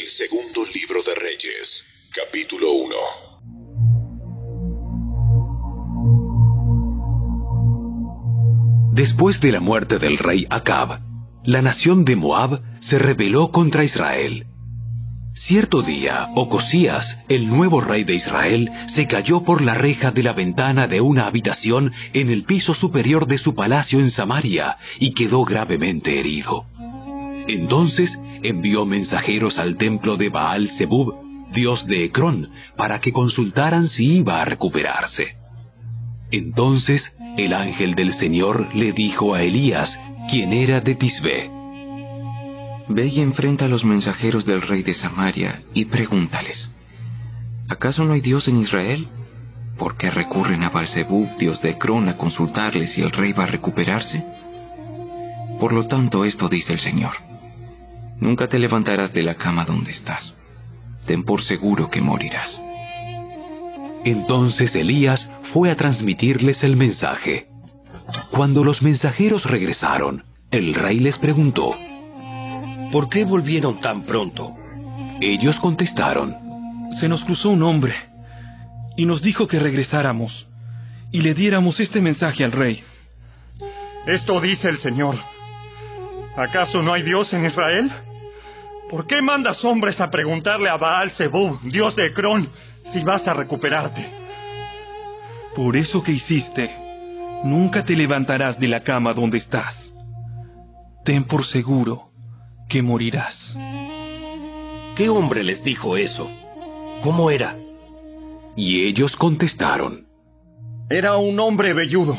segundo libro de Reyes, capítulo 1. Después de la muerte del rey Acab, la nación de Moab se rebeló contra Israel. Cierto día, Ocosías, el nuevo rey de Israel, se cayó por la reja de la ventana de una habitación en el piso superior de su palacio en Samaria y quedó gravemente herido. Entonces envió mensajeros al templo de Baal-Zebub, dios de Ecrón, para que consultaran si iba a recuperarse. Entonces el ángel del Señor le dijo a Elías, quien era de Tisbé: Ve y enfrenta a los mensajeros del rey de Samaria y pregúntales: ¿acaso no hay Dios en Israel? ¿Por qué recurren a Baal-Zebub, dios de Ecrón, a consultarle si el rey va a recuperarse? Por lo tanto, esto dice el Señor: nunca te levantarás de la cama donde estás. Ten por seguro que morirás. Entonces Elías fue a transmitirles el mensaje. Cuando los mensajeros regresaron, el rey les preguntó: ¿por qué volvieron tan pronto? Ellos contestaron: se nos cruzó un hombre y nos dijo que regresáramos y le diéramos este mensaje al rey. Esto dice el Señor: ¿acaso no hay Dios en Israel? ¿Por qué mandas hombres a preguntarle a Baal-Zebub, dios de Ecrón, si vas a recuperarte? Por eso que hiciste, nunca te levantarás de la cama donde estás. Ten por seguro que morirás. ¿Qué hombre les dijo eso? ¿Cómo era? Y ellos contestaron: Era un hombre velludo.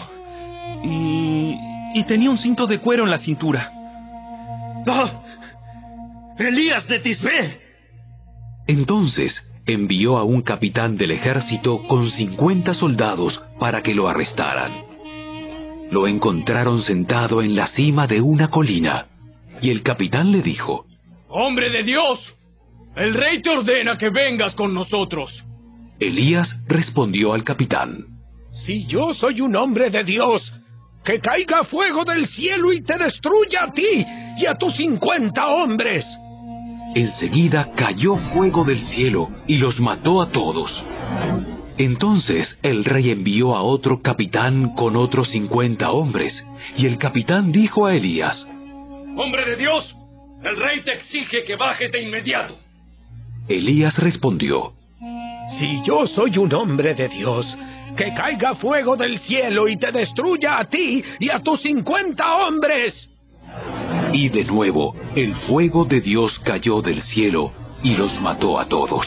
Y tenía un cinto de cuero en la cintura. ¡Ah! ¡Elías de Tisbé! Entonces envió a un capitán del ejército con 50 soldados para que lo arrestaran. Lo encontraron sentado en la cima de una colina, y el capitán le dijo: ¡Hombre de Dios! El rey te ordena que vengas con nosotros. Elías respondió al capitán: Si yo soy un hombre de Dios, que caiga fuego del cielo y te destruya a ti y a tus 50 hombres. Enseguida cayó fuego del cielo y los mató a todos. Entonces el rey envió a otro capitán con otros 50 hombres, y el capitán dijo a Elías: ¡Hombre de Dios! El rey te exige que bajes de inmediato. Elías respondió: Si yo soy un hombre de Dios, que caiga fuego del cielo y te destruya a ti y a tus 50 hombres. Y de nuevo el fuego de Dios cayó del cielo y los mató a todos.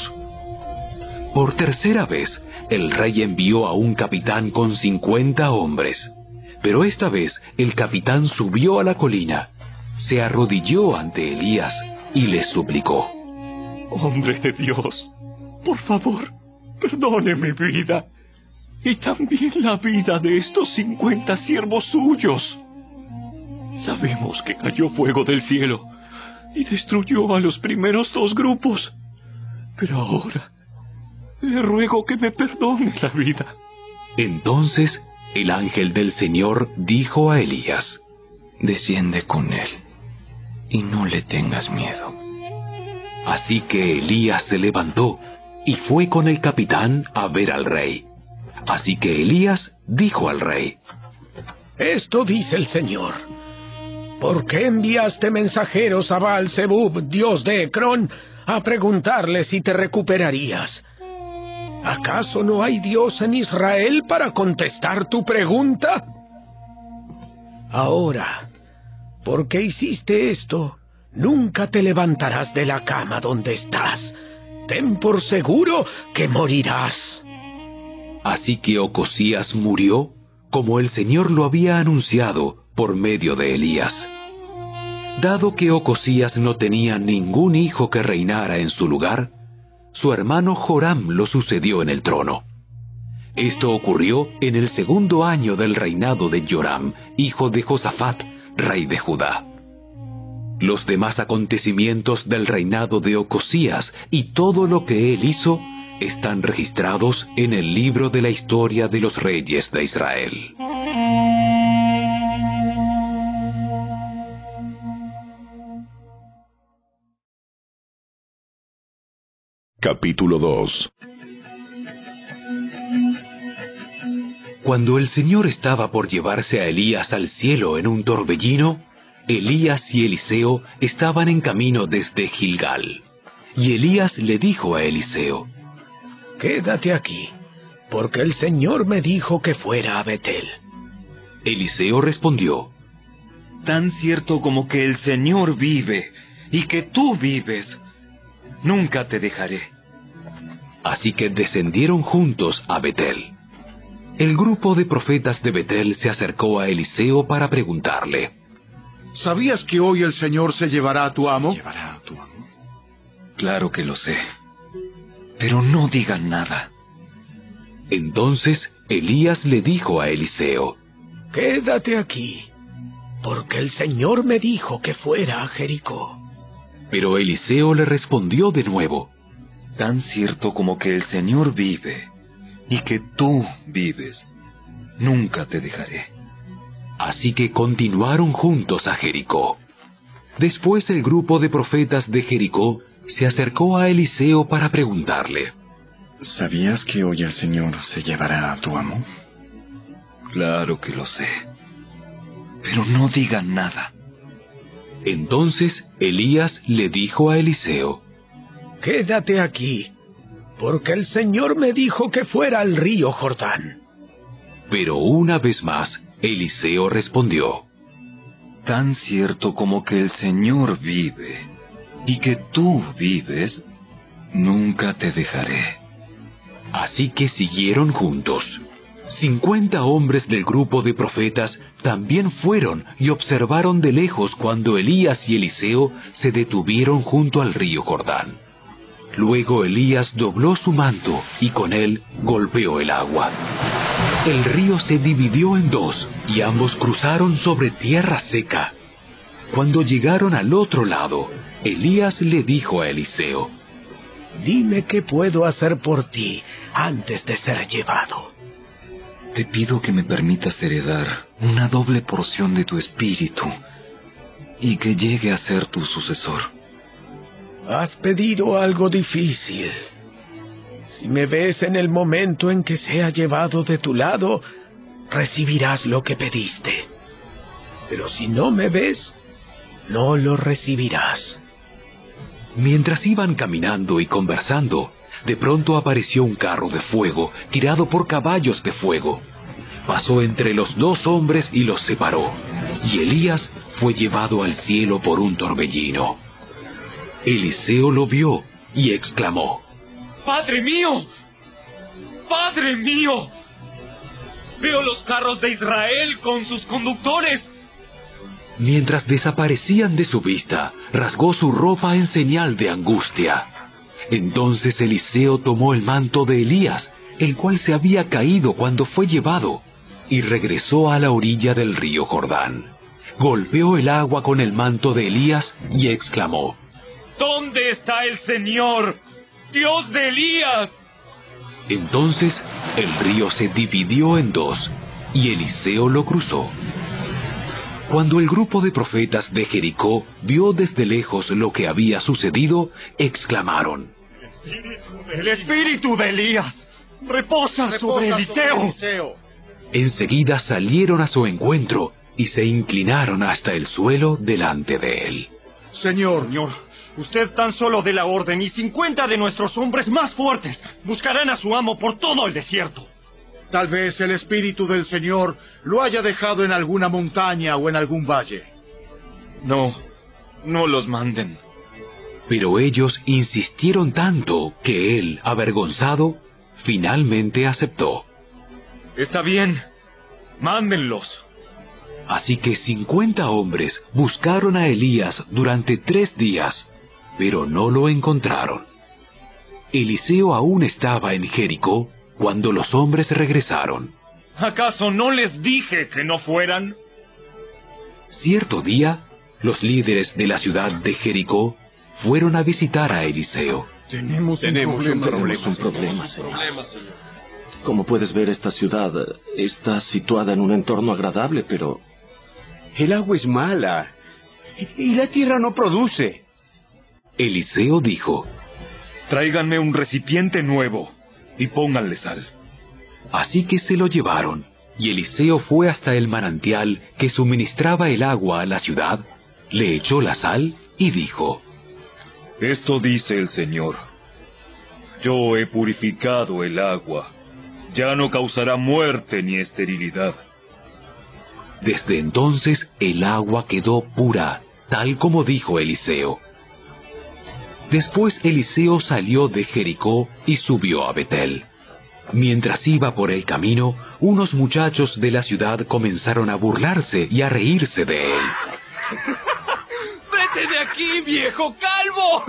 Por tercera vez el rey envió a un capitán con 50 hombres, pero esta vez el capitán subió a la colina, se arrodilló ante Elías y le suplicó: Hombre de Dios, por favor, perdone mi vida y también la vida de estos 50 siervos suyos. Sabemos que cayó fuego del cielo y destruyó a los primeros 2 grupos, pero ahora le ruego que me perdone la vida. Entonces el ángel del Señor dijo a Elías: Desciende con él y no le tengas miedo. Así que Elías se levantó y fue con el capitán a ver al rey. Así que Elías dijo al rey: Esto dice el Señor: ¿por qué enviaste mensajeros a Baal-Zebub, dios de Ecrón, a preguntarle si te recuperarías? ¿Acaso no hay Dios en Israel para contestar tu pregunta? Ahora, ¿por qué hiciste esto? Nunca te levantarás de la cama donde estás. Ten por seguro que morirás. Así que Ocosías murió, como el Señor lo había anunciado por medio de Elías. Dado que Ocosías no tenía ningún hijo que reinara en su lugar, su hermano Joram lo sucedió en el trono. Esto ocurrió en el 2.º año del reinado de Joram, hijo de Josafat, rey de Judá. Los demás acontecimientos del reinado de Ocosías y todo lo que él hizo están registrados en el libro de la historia de los reyes de Israel. Capítulo 2. Cuando el Señor estaba por llevarse a Elías al cielo en un torbellino, Elías y Eliseo estaban en camino desde Gilgal. Y Elías le dijo a Eliseo: Quédate aquí, porque el Señor me dijo que fuera a Betel. Eliseo respondió: Tan cierto como que el Señor vive y que tú vives, nunca te dejaré. Así que descendieron juntos a Betel. El grupo de profetas de Betel se acercó a Eliseo para preguntarle: ¿Sabías que hoy el Señor se llevará a tu amo? Claro que lo sé, pero no digan nada. Entonces Elías le dijo a Eliseo: Quédate aquí, porque el Señor me dijo que fuera a Jericó. Pero Eliseo le respondió de nuevo: Tan cierto como que el Señor vive y que tú vives, nunca te dejaré. Así que continuaron juntos a Jericó. Después el grupo de profetas de Jericó se acercó a Eliseo para preguntarle: ¿Sabías que hoy el Señor se llevará a tu amo? Claro que lo sé, pero no digan nada. Entonces Elías le dijo a Eliseo: Quédate aquí, porque el Señor me dijo que fuera al río Jordán. Pero una vez más Eliseo respondió: Tan cierto como que el Señor vive y que tú vives, nunca te dejaré. Así que siguieron juntos. 50 hombres del grupo de profetas también fueron y observaron de lejos cuando Elías y Eliseo se detuvieron junto al río Jordán. Luego Elías dobló su manto y con él golpeó el agua. El río se dividió en dos y ambos cruzaron sobre tierra seca. Cuando llegaron al otro lado, Elías le dijo a Eliseo: Dime qué puedo hacer por ti antes de ser llevado. Te pido que me permitas heredar una doble porción de tu espíritu y que llegue a ser tu sucesor. Has pedido algo difícil. Si me ves en el momento en que sea llevado de tu lado, recibirás lo que pediste. Pero si no me ves, no lo recibirás. Mientras iban caminando y conversando, de pronto apareció un carro de fuego tirado por caballos de fuego. Pasó entre los dos hombres y los separó, y Elías fue llevado al cielo por un torbellino. Eliseo lo vio y exclamó: ¡Padre mío! ¡Padre mío! Veo los carros de Israel con sus conductores. Mientras desaparecían de su vista, rasgó su ropa en señal de angustia. Entonces Eliseo tomó el manto de Elías, el cual se había caído cuando fue llevado, y regresó a la orilla del río Jordán. Golpeó el agua con el manto de Elías y exclamó: ¿Dónde está el Señor, Dios de Elías? Entonces el río se dividió en dos, y Eliseo lo cruzó. Cuando el grupo de profetas de Jericó vio desde lejos lo que había sucedido, exclamaron: ¡El espíritu de Elías reposa sobre Eliseo! Enseguida salieron a su encuentro y se inclinaron hasta el suelo delante de él. Señor, usted tan solo dé la orden y 50 de nuestros hombres más fuertes buscarán a su amo por todo el desierto. tal vez el espíritu del Señor lo haya dejado en alguna montaña o en algún valle. No, no los manden. Pero ellos insistieron tanto que él, avergonzado, finalmente aceptó. Está bien, mándenlos. Así que 50 hombres buscaron a Elías durante 3 días, pero no lo encontraron. Eliseo aún estaba en Jericó cuando los hombres regresaron. ¿Acaso no les dije que no fueran? Cierto día, los líderes de la ciudad de Jericó fueron a visitar a Eliseo. Tenemos un problema, Señor. Como puedes ver, esta ciudad está situada en un entorno agradable, pero el agua es mala y la tierra no produce. Eliseo dijo: Tráiganme un recipiente nuevo y pónganle sal. Así que se lo llevaron, y Eliseo fue hasta el manantial que suministraba el agua a la ciudad, le echó la sal y dijo: Esto dice el Señor: Yo he purificado el agua, ya no causará muerte ni esterilidad. Desde entonces el agua quedó pura, tal como dijo Eliseo. Después Eliseo salió de Jericó y subió a Betel. Mientras iba por el camino, unos muchachos de la ciudad comenzaron a burlarse y a reírse de él. ¡Vete de aquí, viejo calvo!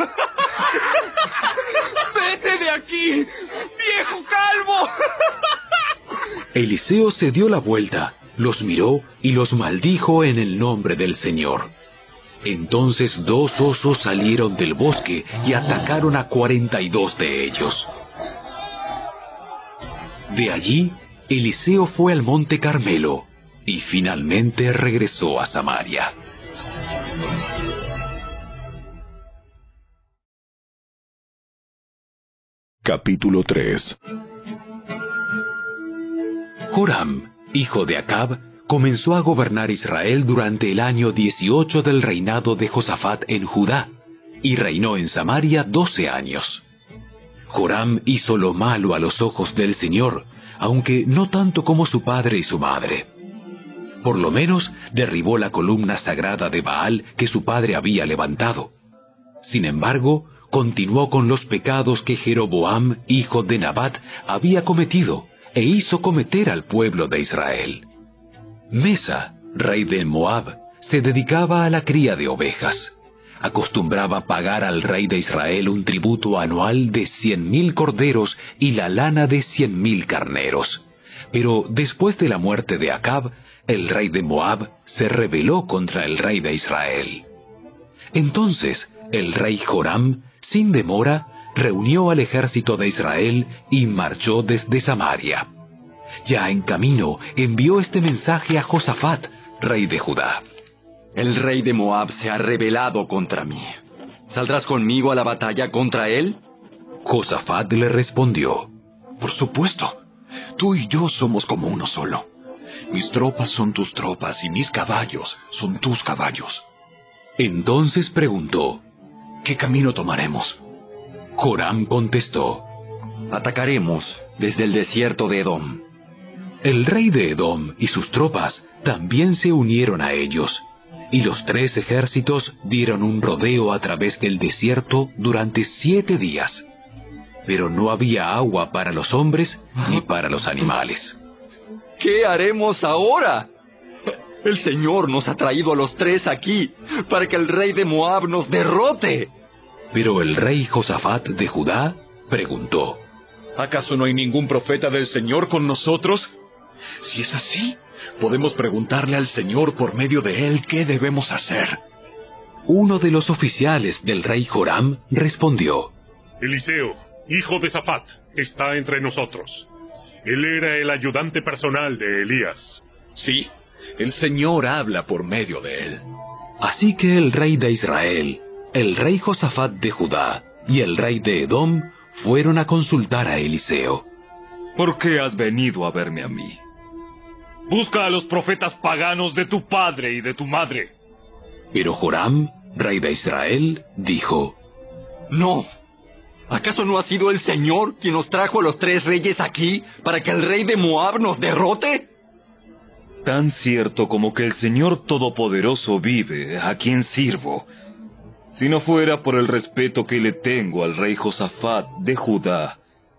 ¡Vete de aquí, viejo calvo! Eliseo se dio la vuelta, los miró y los maldijo en el nombre del Señor. Entonces 2 osos salieron del bosque y atacaron a 42 de ellos. De allí, Eliseo fue al monte Carmelo y finalmente regresó a Samaria. Capítulo 3. Joram, hijo de Acab, comenzó a gobernar Israel durante el año 18 del reinado de Josafat en Judá, y reinó en Samaria 12 años. Joram hizo lo malo a los ojos del Señor, aunque no tanto como su padre y su madre. Por lo menos derribó la columna sagrada de Baal que su padre había levantado. Sin embargo, continuó con los pecados que Jeroboam, hijo de Nabat, había cometido, e hizo cometer al pueblo de Israel. Mesa, rey de Moab, se dedicaba a la cría de ovejas. Acostumbraba pagar al rey de Israel un tributo anual de 100,000 corderos y la lana de 100,000 carneros. Pero después de la muerte de Acab, el rey de Moab se rebeló contra el rey de Israel. Entonces, el rey Joram, sin demora, reunió al ejército de Israel y marchó desde Samaria. Ya en camino, envió este mensaje a Josafat, rey de Judá. El rey de Moab se ha rebelado contra mí. ¿Saldrás conmigo a la batalla contra él? Josafat le respondió: Por supuesto, tú y yo somos como uno solo. Mis tropas son tus tropas y mis caballos son tus caballos. Entonces preguntó: ¿Qué camino tomaremos? Joram contestó: Atacaremos desde el desierto de Edom. El rey de Edom y sus tropas también se unieron a ellos, y los 3 ejércitos dieron un rodeo a través del desierto durante 7 días. Pero no había agua para los hombres ni para los animales. ¿Qué haremos ahora? El Señor nos ha traído a los 3 aquí para que el rey de Moab nos derrote. Pero el rey Josafat de Judá preguntó: ¿Acaso no hay ningún profeta del Señor con nosotros? Si es así, podemos preguntarle al Señor por medio de él qué debemos hacer. Uno de los oficiales del rey Joram respondió: Eliseo, hijo de Safat, está entre nosotros. Él era el ayudante personal de Elías. Sí, el Señor habla por medio de él. Así que el rey de Israel, el rey Josafat de Judá y el rey de Edom fueron a consultar a Eliseo. ¿Por qué has venido a verme a mí? Busca a los profetas paganos de tu padre y de tu madre. Pero Joram, rey de Israel, dijo: No. ¿Acaso no ha sido el Señor quien nos trajo a los 3 reyes aquí para que el rey de Moab nos derrote? Tan cierto como que el Señor Todopoderoso vive, a quien sirvo. Si no fuera por el respeto que le tengo al rey Josafat de Judá,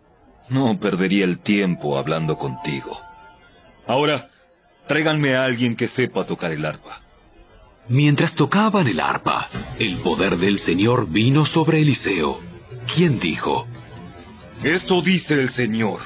no perdería el tiempo hablando contigo. Ahora, tráiganme a alguien que sepa tocar el arpa. Mientras tocaban el arpa, el poder del Señor vino sobre Eliseo, quien dijo: Esto dice el Señor: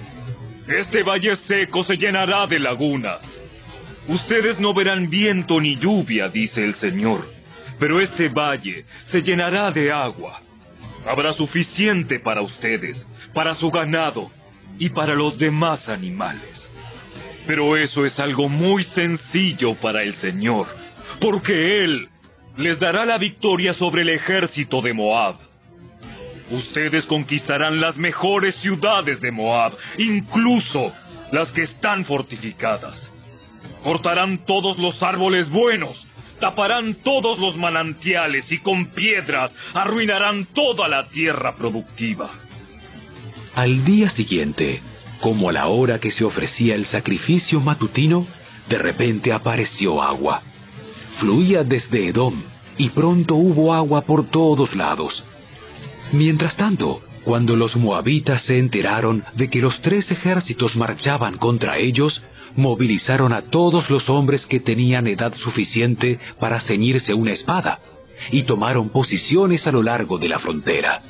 Este valle seco se llenará de lagunas. Ustedes no verán viento ni lluvia, dice el Señor, pero este valle se llenará de agua. Habrá suficiente para ustedes, para su ganado y para los demás animales. Pero eso es algo muy sencillo para el Señor, porque Él les dará la victoria sobre el ejército de Moab. Ustedes conquistarán las mejores ciudades de Moab, incluso las que están fortificadas. Cortarán todos los árboles buenos, taparán todos los manantiales y con piedras arruinarán toda la tierra productiva. Al día siguiente, como a la hora que se ofrecía el sacrificio matutino, de repente apareció agua. Fluía desde Edom, y pronto hubo agua por todos lados. Mientras tanto, cuando los moabitas se enteraron de que los 3 ejércitos marchaban contra ellos, movilizaron a todos los hombres que tenían edad suficiente para ceñirse una espada, y tomaron posiciones a lo largo de la frontera.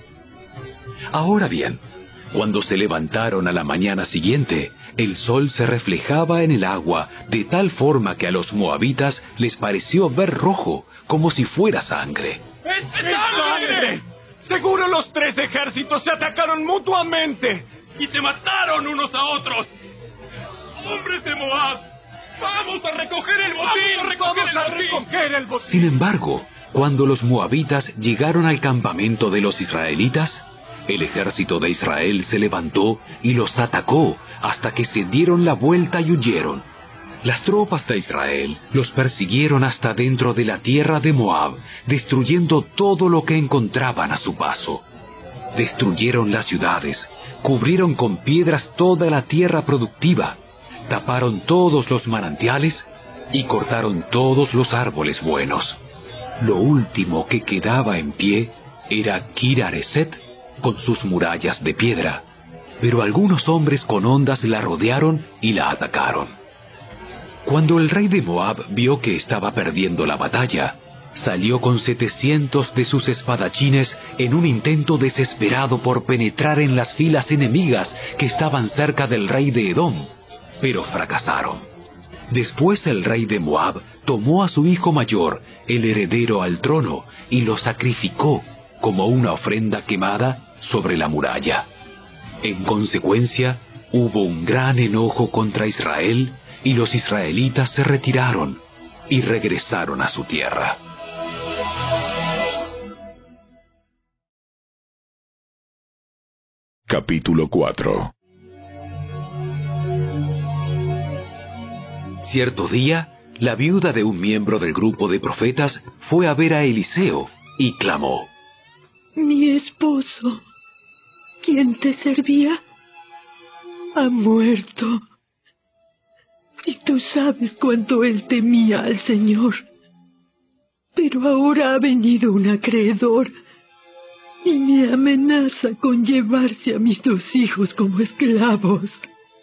Ahora bien, cuando se levantaron a la mañana siguiente, el sol se reflejaba en el agua de tal forma que a los moabitas les pareció ver rojo, como si fuera sangre. ¡Es sangre! Seguro los 3 ejércitos se atacaron mutuamente y se mataron unos a otros. ¡Hombres de Moab! ¡Vamos a recoger el botín! ¡Vamos a recoger el botín! Sin embargo, cuando los moabitas llegaron al campamento de los israelitas, el ejército de Israel se levantó y los atacó hasta que se dieron la vuelta y huyeron. Las tropas de Israel los persiguieron hasta dentro de la tierra de Moab, destruyendo todo lo que encontraban a su paso. Destruyeron las ciudades, cubrieron con piedras toda la tierra productiva, taparon todos los manantiales y cortaron todos los árboles buenos. Lo último que quedaba en pie era Kir-Hareset con sus murallas de piedra, pero algunos hombres con hondas la rodearon y la atacaron. Cuando el rey de Moab vio que estaba perdiendo la batalla, salió con 700 de sus espadachines en un intento desesperado por penetrar en las filas enemigas que estaban cerca del rey de Edom, pero fracasaron. Después el rey de Moab tomó a su hijo mayor, el heredero al trono, y lo sacrificó como una ofrenda quemada sobre la muralla. En consecuencia, hubo un gran enojo contra Israel, y los israelitas se retiraron y regresaron a su tierra. Capítulo 4. Cierto día, la viuda de un miembro del grupo de profetas fue a ver a Eliseo y clamó: Mi esposo, quien te servía, ha muerto. Y tú sabes cuánto él temía al Señor. Pero ahora ha venido un acreedor y me amenaza con llevarse a mis 2 hijos como esclavos.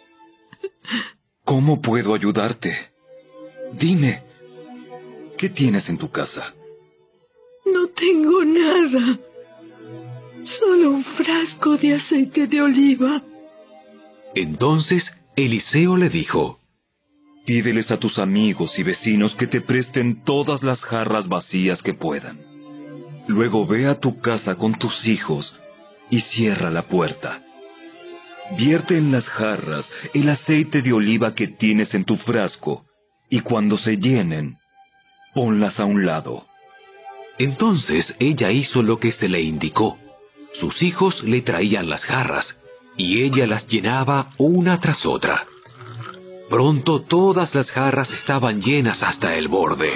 ¿Cómo puedo ayudarte? Dime, ¿qué tienes en tu casa? No tengo nada. Solo un frasco de aceite de oliva. Entonces Eliseo le dijo: Pídeles a tus amigos y vecinos que te presten todas las jarras vacías que puedan. Luego ve a tu casa con tus hijos y cierra la puerta. Vierte en las jarras el aceite de oliva que tienes en tu frasco, y cuando se llenen, ponlas a un lado. Entonces ella hizo lo que se le indicó. Sus hijos le traían las jarras, y ella las llenaba una tras otra. Pronto todas las jarras estaban llenas hasta el borde.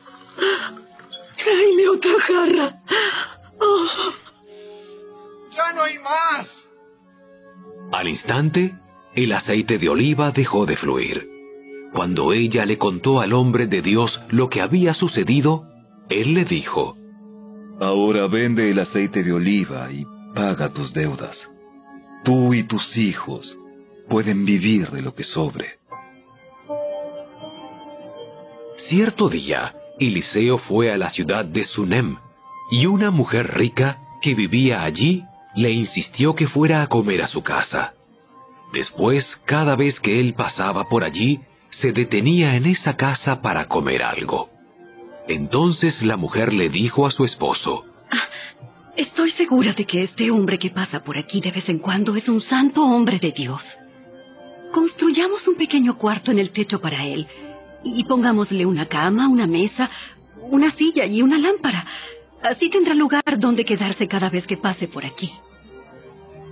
¡Tráeme otra jarra! Oh. ¡Ya no hay más! Al instante, el aceite de oliva dejó de fluir. Cuando ella le contó al hombre de Dios lo que había sucedido, él le dijo: Ahora vende el aceite de oliva y paga tus deudas. Tú y tus hijos pueden vivir de lo que sobre. Cierto día, Eliseo fue a la ciudad de Sunem, y una mujer rica que vivía allí le insistió que fuera a comer a su casa. Después, cada vez que él pasaba por allí, se detenía en esa casa para comer algo. Entonces la mujer le dijo a su esposo: Estoy segura de que este hombre que pasa por aquí de vez en cuando es un santo hombre de Dios. Construyamos un pequeño cuarto en el techo para él, y pongámosle una cama, una mesa, una silla y una lámpara. Así tendrá lugar donde quedarse cada vez que pase por aquí.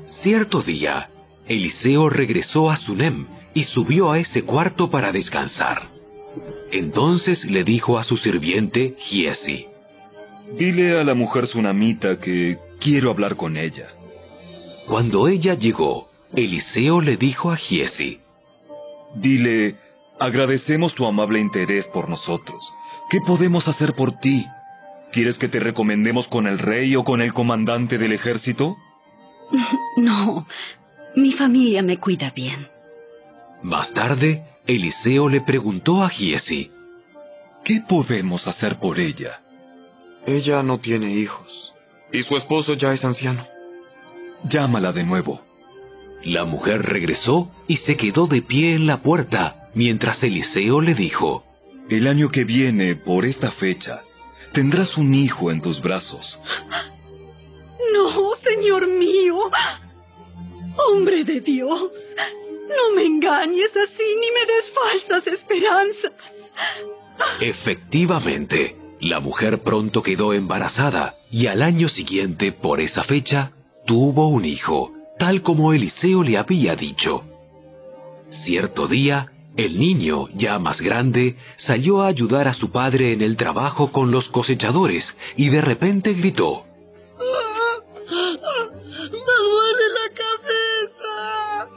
Cierto día, Eliseo regresó a Sunem y subió a ese cuarto para descansar. Entonces le dijo a su sirviente Giesi: Dile a la mujer sunamita que quiero hablar con ella. Cuando ella llegó, Eliseo le dijo a Giesi: Dile, agradecemos tu amable interés por nosotros. ¿Qué podemos hacer por ti? ¿Quieres que te recomendemos con el rey o con el comandante del ejército? No, mi familia me cuida bien. Más tarde, Eliseo le preguntó a Giesi: ¿Qué podemos hacer por ella? Ella no tiene hijos, y su esposo ya es anciano. Llámala de nuevo. La mujer regresó y se quedó de pie en la puerta, mientras Eliseo le dijo: El año que viene, por esta fecha, tendrás un hijo en tus brazos. No, señor mío. Hombre de Dios, no me engañes así ni me des falsas esperanzas. Efectivamente, la mujer pronto quedó embarazada y al año siguiente, por esa fecha, tuvo un hijo, tal como Eliseo le había dicho. Cierto día, el niño, ya más grande, salió a ayudar a su padre en el trabajo con los cosechadores y de repente gritó: ¡Me duele la cabeza!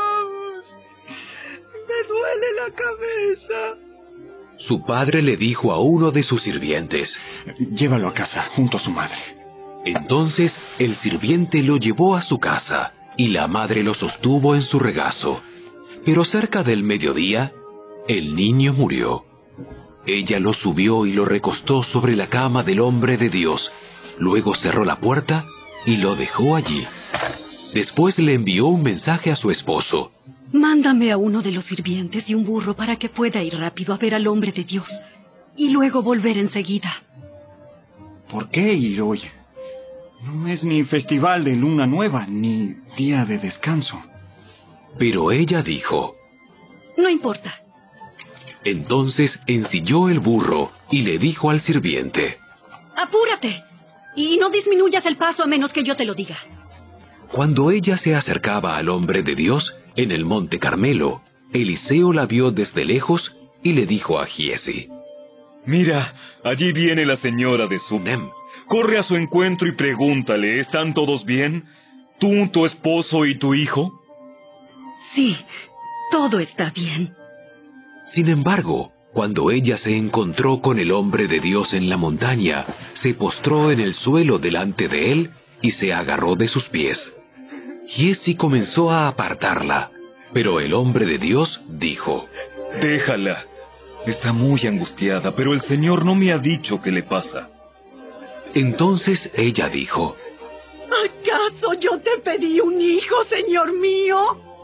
¡Me duele la cabeza! Su padre le dijo a uno de sus sirvientes: Llévalo a casa, junto a su madre. Entonces el sirviente lo llevó a su casa y la madre lo sostuvo en su regazo. Pero cerca del mediodía, el niño murió. Ella lo subió y lo recostó sobre la cama del hombre de Dios. Luego cerró la puerta y lo dejó allí. Después le envió un mensaje a su esposo: Mándame a uno de los sirvientes y un burro para que pueda ir rápido a ver al hombre de Dios y luego volver enseguida. ¿Por qué ir hoy? No es ni festival de luna nueva, ni día de descanso. Pero ella dijo: No importa. Entonces ensilló el burro y le dijo al sirviente: Apúrate y no disminuyas el paso a menos que yo te lo diga. Cuando ella se acercaba al hombre de Dios en el monte Carmelo, Eliseo la vio desde lejos y le dijo a Giesi: Mira, allí viene la señora de Sunem. Corre a su encuentro y pregúntale, ¿están todos bien? ¿Tú, tu esposo y tu hijo? Sí, todo está bien. Sin embargo, cuando ella se encontró con el hombre de Dios en la montaña, se postró en el suelo delante de él y se agarró de sus pies. Giesi comenzó a apartarla, pero el hombre de Dios dijo: Déjala. Está muy angustiada, pero el Señor no me ha dicho qué le pasa. Entonces ella dijo: ¿Acaso yo te pedí un hijo, señor mío?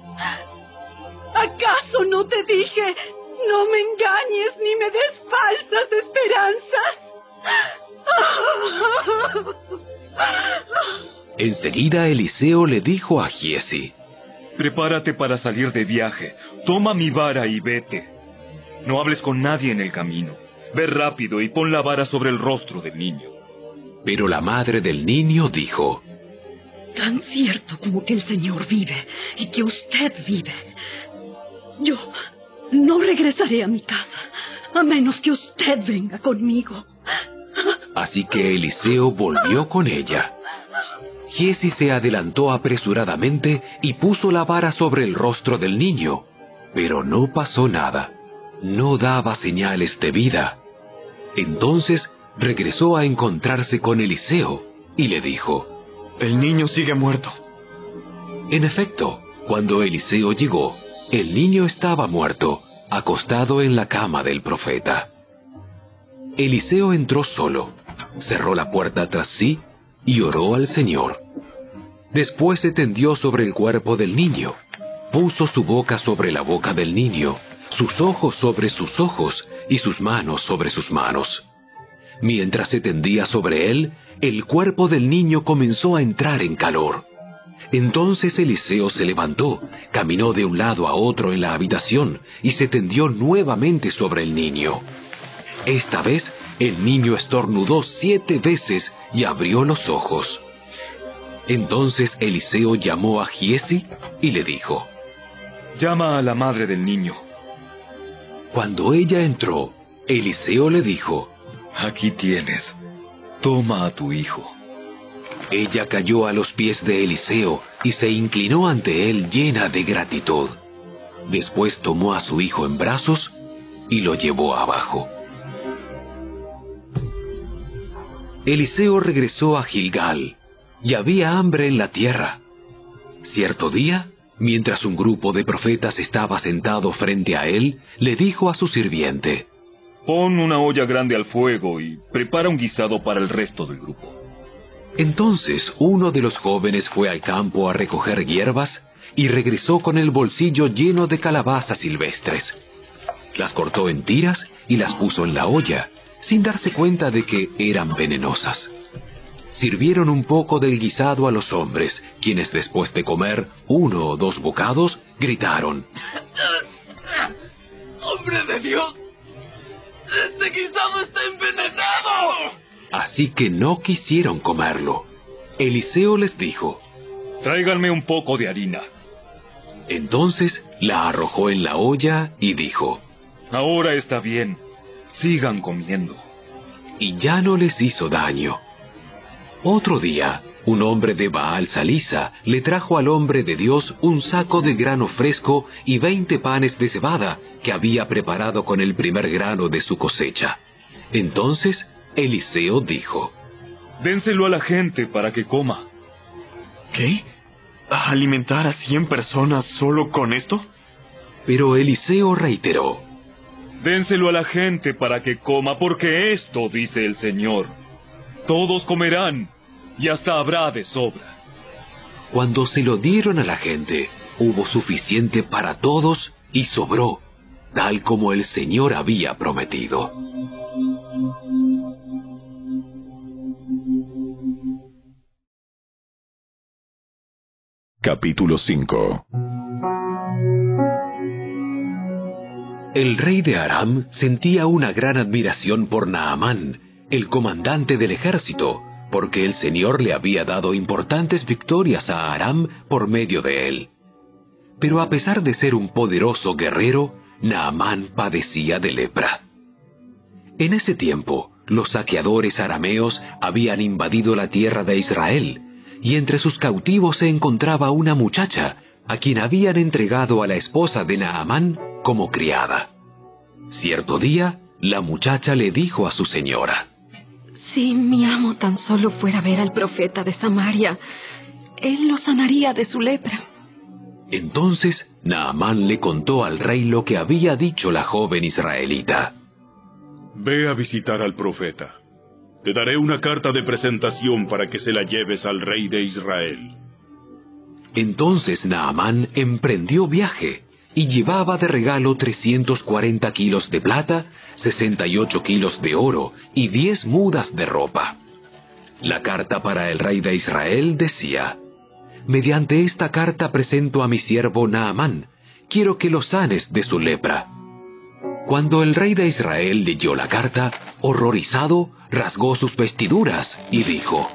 ¿Acaso no te dije, no me engañes ni me des falsas esperanzas? Enseguida Eliseo le dijo a Giesi: Prepárate para salir de viaje. Toma mi vara y vete. No hables con nadie en el camino. Ve rápido y pon la vara sobre el rostro del niño. Pero la madre del niño dijo: Tan cierto como que el Señor vive y que usted vive, yo no regresaré a mi casa, a menos que usted venga conmigo. Así que Eliseo volvió con ella. Giesi se adelantó apresuradamente y puso la vara sobre el rostro del niño, pero no pasó nada. No daba señales de vida. Entonces regresó a encontrarse con Eliseo y le dijo: El niño sigue muerto. En efecto, cuando Eliseo llegó, el niño estaba muerto, acostado en la cama del profeta. Eliseo entró solo, cerró la puerta tras sí y oró al Señor. Después se tendió sobre el cuerpo del niño, puso su boca sobre la boca del niño, sus ojos sobre sus ojos y sus manos sobre sus manos. Mientras se tendía sobre él, el cuerpo del niño comenzó a entrar en calor. Entonces Eliseo se levantó, caminó de un lado a otro en la habitación y se tendió nuevamente sobre el niño. Esta vez, el niño estornudó 7 veces y abrió los ojos. Entonces Eliseo llamó a Giezi y le dijo: Llama a la madre del niño. Cuando ella entró, Eliseo le dijo: Aquí tienes, toma a tu hijo. Ella cayó a los pies de Eliseo y se inclinó ante él llena de gratitud. Después tomó a su hijo en brazos y lo llevó abajo. Eliseo regresó a Gilgal, y había hambre en la tierra. Cierto día, mientras un grupo de profetas estaba sentado frente a él, le dijo a su sirviente: Pon una olla grande al fuego y prepara un guisado para el resto del grupo. Entonces uno de los jóvenes fue al campo a recoger hierbas y regresó con el bolsillo lleno de calabazas silvestres. Las cortó en tiras y las puso en la olla, sin darse cuenta de que eran venenosas. Sirvieron un poco del guisado a los hombres, quienes después de comer 1 o 2 bocados, gritaron: ¡Hombre de Dios! ¡Este guisado está envenenado! Así que no quisieron comerlo. Eliseo les dijo: Tráiganme un poco de harina. Entonces la arrojó en la olla y dijo: Ahora está bien, sigan comiendo. Y ya no les hizo daño. Otro día, un hombre de Baal Salisa le trajo al hombre de Dios un saco de grano fresco y 20 panes de cebada que había preparado con el primer grano de su cosecha. Entonces Eliseo dijo: Dénselo a la gente para que coma. ¿Qué? ¿Alimentar a 100 personas solo con esto? Pero Eliseo reiteró: Dénselo a la gente para que coma, porque esto dice el Señor: todos comerán, y hasta habrá de sobra. Cuando se lo dieron a la gente, hubo suficiente para todos y sobró, tal como el Señor había prometido. Capítulo 5. El rey de Aram sentía una gran admiración por Naamán, el comandante del ejército, porque el Señor le había dado importantes victorias a Aram por medio de él. Pero a pesar de ser un poderoso guerrero, Naamán padecía de lepra. En ese tiempo, los saqueadores arameos habían invadido la tierra de Israel, y entre sus cautivos se encontraba una muchacha, a quien habían entregado a la esposa de Naamán como criada. Cierto día, la muchacha le dijo a su señora: Si mi amo tan solo fuera a ver al profeta de Samaria, él lo sanaría de su lepra. Entonces Naamán le contó al rey lo que había dicho la joven israelita. Ve a visitar al profeta. Te daré una carta de presentación para que se la lleves al rey de Israel. Entonces Naamán emprendió viaje y llevaba de regalo 340 kilos de plata, 68 kilos de oro y 10 mudas de ropa. La carta para el rey de Israel decía: Mediante esta carta presento a mi siervo Naamán, quiero que lo sanes de su lepra. Cuando el rey de Israel leyó la carta, horrorizado, rasgó sus vestiduras y dijo: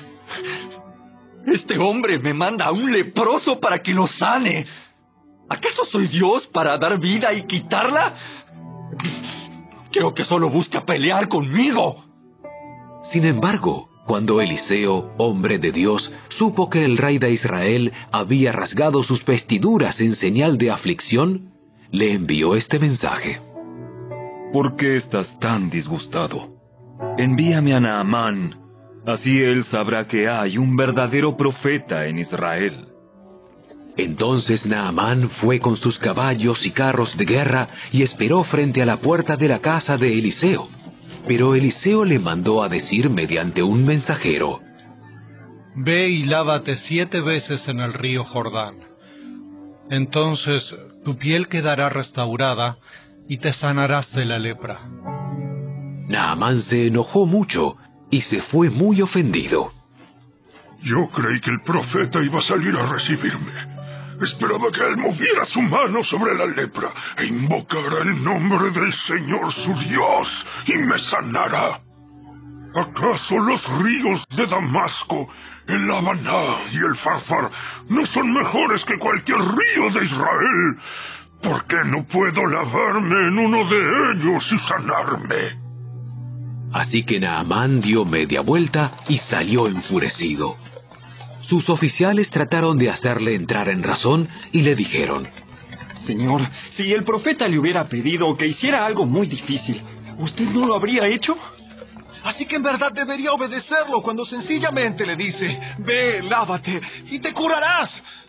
Este hombre me manda a un leproso para que lo sane. ¿Acaso soy Dios para dar vida y quitarla? Creo que solo busca pelear conmigo. Sin embargo, cuando Eliseo, hombre de Dios, supo que el rey de Israel había rasgado sus vestiduras en señal de aflicción, le envió este mensaje: ¿Por qué estás tan disgustado? Envíame a Naamán, así él sabrá que hay un verdadero profeta en Israel. Entonces Naamán fue con sus caballos y carros de guerra y esperó frente a la puerta de la casa de Eliseo. Pero Eliseo le mandó a decir mediante un mensajero: Ve y lávate 7 veces en el río Jordán. Entonces tu piel quedará restaurada y te sanarás de la lepra. Naamán se enojó mucho y se fue muy ofendido. Yo creí que el profeta iba a salir a recibirme. Esperaba que él moviera su mano sobre la lepra e invocara el nombre del Señor su Dios y me sanara. ¿Acaso los ríos de Damasco, el Habaná y el Farfar no son mejores que cualquier río de Israel? ¿Por qué no puedo lavarme en uno de ellos y sanarme? Así que Naamán dio media vuelta y salió enfurecido. Sus oficiales trataron de hacerle entrar en razón y le dijeron: Señor, si el profeta le hubiera pedido que hiciera algo muy difícil, ¿usted no lo habría hecho? Así que en verdad debería obedecerlo cuando sencillamente le dice: ve, lávate y te curarás.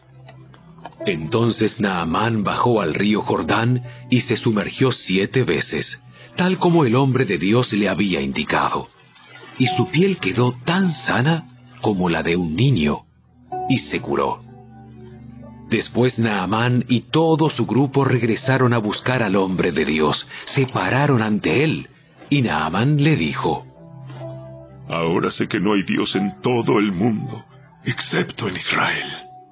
Entonces Naamán bajó al río Jordán y se sumergió 7 veces, tal como el hombre de Dios le había indicado. Y su piel quedó tan sana como la de un niño, y se curó. Después Naamán y todo su grupo regresaron a buscar al hombre de Dios. Se pararon ante él, y Naamán le dijo: Ahora sé que no hay Dios en todo el mundo, excepto en Israel.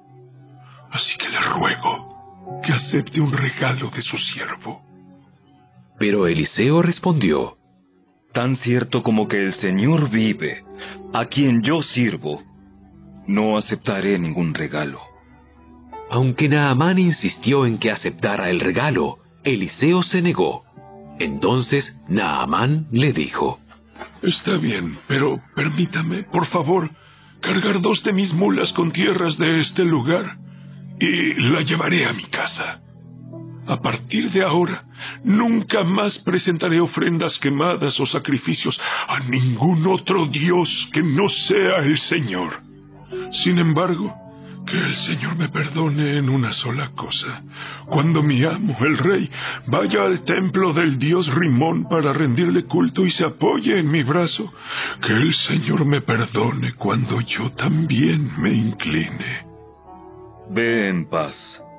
Así que le ruego que acepte un regalo de su siervo. Pero Eliseo respondió: Tan cierto como que el Señor vive, a quien yo sirvo, no aceptaré ningún regalo. Aunque Naamán insistió en que aceptara el regalo, Eliseo se negó. Entonces Naamán le dijo: Está bien, pero permítame, por favor, cargar 2 de mis mulas con tierras de este lugar y la llevaré a mi casa. A partir de ahora, nunca más presentaré ofrendas quemadas o sacrificios a ningún otro Dios que no sea el Señor. Sin embargo, que el Señor me perdone en una sola cosa. Cuando mi amo, el rey, vaya al templo del dios Rimón para rendirle culto y se apoye en mi brazo, que el Señor me perdone cuando yo también me incline. Ve en paz.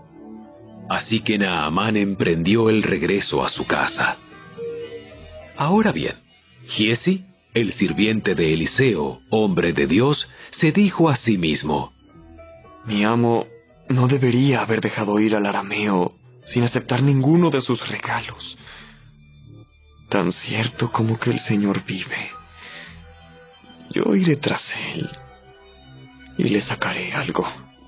Así que Naamán emprendió el regreso a su casa. Ahora bien, Giezi, el sirviente de Eliseo, hombre de Dios, se dijo a sí mismo: Mi amo no debería haber dejado ir al arameo sin aceptar ninguno de sus regalos. Tan cierto como que el Señor vive, yo iré tras él y le sacaré algo.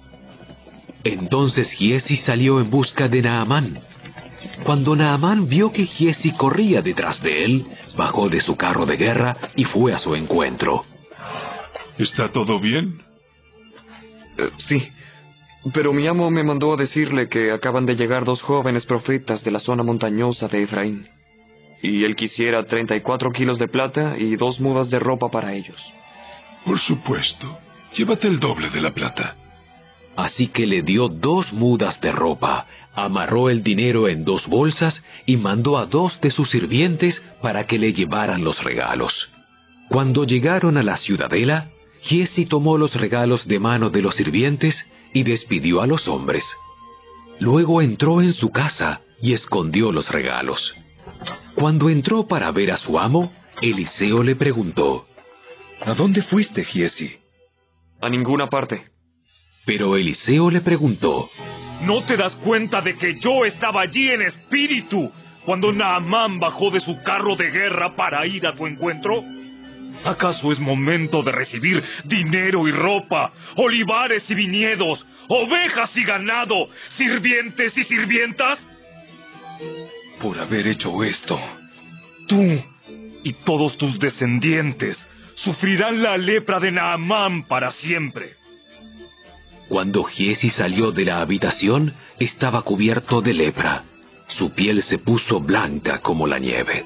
Entonces Giezi salió en busca de Naamán. Cuando Naamán vio que Giezi corría detrás de él, bajó de su carro de guerra y fue a su encuentro. ¿Está todo bien? Sí, pero mi amo me mandó a decirle que acaban de llegar 2 jóvenes profetas de la zona montañosa de Efraín, y él quisiera 34 kilos de plata y 2 mudas de ropa para ellos. Por supuesto, llévate el doble de la plata. Así que le dio 2 mudas de ropa, amarró el dinero en 2 bolsas y mandó a 2 de sus sirvientes para que le llevaran los regalos. Cuando llegaron a la ciudadela, Giezi tomó los regalos de mano de los sirvientes y despidió a los hombres. Luego entró en su casa y escondió los regalos. Cuando entró para ver a su amo, Eliseo le preguntó: ¿A dónde fuiste, Giezi? A ninguna parte. Pero Eliseo le preguntó: ¿No te das cuenta de que yo estaba allí en espíritu cuando Naamán bajó de su carro de guerra para ir a tu encuentro? ¿Acaso es momento de recibir dinero y ropa, olivares y viñedos, ovejas y ganado, sirvientes y sirvientas? Por haber hecho esto, tú y todos tus descendientes sufrirán la lepra de Naamán para siempre. Cuando Giezi salió de la habitación, estaba cubierto de lepra. Su piel se puso blanca como la nieve.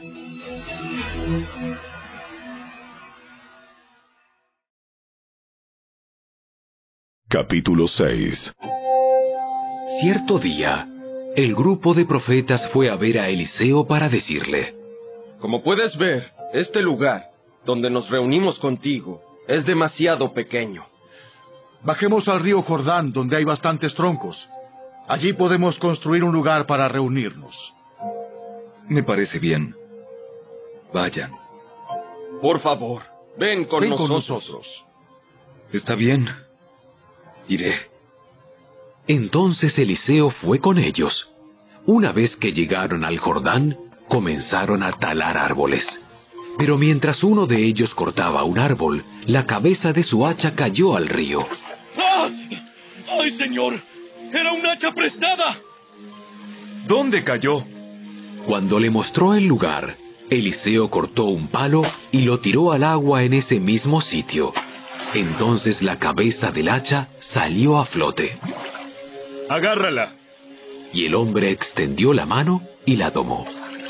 Capítulo 6. Cierto día, el grupo de profetas fue a ver a Eliseo para decirle: Como puedes ver, este lugar, donde nos reunimos contigo, es demasiado pequeño. Bajemos al río Jordán, donde hay bastantes troncos. Allí podemos construir un lugar para reunirnos. Me parece bien. Vayan. Por favor, ven con nosotros. Está bien. Iré. Entonces Eliseo fue con ellos. Una vez que llegaron al Jordán, comenzaron a talar árboles. Pero mientras uno de ellos cortaba un árbol, la cabeza de su hacha cayó al río. ¡Ah! ¡Ay, señor! ¡Era un hacha prestada! ¿Dónde cayó? Cuando le mostró el lugar, Eliseo cortó un palo y lo tiró al agua en ese mismo sitio. Entonces la cabeza del hacha salió a flote. ¡Agárrala! Y el hombre extendió la mano y la tomó.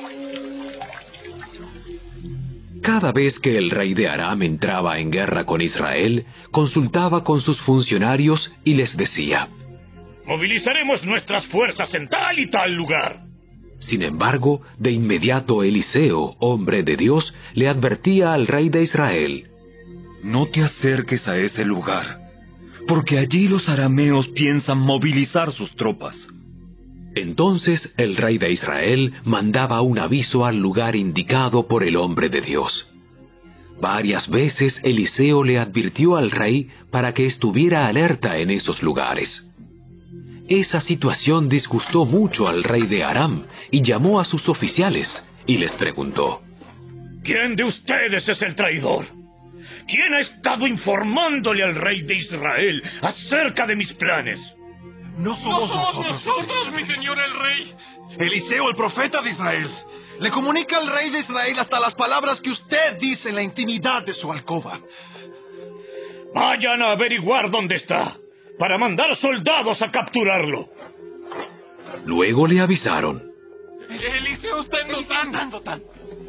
Cada vez que el rey de Aram entraba en guerra con Israel, consultaba con sus funcionarios y les decía: movilizaremos nuestras fuerzas en tal y tal lugar. Sin embargo, de inmediato Eliseo, hombre de Dios, le advertía al rey de Israel: no te acerques a ese lugar, porque allí los arameos piensan movilizar sus tropas. Entonces el rey de Israel mandaba un aviso al lugar indicado por el hombre de Dios. Varias veces Eliseo le advirtió al rey para que estuviera alerta en esos lugares. Esa situación disgustó mucho al rey de Aram y llamó a sus oficiales y les preguntó: ¿quién de ustedes es el traidor? ¿Quién ha estado informándole al rey de Israel acerca de mis planes? No somos nosotros, mi señor el rey. Eliseo, el profeta de Israel, le comunica al rey de Israel hasta las palabras que usted dice en la intimidad de su alcoba. Vayan a averiguar dónde está, para mandar soldados a capturarlo. Luego le avisaron. Eliseo está en Dotán.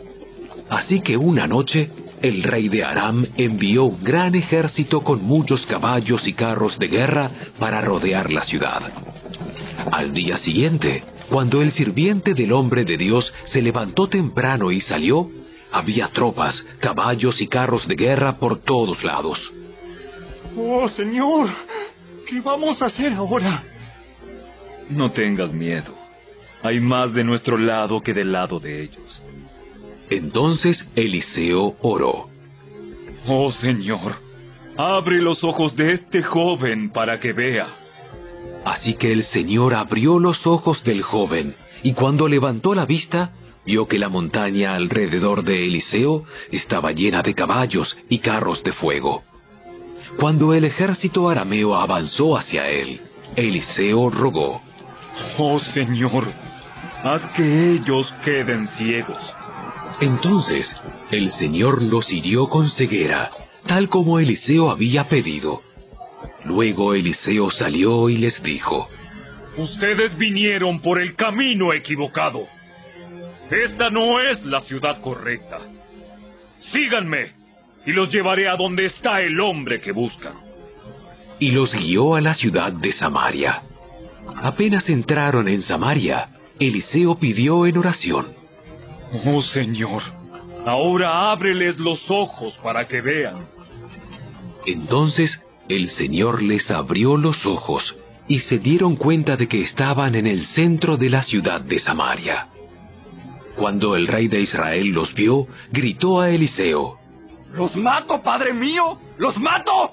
Así que una noche, el rey de Aram envió un gran ejército con muchos caballos y carros de guerra para rodear la ciudad. Al día siguiente, cuando el sirviente del hombre de Dios se levantó temprano y salió, había tropas, caballos y carros de guerra por todos lados. ¡Oh, señor! ¿Qué vamos a hacer ahora? No tengas miedo. Hay más de nuestro lado que del lado de ellos. Entonces Eliseo oró: oh Señor, abre los ojos de este joven para que vea. Así que el Señor abrió los ojos del joven, y cuando levantó la vista, vio que la montaña alrededor de Eliseo estaba llena de caballos y carros de fuego. Cuando el ejército arameo avanzó hacia él, Eliseo rogó: oh Señor, haz que ellos queden ciegos. Entonces el Señor los hirió con ceguera, tal como Eliseo había pedido. Luego Eliseo salió y les dijo: ustedes vinieron por el camino equivocado. Esta no es la ciudad correcta. Síganme, y los llevaré a donde está el hombre que buscan. Y los guió a la ciudad de Samaria. Apenas entraron en Samaria, Eliseo pidió en oración: oh Señor, ahora ábreles los ojos para que vean. Entonces el Señor les abrió los ojos y se dieron cuenta de que estaban en el centro de la ciudad de Samaria. Cuando el rey de Israel los vio, gritó a Eliseo: ¡los mato, padre mío! ¡Los mato!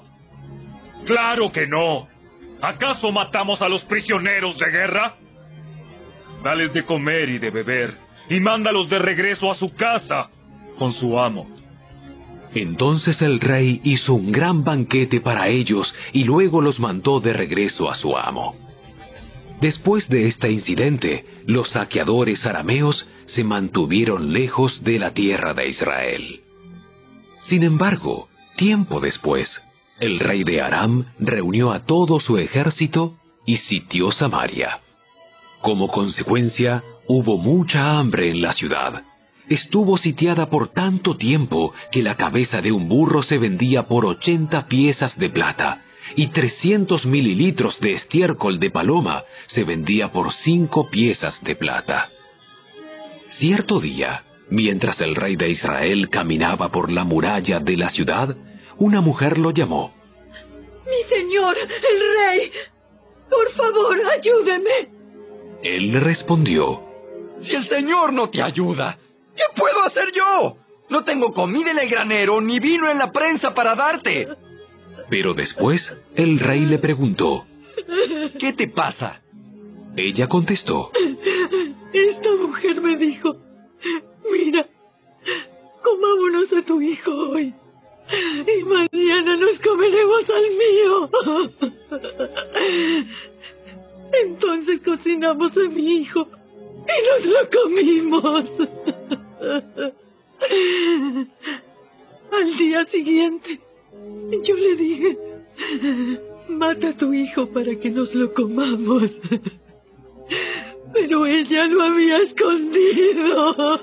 ¡Claro que no! ¿Acaso matamos a los prisioneros de guerra? Dales de comer y de beber, y mándalos de regreso a su casa con su amo. Entonces el rey hizo un gran banquete para ellos y luego los mandó de regreso a su amo. Después de este incidente, los saqueadores arameos se mantuvieron lejos de la tierra de Israel. Sin embargo, tiempo después, el rey de Aram reunió a todo su ejército y sitió Samaria. Como consecuencia, hubo mucha hambre en la ciudad. Estuvo sitiada por tanto tiempo que la cabeza de un burro se vendía por 80 piezas de plata y 300 mililitros de estiércol de paloma se vendía por 5 piezas de plata. Cierto día, mientras el rey de Israel caminaba por la muralla de la ciudad, una mujer lo llamó. ¡Mi señor, el rey! ¡Por favor, ayúdeme! Él le respondió: si el Señor no te ayuda, ¿qué puedo hacer yo? No tengo comida en el granero ni vino en la prensa para darte. Pero después, el rey le preguntó: ¿qué te pasa? Ella contestó: esta mujer me dijo: mira, como comámonos a tu hijo hoy. Y mañana nos comeremos al mío. Entonces cocinamos a mi hijo y nos lo comimos. Al día siguiente, yo le dije, mata a tu hijo para que nos lo comamos. Pero ella lo había escondido.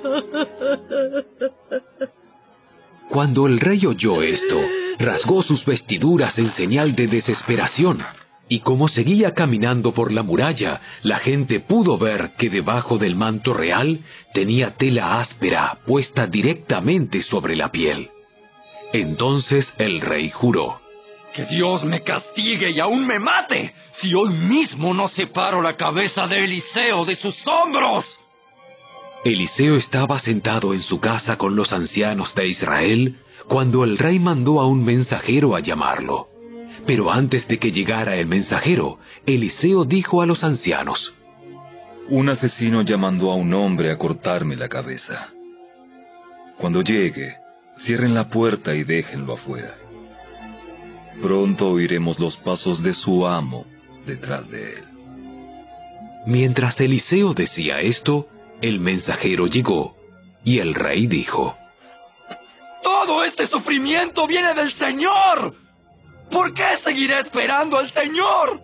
Cuando el rey oyó esto, rasgó sus vestiduras en señal de desesperación, y como seguía caminando por la muralla, la gente pudo ver que debajo del manto real tenía tela áspera puesta directamente sobre la piel. Entonces el rey juró: Que Dios me castigue y aún me mate, si hoy mismo no separo la cabeza de Eliseo de sus hombros. Eliseo estaba sentado en su casa con los ancianos de Israel, cuando el rey mandó a un mensajero a llamarlo. Pero antes de que llegara el mensajero, Eliseo dijo a los ancianos: Un asesino ya mandó a un hombre a cortarme la cabeza. Cuando llegue, cierren la puerta y déjenlo afuera. Pronto oiremos los pasos de su amo detrás de él. Mientras Eliseo decía esto, el mensajero llegó, y el rey dijo: Todo este sufrimiento viene del Señor. ¿Por qué seguiré esperando al Señor?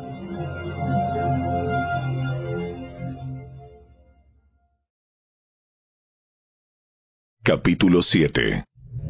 Capítulo 7.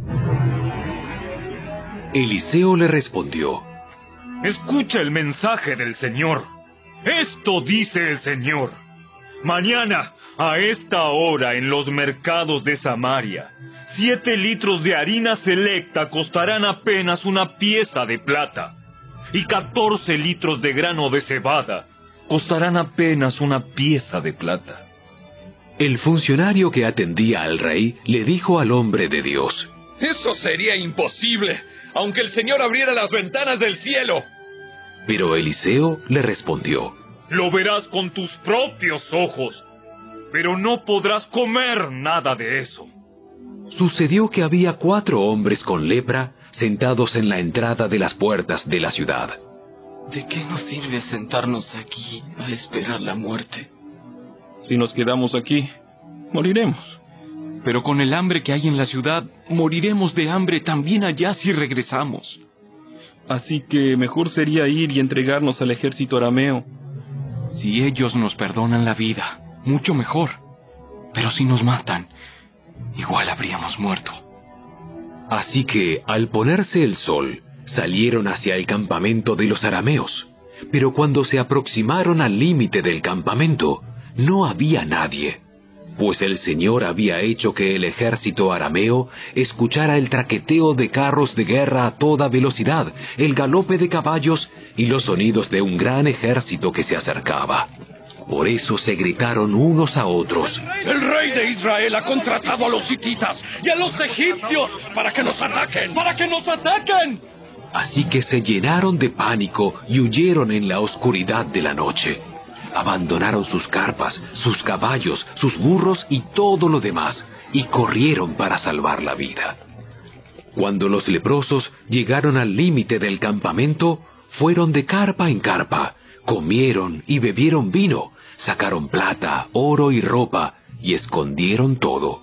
Eliseo le respondió: Escucha el mensaje del Señor. Esto dice el Señor: Mañana, a esta hora, en los mercados de Samaria, 7 litros de harina selecta costarán apenas una pieza de plata, y 14 litros de grano de cebada costarán apenas una pieza de plata. El funcionario que atendía al rey le dijo al hombre de Dios: Eso sería imposible, aunque el Señor abriera las ventanas del cielo. Pero Eliseo le respondió: Lo verás con tus propios ojos, pero no podrás comer nada de eso. Sucedió que había 4 hombres con lepra sentados en la entrada de las puertas de la ciudad. ¿De qué nos sirve sentarnos aquí a esperar la muerte? Si nos quedamos aquí, moriremos. Pero con el hambre que hay en la ciudad, moriremos de hambre también allá si regresamos. Así que mejor sería ir y entregarnos al ejército arameo. Si ellos nos perdonan la vida, mucho mejor. Pero si nos matan, igual habríamos muerto. Así que, al ponerse el sol, salieron hacia el campamento de los arameos. Pero cuando se aproximaron al límite del campamento, no había nadie, pues el Señor había hecho que el ejército arameo escuchara el traqueteo de carros de guerra a toda velocidad, el galope de caballos y los sonidos de un gran ejército que se acercaba. Por eso se gritaron unos a otros: El rey de Israel ha contratado a los hititas y a los egipcios para que nos ataquen. ¡Para que nos ataquen! Así que se llenaron de pánico y huyeron en la oscuridad de la noche. Abandonaron sus carpas, sus caballos, sus burros y todo lo demás, y corrieron para salvar la vida. Cuando los leprosos llegaron al límite del campamento, fueron de carpa en carpa, comieron y bebieron vino, sacaron plata, oro y ropa, y escondieron todo.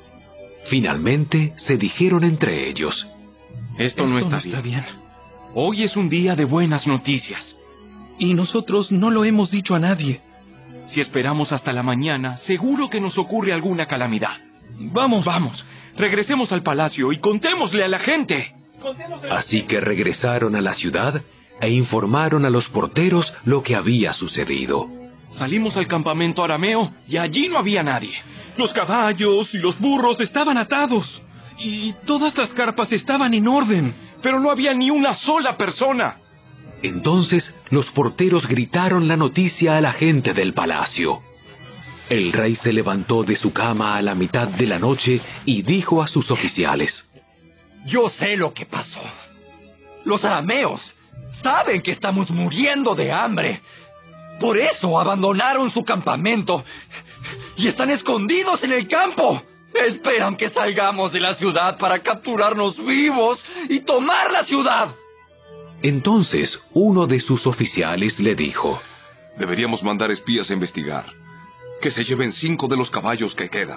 Finalmente se dijeron entre ellos: Esto no está bien. Hoy es un día de buenas noticias. Y nosotros no lo hemos dicho a nadie. Si esperamos hasta la mañana, seguro que nos ocurre alguna calamidad. Vamos, regresemos al palacio y contémosle a la gente. Así que regresaron a la ciudad e informaron a los porteros lo que había sucedido. Salimos al campamento arameo y allí no había nadie. Los caballos y los burros estaban atados, y todas las carpas estaban en orden, pero no había ni una sola persona. Entonces los porteros gritaron la noticia a la gente del palacio. El rey se levantó de su cama a la mitad de la noche y dijo a sus oficiales: Yo sé lo que pasó. Los arameos saben que estamos muriendo de hambre. Por eso abandonaron su campamento y están escondidos en el campo. Esperan que salgamos de la ciudad para capturarnos vivos y tomar la ciudad. Entonces uno de sus oficiales le dijo: Deberíamos mandar espías a investigar. Que se lleven 5 de los caballos que quedan.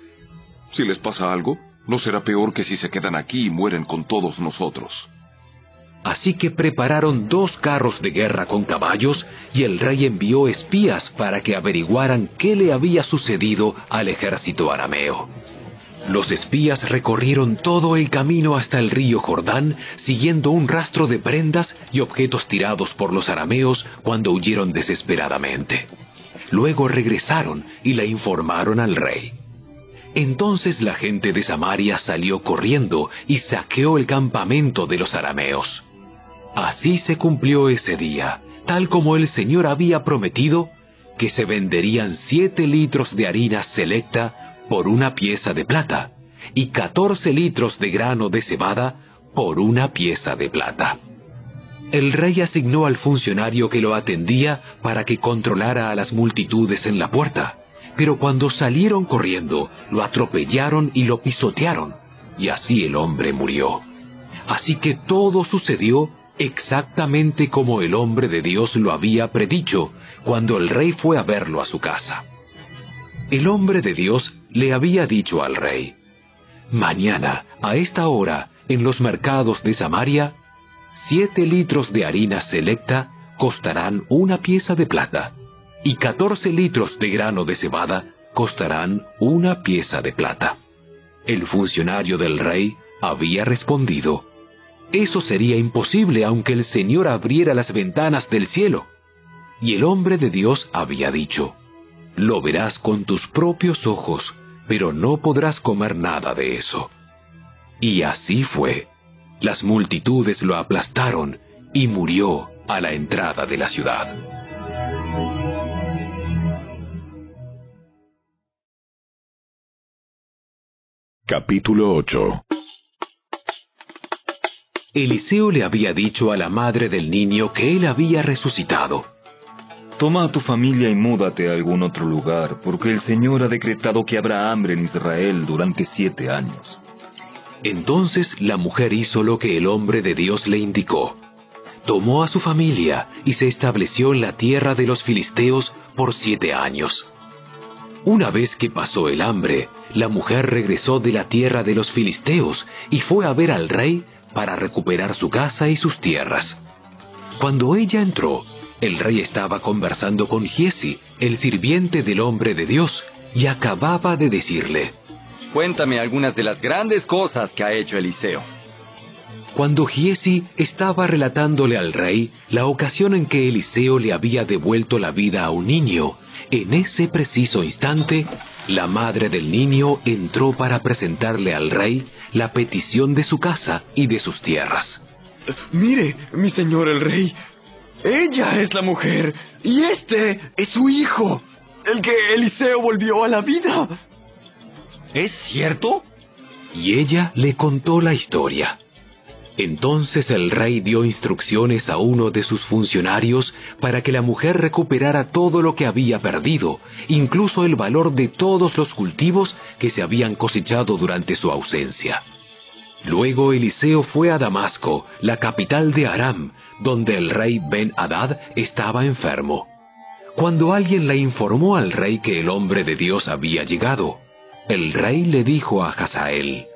Si les pasa algo, no será peor que si se quedan aquí y mueren con todos nosotros. Así que prepararon 2 carros de guerra con caballos, y el rey envió espías para que averiguaran qué le había sucedido al ejército arameo. Los espías recorrieron todo el camino hasta el río Jordán, siguiendo un rastro de prendas y objetos tirados por los arameos cuando huyeron desesperadamente. Luego regresaron y le informaron al rey. Entonces la gente de Samaria salió corriendo y saqueó el campamento de los arameos. Así se cumplió ese día, tal como el Señor había prometido, que se venderían 7 litros de harina selecta por 1 pieza de plata, y 14 litros de grano de cebada por 1 pieza de plata. El rey asignó al funcionario que lo atendía para que controlara a las multitudes en la puerta, pero cuando salieron corriendo, lo atropellaron y lo pisotearon, y así el hombre murió. Así que todo sucedió exactamente como el hombre de Dios lo había predicho cuando el rey fue a verlo a su casa. El hombre de Dios le había dicho al rey: mañana, a esta hora, en los mercados de Samaria, 7 litros de harina selecta costarán 1 pieza de plata, y 14 litros de grano de cebada costarán 1 pieza de plata. El funcionario del rey había respondido: eso sería imposible aunque el Señor abriera las ventanas del cielo. Y el hombre de Dios había dicho: lo verás con tus propios ojos, pero no podrás comer nada de eso. Y así fue. Las multitudes lo aplastaron y murió a la entrada de la ciudad. Capítulo 8. Eliseo le había dicho a la madre del niño que él había resucitado: Toma a tu familia y múdate a algún otro lugar, porque el Señor ha decretado que habrá hambre en Israel durante 7 años. Entonces la mujer hizo lo que el hombre de Dios le indicó. Tomó a su familia y se estableció en la tierra de los filisteos por 7 años. Una vez que pasó el hambre, la mujer regresó de la tierra de los filisteos y fue a ver al rey para recuperar su casa y sus tierras. Cuando ella entró, el rey estaba conversando con Giesi, el sirviente del hombre de Dios, y acababa de decirle: cuéntame algunas de las grandes cosas que ha hecho Eliseo. Cuando Giesi estaba relatándole al rey la ocasión en que Eliseo le había devuelto la vida a un niño, en ese preciso instante, la madre del niño entró para presentarle al rey la petición de su casa y de sus tierras. Mire, mi señor el rey, ella es la mujer, y este es su hijo, el que Eliseo volvió a la vida. ¿Es cierto? Y ella le contó la historia. Entonces el rey dio instrucciones a uno de sus funcionarios para que la mujer recuperara todo lo que había perdido, incluso el valor de todos los cultivos que se habían cosechado durante su ausencia. Luego Eliseo fue a Damasco, la capital de Aram, donde el rey Ben-Hadad estaba enfermo. Cuando alguien le informó al rey que el hombre de Dios había llegado, el rey le dijo a Hazael: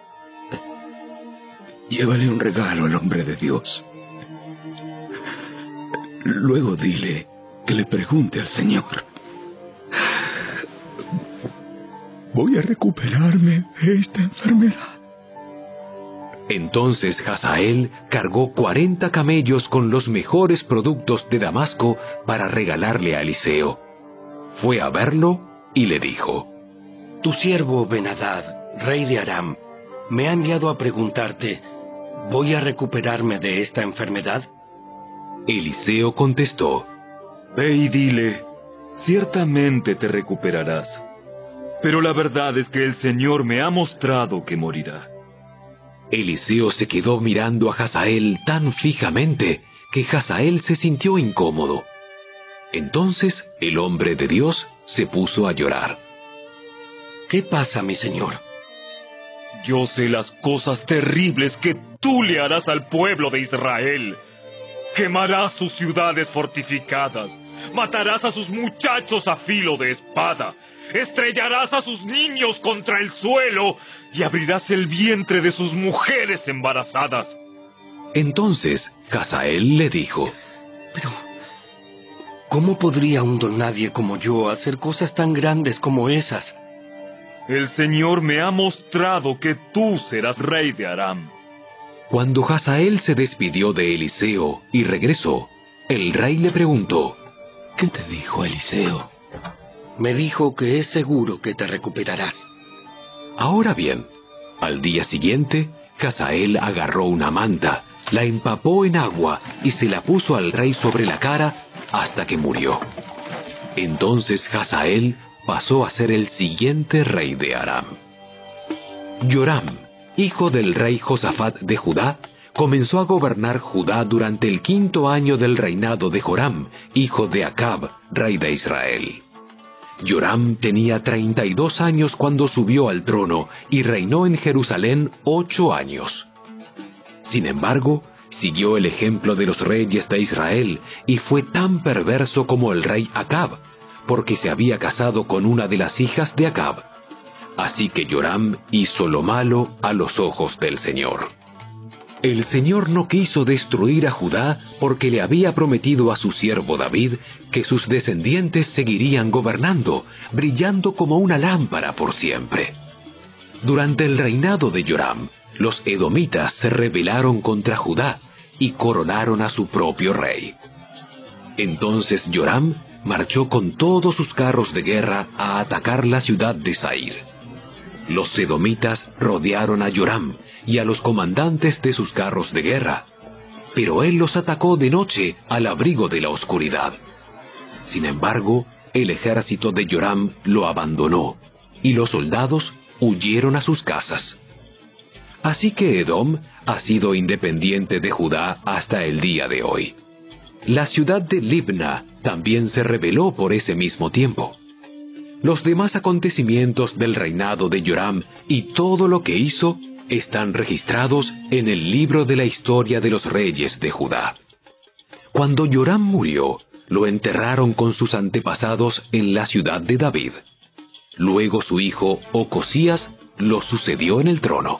llévale un regalo al hombre de Dios. Luego dile que le pregunte al Señor: ¿voy a recuperarme de esta enfermedad? Entonces Hazael cargó 40 camellos con los mejores productos de Damasco para regalarle a Eliseo. Fue a verlo y le dijo: tu siervo Ben-Hadad, rey de Aram, me ha enviado a preguntarte: ¿voy a recuperarme de esta enfermedad? Eliseo contestó: ve y dile, ciertamente te recuperarás. Pero la verdad es que el Señor me ha mostrado que morirá. Eliseo se quedó mirando a Hazael tan fijamente que Hazael se sintió incómodo. Entonces el hombre de Dios se puso a llorar. ¿Qué pasa, mi señor? Yo sé las cosas terribles que tú le harás al pueblo de Israel. Quemarás sus ciudades fortificadas, matarás a sus muchachos a filo de espada, estrellarás a sus niños contra el suelo y abrirás el vientre de sus mujeres embarazadas. Entonces Hazael le dijo: Pero, ¿cómo podría un don nadie como yo hacer cosas tan grandes como esas? El Señor me ha mostrado que tú serás rey de Aram. Cuando Hazael se despidió de Eliseo y regresó, el rey le preguntó: ¿Qué te dijo Eliseo? Me dijo que es seguro que te recuperarás. Ahora bien, al día siguiente, Hazael agarró una manta, la empapó en agua y se la puso al rey sobre la cara hasta que murió. Entonces Hazael pasó a ser el siguiente rey de Aram. Yoram, hijo del rey Josafat de Judá, comenzó a gobernar Judá durante el 5º año del reinado de Joram, hijo de Acab, rey de Israel. Yoram tenía 32 años cuando subió al trono y reinó en Jerusalén 8 años. Sin embargo, siguió el ejemplo de los reyes de Israel y fue tan perverso como el rey Acab, porque se había casado con una de las hijas de Acab. Así que Yoram hizo lo malo a los ojos del Señor. El Señor no quiso destruir a Judá porque le había prometido a su siervo David que sus descendientes seguirían gobernando, brillando como una lámpara por siempre. Durante el reinado de Yoram, los edomitas se rebelaron contra Judá y coronaron a su propio rey. Entonces Yoram marchó con todos sus carros de guerra a atacar la ciudad de Zair. Los edomitas rodearon a Yoram y a los comandantes de sus carros de guerra, pero él los atacó de noche al abrigo de la oscuridad. Sin embargo, el ejército de Yoram lo abandonó y los soldados huyeron a sus casas. Así que Edom ha sido independiente de Judá hasta el día de hoy. La ciudad de Libna también se rebeló por ese mismo tiempo. Los demás acontecimientos del reinado de Yoram y todo lo que hizo están registrados en el libro de la historia de los reyes de Judá. Cuando Yoram murió, lo enterraron con sus antepasados en la ciudad de David. Luego su hijo Ocosías lo sucedió en el trono.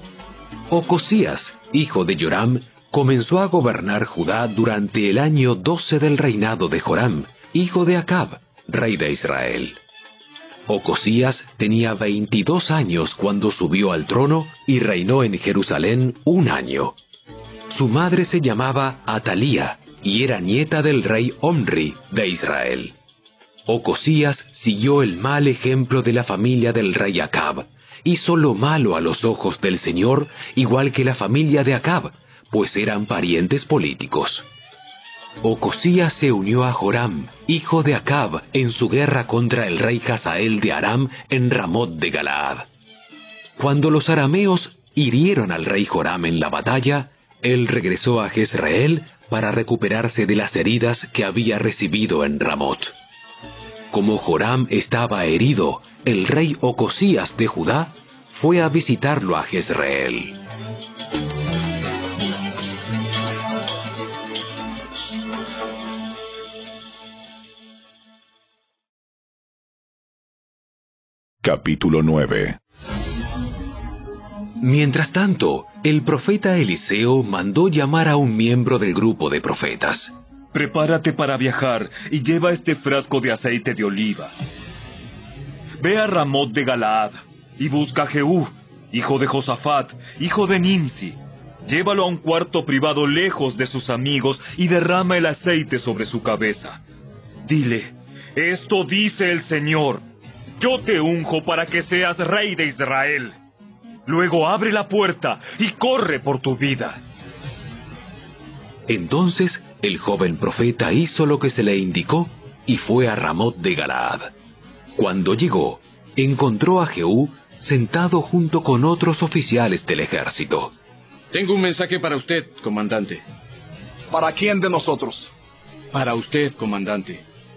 Ocosías, hijo de Yoram, comenzó a gobernar Judá durante el año 12 del reinado de Joram, hijo de Acab, rey de Israel. Ocosías tenía 22 años cuando subió al trono y reinó en Jerusalén 1 año. Su madre se llamaba Atalía y era nieta del rey Omri de Israel. Ocosías siguió el mal ejemplo de la familia del rey Acab. Hizo lo malo a los ojos del Señor, igual que la familia de Acab, pues eran parientes políticos. Ocosías se unió a Joram, hijo de Acab, en su guerra contra el rey Hazael de Aram en Ramot de Galaad. Cuando los arameos hirieron al rey Joram en la batalla, él regresó a Jezreel para recuperarse de las heridas que había recibido en Ramot. Como Joram estaba herido, el rey Ocosías de Judá fue a visitarlo a Jezreel. Capítulo 9. Mientras tanto, el profeta Eliseo mandó llamar a un miembro del grupo de profetas. Prepárate para viajar y lleva este frasco de aceite de oliva. Ve a Ramot de Galaad y busca a Jehú, hijo de Josafat, hijo de Nimsi. Llévalo a un cuarto privado lejos de sus amigos y derrama el aceite sobre su cabeza. Dile, esto dice el Señor, yo te unjo para que seas rey de Israel. Luego abre la puerta y corre por tu vida. Entonces el joven profeta hizo lo que se le indicó y fue a Ramot de Galaad. Cuando llegó, encontró a Jehú sentado junto con otros oficiales del ejército. Tengo un mensaje para usted, comandante. ¿Para quién de nosotros? Para usted, comandante.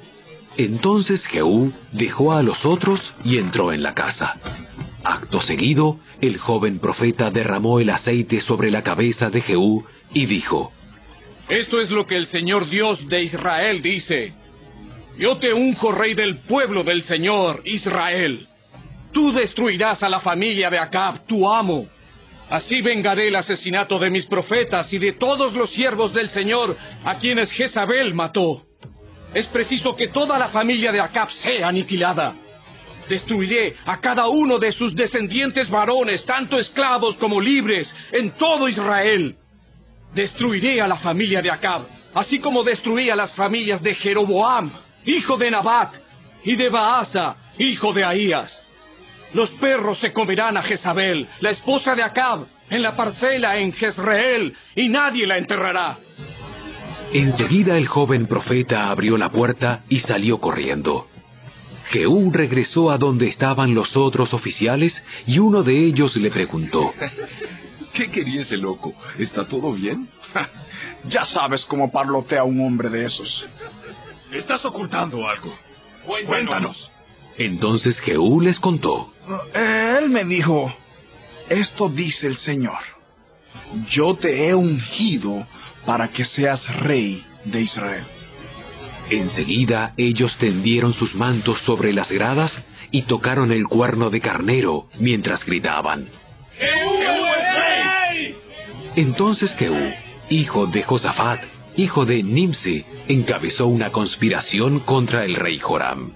Entonces Jehú dejó a los otros y entró en la casa. Acto seguido, el joven profeta derramó el aceite sobre la cabeza de Jehú y dijo: Esto es lo que el Señor Dios de Israel dice: Yo te unjo rey del pueblo del Señor, Israel. Tú destruirás a la familia de Acab, tu amo. Así vengaré el asesinato de mis profetas y de todos los siervos del Señor a quienes Jezabel mató. Es preciso que toda la familia de Acab sea aniquilada. Destruiré a cada uno de sus descendientes varones, tanto esclavos como libres, en todo Israel. Destruiré a la familia de Acab, así como destruí a las familias de Jeroboam, hijo de Nabat, y de Baasa, hijo de Ahías. Los perros se comerán a Jezabel, la esposa de Acab, en la parcela en Jezreel, y nadie la enterrará. Enseguida el joven profeta abrió la puerta y salió corriendo. Jehú regresó a donde estaban los otros oficiales y uno de ellos le preguntó: ¿Qué quería ese loco? ¿Está todo bien? Ya sabes cómo parlotea un hombre de esos. Estás ocultando algo. Cuéntanos. Entonces Jehú les contó: Él me dijo: Esto dice el Señor: Yo te he ungido para que seas rey de Israel. Enseguida ellos tendieron sus mantos sobre las gradas y tocaron el cuerno de carnero mientras gritaban: ¡Jehú es rey! Entonces Jehú, hijo de Josafat, hijo de Nimsi, encabezó una conspiración contra el rey Joram.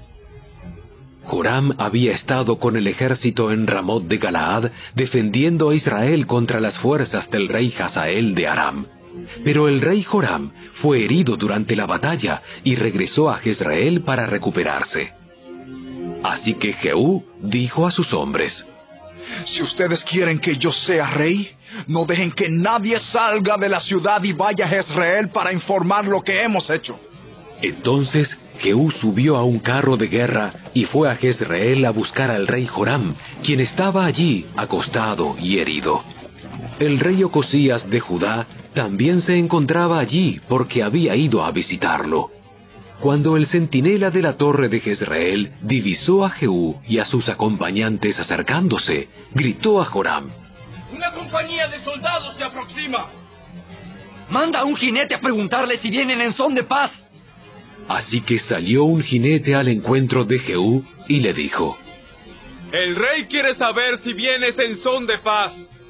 Joram había estado con el ejército en Ramot de Galaad defendiendo a Israel contra las fuerzas del rey Hazael de Aram. Pero el rey Joram fue herido durante la batalla y regresó a Jezreel para recuperarse. Así que Jehú dijo a sus hombres: Si ustedes quieren que yo sea rey, no dejen que nadie salga de la ciudad y vaya a Jezreel para informar lo que hemos hecho. Entonces Jehú subió a un carro de guerra y fue a Jezreel a buscar al rey Joram, quien estaba allí acostado y herido. El rey Ocosías de Judá también se encontraba allí porque había ido a visitarlo. Cuando el centinela de la torre de Jezreel divisó a Jehú y a sus acompañantes acercándose, gritó a Joram: ¡Una compañía de soldados se aproxima! Manda a un jinete a preguntarle si vienen en son de paz. Así que salió un jinete al encuentro de Jehú y le dijo: El rey quiere saber si vienes en son de paz.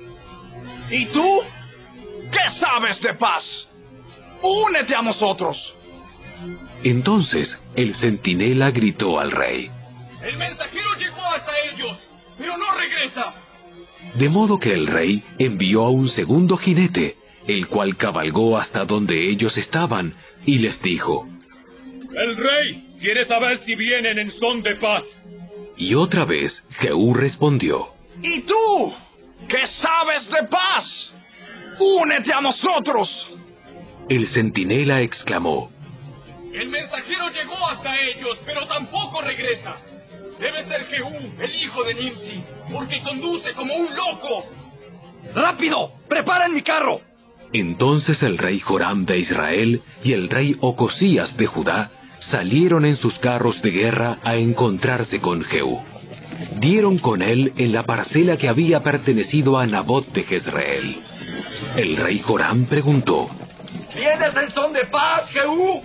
¿Y tú? ¿Qué sabes de paz? ¡Únete a nosotros! Entonces el centinela gritó al rey: El mensajero llegó hasta ellos, pero no regresa. De modo que el rey envió a un segundo jinete, el cual cabalgó hasta donde ellos estaban, y les dijo: El rey quiere saber si vienen en son de paz. Y otra vez Jehú respondió: ¿Y tú? ¿Qué sabes de paz? ¡Únete a nosotros! El centinela exclamó: El mensajero llegó hasta ellos, pero tampoco regresa. Debe ser Jehú, el hijo de Nimsi, porque conduce como un loco. ¡Rápido! ¡Preparen mi carro! Entonces el rey Joram de Israel y el rey Ocosías de Judá salieron en sus carros de guerra a encontrarse con Jehú. Dieron con él en la parcela que había pertenecido a Nabot de Jezreel. El rey Joram preguntó: ¿Vienes en son de paz, Jehú?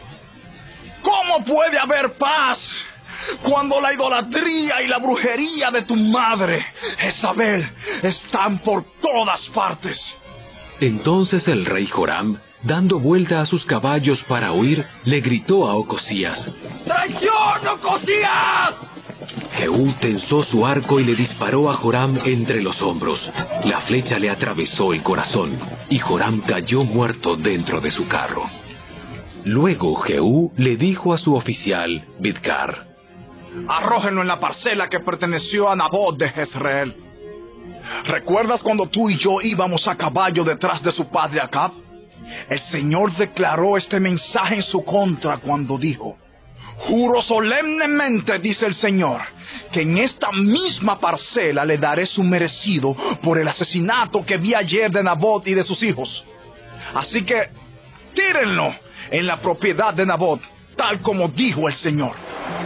¿Cómo puede haber paz cuando la idolatría y la brujería de tu madre, Jezabel, están por todas partes? Entonces el rey Joram, dando vuelta a sus caballos para huir, le gritó a Ocosías: ¡Traición, Ocosías! Jehú tensó su arco y le disparó a Joram entre los hombros. La flecha le atravesó el corazón, y Joram cayó muerto dentro de su carro. Luego Jehú le dijo a su oficial, Bidkar: Arrójenlo en la parcela que perteneció a Nabot de Jezreel. ¿Recuerdas cuando tú y yo íbamos a caballo detrás de su padre Acab? El Señor declaró este mensaje en su contra cuando dijo: Juro solemnemente, dice el Señor, que en esta misma parcela le daré su merecido por el asesinato que vi ayer de Nabot y de sus hijos. Así que tírenlo en la propiedad de Nabot, tal como dijo el Señor.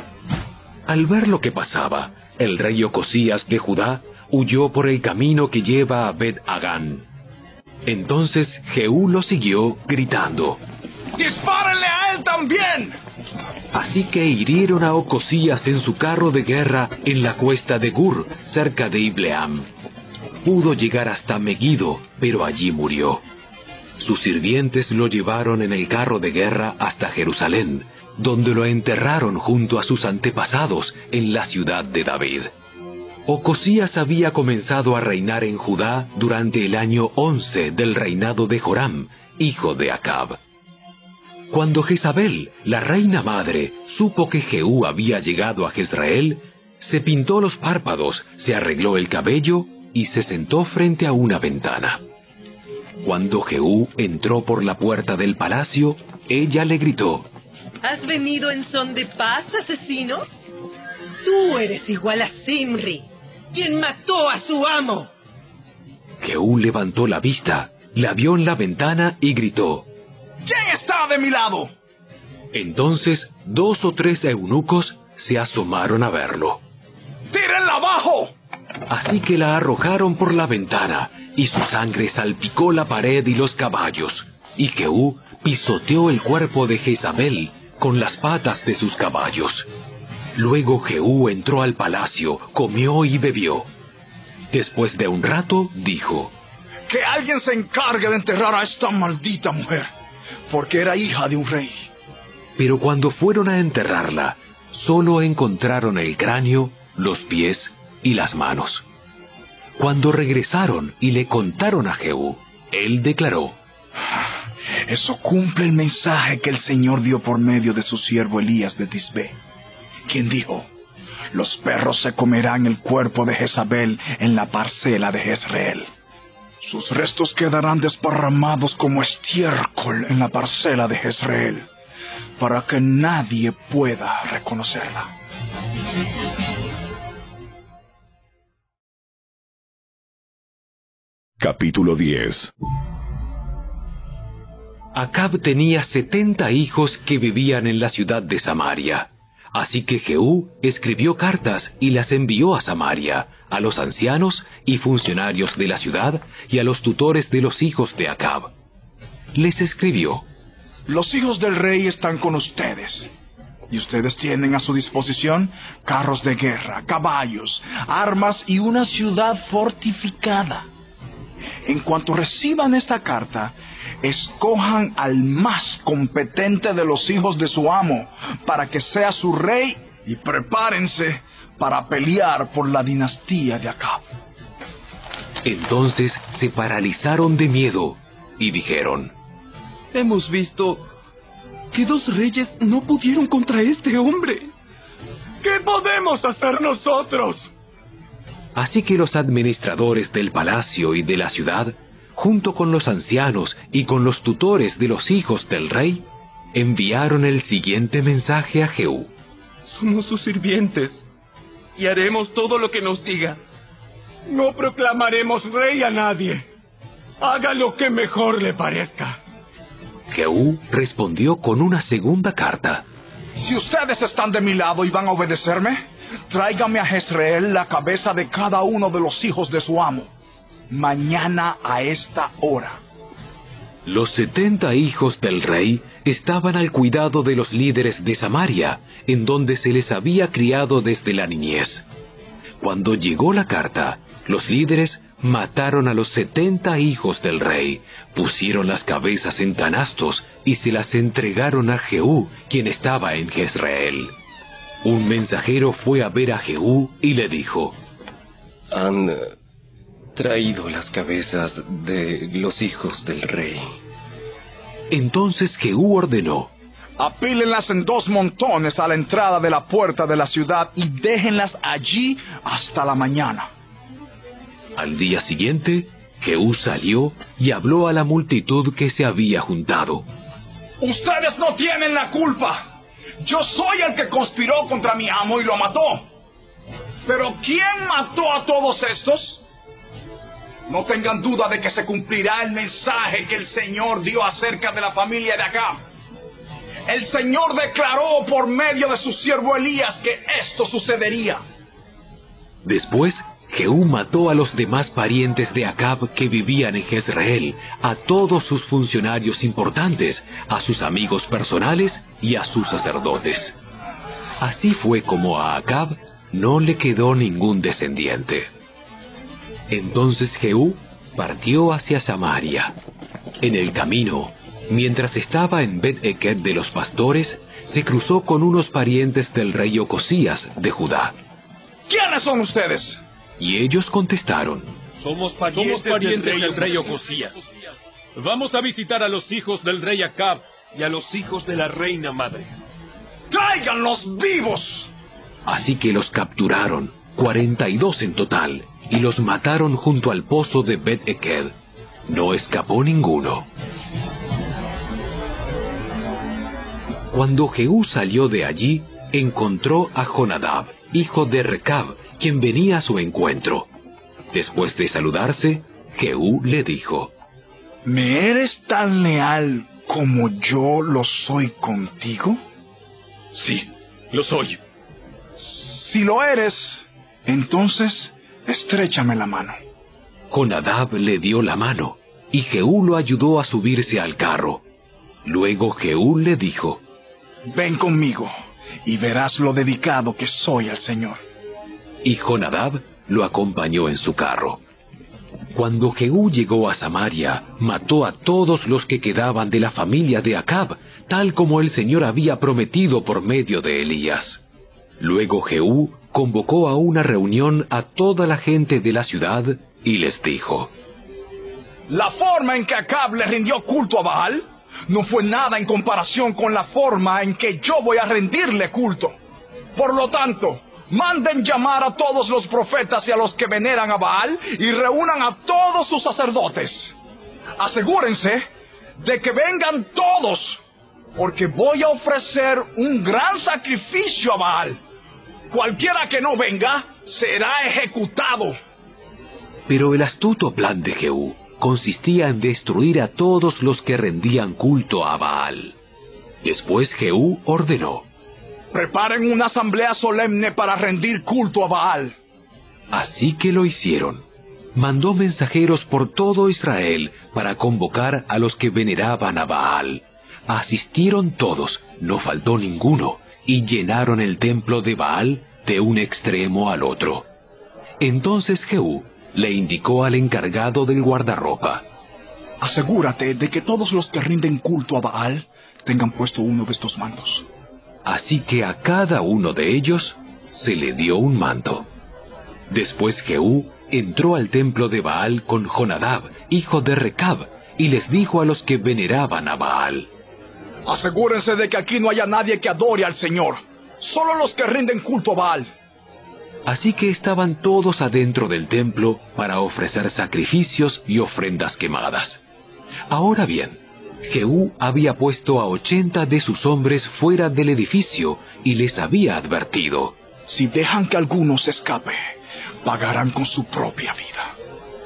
Al ver lo que pasaba, el rey Ocosías de Judá huyó por el camino que lleva a Bet-Hagán. Entonces Jehú lo siguió, gritando: ¡Dispárenle a él también! Así que hirieron a Ocosías en su carro de guerra en la cuesta de Gur, cerca de Ibleam. Pudo llegar hasta Megiddo, pero allí murió. Sus sirvientes lo llevaron en el carro de guerra hasta Jerusalén, donde lo enterraron junto a sus antepasados en la ciudad de David. Ocosías había comenzado a reinar en Judá durante el año 11 del reinado de Joram, hijo de Acab. Cuando Jezabel, la reina madre, supo que Jehú había llegado a Jezreel, se pintó los párpados, se arregló el cabello y se sentó frente a una ventana. Cuando Jehú entró por la puerta del palacio, ella le gritó: ¿Has venido en son de paz, asesino? Tú eres igual a Zimri, quien mató a su amo. Jehú levantó la vista, la vio en la ventana y gritó: ¿Quién está de mi lado? Entonces 2 o 3 eunucos se asomaron a verlo. ¡Tírenla abajo! Así que la arrojaron por la ventana, y su sangre salpicó la pared y los caballos, y Jehú pisoteó el cuerpo de Jezabel con las patas de sus caballos. Luego Jehú entró al palacio, comió y bebió. Después de un rato, dijo: Que alguien se encargue de enterrar a esta maldita mujer, porque era hija de un rey. Pero cuando fueron a enterrarla, solo encontraron el cráneo, los pies y las manos. Cuando regresaron y le contaron a Jehú, él declaró: Eso cumple el mensaje que el Señor dio por medio de su siervo Elías de Tisbé, quien dijo: Los perros se comerán el cuerpo de Jezabel en la parcela de Jezreel. Sus restos quedarán desparramados como estiércol en la parcela de Jezreel, para que nadie pueda reconocerla. Capítulo 10. Acab tenía 70 hijos que vivían en la ciudad de Samaria. Así que Jehú escribió cartas y las envió a Samaria, a los ancianos y funcionarios de la ciudad y a los tutores de los hijos de Acab. Les escribió: Los hijos del rey están con ustedes, y ustedes tienen a su disposición carros de guerra, caballos, armas y una ciudad fortificada. En cuanto reciban esta carta, escojan al más competente de los hijos de su amo para que sea su rey, y prepárense para pelear por la dinastía de Acab. Entonces se paralizaron de miedo y dijeron: Hemos visto que 2 reyes no pudieron contra este hombre. ¿Qué podemos hacer nosotros? Así que los administradores del palacio y de la ciudad, junto con los ancianos y con los tutores de los hijos del rey, enviaron el siguiente mensaje a Jehú: Somos sus sirvientes y haremos todo lo que nos diga. No proclamaremos rey a nadie. Haga lo que mejor le parezca. Jehú respondió con una segunda carta: Si ustedes están de mi lado y van a obedecerme, tráigame a Jezreel la cabeza de cada uno de los hijos de su amo, mañana a esta hora. Los 70 hijos del rey estaban al cuidado de los líderes de Samaria, en donde se les había criado desde la niñez. Cuando llegó la carta, los líderes mataron a los 70 hijos del rey, pusieron las cabezas en canastos y se las entregaron a Jehú, quien estaba en Jezreel. Un mensajero fue a ver a Jehú y le dijo: Han traído las cabezas de los hijos del rey. Entonces Jehú ordenó: Apílenlas en 2 montones a la entrada de la puerta de la ciudad y déjenlas allí hasta la mañana. Al día siguiente, Jehú salió y habló a la multitud que se había juntado. Ustedes no tienen la culpa. Yo soy el que conspiró contra mi amo y lo mató. Pero ¿quién mató a todos estos? No tengan duda de que se cumplirá el mensaje que el Señor dio acerca de la familia de Acab. El Señor declaró por medio de su siervo Elías que esto sucedería. Después, Jehú mató a los demás parientes de Acab que vivían en Jezreel, a todos sus funcionarios importantes, a sus amigos personales y a sus sacerdotes. Así fue como a Acab no le quedó ningún descendiente. Entonces Jehú partió hacia Samaria. En el camino, mientras estaba en Bet-Eked de los pastores, se cruzó con unos parientes del rey Ocosías de Judá. ¿Quiénes son ustedes? Y ellos contestaron: Somos parientes del rey Ocosías. Vamos a visitar a los hijos del rey Acab y a los hijos de la reina madre. ¡Tráiganlos vivos! Así que los capturaron, 42 en total, y los mataron junto al pozo de Bet-Eked. No escapó ninguno. Cuando Jehú salió de allí, encontró a Jonadab, hijo de Recab, quien venía a su encuentro. Después de saludarse, Jehú le dijo: ¿Me eres tan leal como yo lo soy contigo? Sí, lo soy. Si lo eres, entonces estréchame la mano. Jonadab le dio la mano, y Jehú lo ayudó a subirse al carro. Luego Jehú le dijo: Ven conmigo, y verás lo dedicado que soy al Señor. Y Jonadab lo acompañó en su carro. Cuando Jehú llegó a Samaria, mató a todos los que quedaban de la familia de Acab, tal como el Señor había prometido por medio de Elías. Luego Jehú convocó a una reunión a toda la gente de la ciudad y les dijo: La forma en que Acab le rindió culto a Baal no fue nada en comparación con la forma en que yo voy a rendirle culto. Por lo tanto, manden llamar a todos los profetas y a los que veneran a Baal y reúnan a todos sus sacerdotes. Asegúrense de que vengan todos, porque voy a ofrecer un gran sacrificio a Baal. Cualquiera que no venga será ejecutado. Pero el astuto plan de Jehú consistía en destruir a todos los que rendían culto a Baal. Después Jehú ordenó: Preparen una asamblea solemne para rendir culto a Baal. Así que lo hicieron. Mandó mensajeros por todo Israel para convocar a los que veneraban a Baal. Asistieron todos, no faltó ninguno, y llenaron el templo de Baal de un extremo al otro. Entonces Jehú le indicó al encargado del guardarropa: Asegúrate de que todos los que rinden culto a Baal tengan puesto uno de estos mantos. Así que a cada uno de ellos se le dio un manto. Después Jehú entró al templo de Baal con Jonadab, hijo de Recab, y les dijo a los que veneraban a Baal: Asegúrense de que aquí no haya nadie que adore al Señor, solo los que rinden culto a Baal. Así que estaban todos adentro del templo para ofrecer sacrificios y ofrendas quemadas. Ahora bien, Jehú había puesto a 80 de sus hombres fuera del edificio y les había advertido: Si dejan que alguno se escape, pagarán con su propia vida.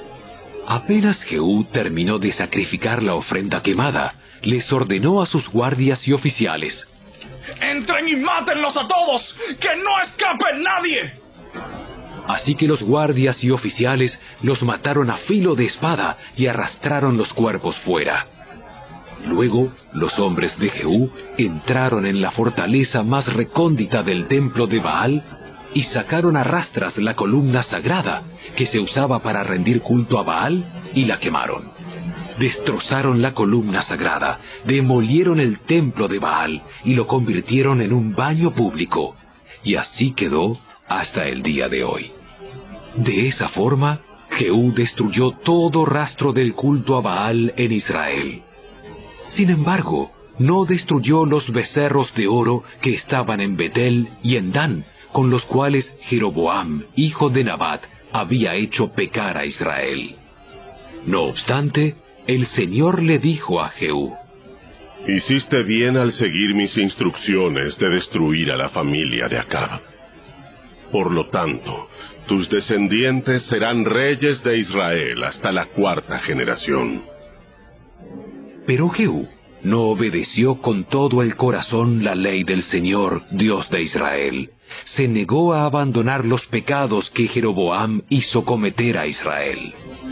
Apenas Jehú terminó de sacrificar la ofrenda quemada, les ordenó a sus guardias y oficiales: ¡Entren y mátenlos a todos! ¡Que no escape nadie! Así que los guardias y oficiales los mataron a filo de espada y arrastraron los cuerpos fuera. Luego, los hombres de Jehú entraron en la fortaleza más recóndita del templo de Baal y sacaron a rastras la columna sagrada que se usaba para rendir culto a Baal y la quemaron. Destrozaron la columna sagrada, demolieron el templo de Baal y lo convirtieron en un baño público. Y así quedó hasta el día de hoy. De esa forma, Jehú destruyó todo rastro del culto a Baal en Israel. Sin embargo, no destruyó los becerros de oro que estaban en Betel y en Dan, con los cuales Jeroboam, hijo de Nabat, había hecho pecar a Israel. No obstante, el Señor le dijo a Jehú: Hiciste bien al seguir mis instrucciones de destruir a la familia de Acab. Por lo tanto, tus descendientes serán reyes de Israel hasta la 4ª generación. Pero Jehú no obedeció con todo el corazón la ley del Señor, Dios de Israel. Se negó a abandonar los pecados que Jeroboam hizo cometer a Israel.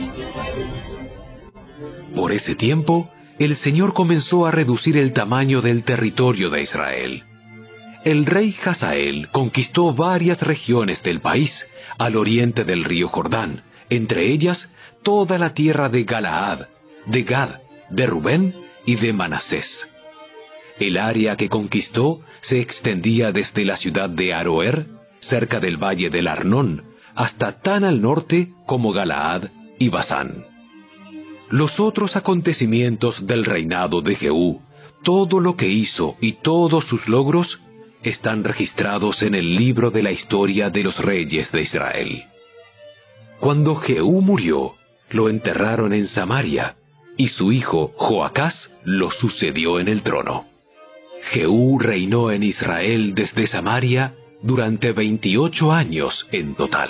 Por ese tiempo, el Señor comenzó a reducir el tamaño del territorio de Israel. El rey Hazael conquistó varias regiones del país, al oriente del río Jordán, entre ellas toda la tierra de Galaad, de Gad, de Rubén y de Manasés. El área que conquistó se extendía desde la ciudad de Aroer, cerca del valle del Arnón, hasta tan al norte como Galaad y Basán. Los otros acontecimientos del reinado de Jehú, todo lo que hizo y todos sus logros, están registrados en el libro de la historia de los reyes de Israel. Cuando Jehú murió, lo enterraron en Samaria, y su hijo Joacás lo sucedió en el trono. Jehú reinó en Israel desde Samaria durante 28 años en total.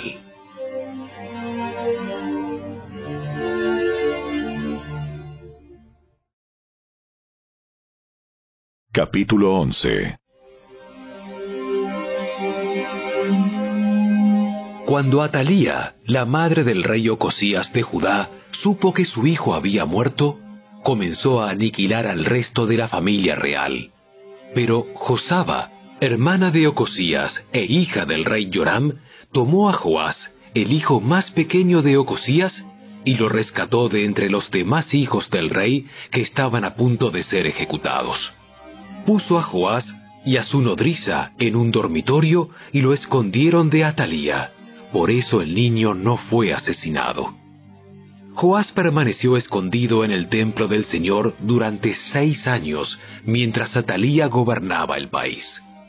Capítulo 11. Cuando Atalía, la madre del rey Ocosías de Judá, supo que su hijo había muerto, comenzó a aniquilar al resto de la familia real. Pero Josaba, hermana de Ocosías e hija del rey Joram, tomó a Joás, el hijo más pequeño de Ocosías, y lo rescató de entre los demás hijos del rey que estaban a punto de ser ejecutados. Puso a Joás y a su nodriza en un dormitorio y lo escondieron de Atalía. Por eso el niño no fue asesinado. Joás permaneció escondido en el templo del Señor durante 6 años, mientras Atalía gobernaba el país.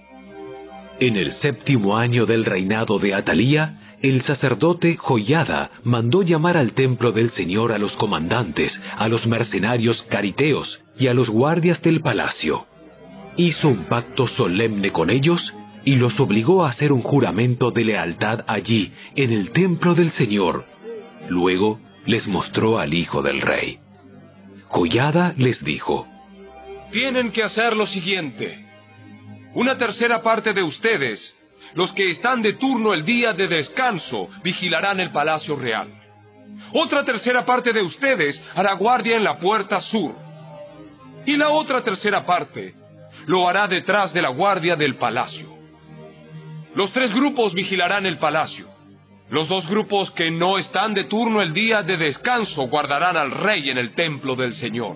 En el 7º año del reinado de Atalía, el sacerdote Joiada mandó llamar al templo del Señor a los comandantes, a los mercenarios cariteos y a los guardias del palacio. Hizo un pacto solemne con ellos y los obligó a hacer un juramento de lealtad allí, en el templo del Señor. Luego les mostró al hijo del rey. Joiada les dijo: Tienen que hacer lo siguiente. Una tercera parte de ustedes, los que están de turno el día de descanso, vigilarán el palacio real. Otra tercera parte de ustedes hará guardia en la puerta sur. Y la otra tercera parte lo hará detrás de la guardia del palacio. Los 3 grupos vigilarán el palacio. Los 2 grupos que no están de turno el día de descanso guardarán al rey en el templo del Señor.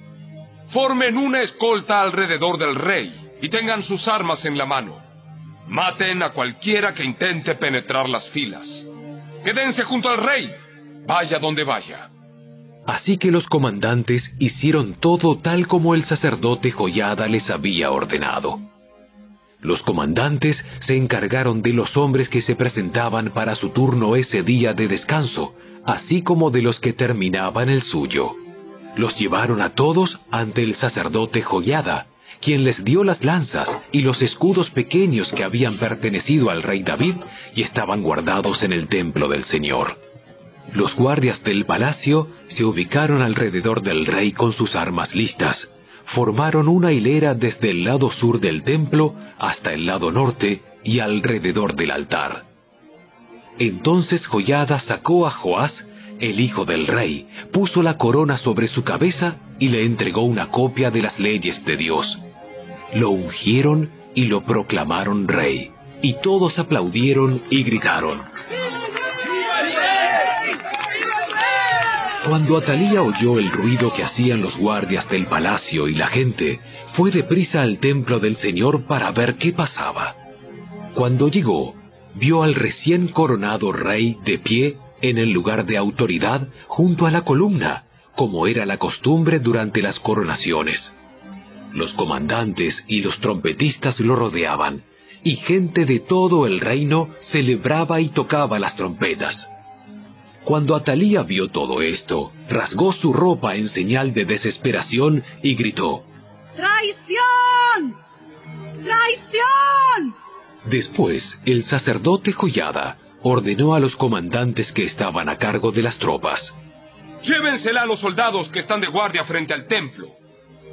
Formen una escolta alrededor del rey y tengan sus armas en la mano. Maten a cualquiera que intente penetrar las filas. Quédense junto al rey, vaya donde vaya. Así que los comandantes hicieron todo tal como el sacerdote Joiada les había ordenado. Los comandantes se encargaron de los hombres que se presentaban para su turno ese día de descanso, así como de los que terminaban el suyo. Los llevaron a todos ante el sacerdote Joiada, quien les dio las lanzas y los escudos pequeños que habían pertenecido al rey David y estaban guardados en el templo del Señor. Los guardias del palacio se ubicaron alrededor del rey con sus armas listas. Formaron una hilera desde el lado sur del templo hasta el lado norte y alrededor del altar. Entonces Joiada sacó a Joás, el hijo del rey, puso la corona sobre su cabeza y le entregó una copia de las leyes de Dios. Lo ungieron y lo proclamaron rey, y todos aplaudieron y gritaron. Cuando Atalía oyó el ruido que hacían los guardias del palacio y la gente, fue deprisa al templo del Señor para ver qué pasaba. Cuando llegó, vio al recién coronado rey de pie en el lugar de autoridad junto a la columna, como era la costumbre durante las coronaciones. Los comandantes y los trompetistas lo rodeaban, y gente de todo el reino celebraba y tocaba las trompetas. Cuando Atalía vio todo esto, rasgó su ropa en señal de desesperación y gritó: ¡Traición! ¡Traición! Después, el sacerdote Joiada ordenó a los comandantes que estaban a cargo de las tropas: Llévensela a los soldados que están de guardia frente al templo,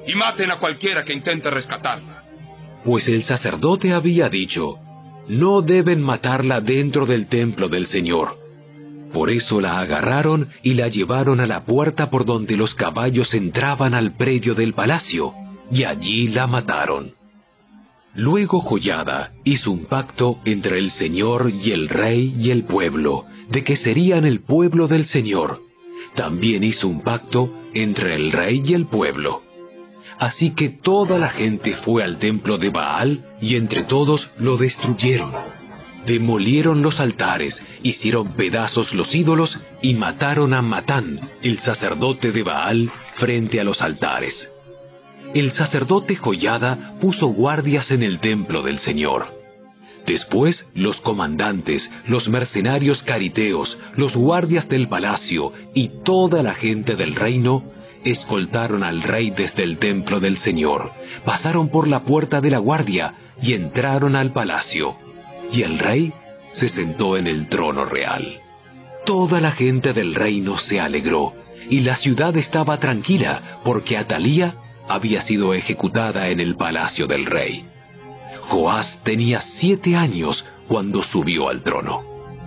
y maten a cualquiera que intente rescatarla. Pues el sacerdote había dicho, no deben matarla dentro del templo del Señor. Por eso la agarraron y la llevaron a la puerta por donde los caballos entraban al predio del palacio, y allí la mataron. Luego Joiada hizo un pacto entre el Señor y el rey y el pueblo, de que serían el pueblo del Señor. También hizo un pacto entre el rey y el pueblo. Así que toda la gente fue al templo de Baal, y entre todos lo destruyeron. Demolieron los altares, hicieron pedazos los ídolos, y mataron a Matán, el sacerdote de Baal, frente a los altares. El sacerdote Joiada puso guardias en el templo del Señor. Después, los comandantes, los mercenarios cariteos, los guardias del palacio y toda la gente del reino escoltaron al rey desde el templo del Señor, pasaron por la puerta de la guardia y entraron al palacio. Y el rey se sentó en el trono real. Toda la gente del reino se alegró, y la ciudad estaba tranquila, porque Atalía había sido ejecutada en el palacio del rey. Joás tenía 7 años cuando subió al trono.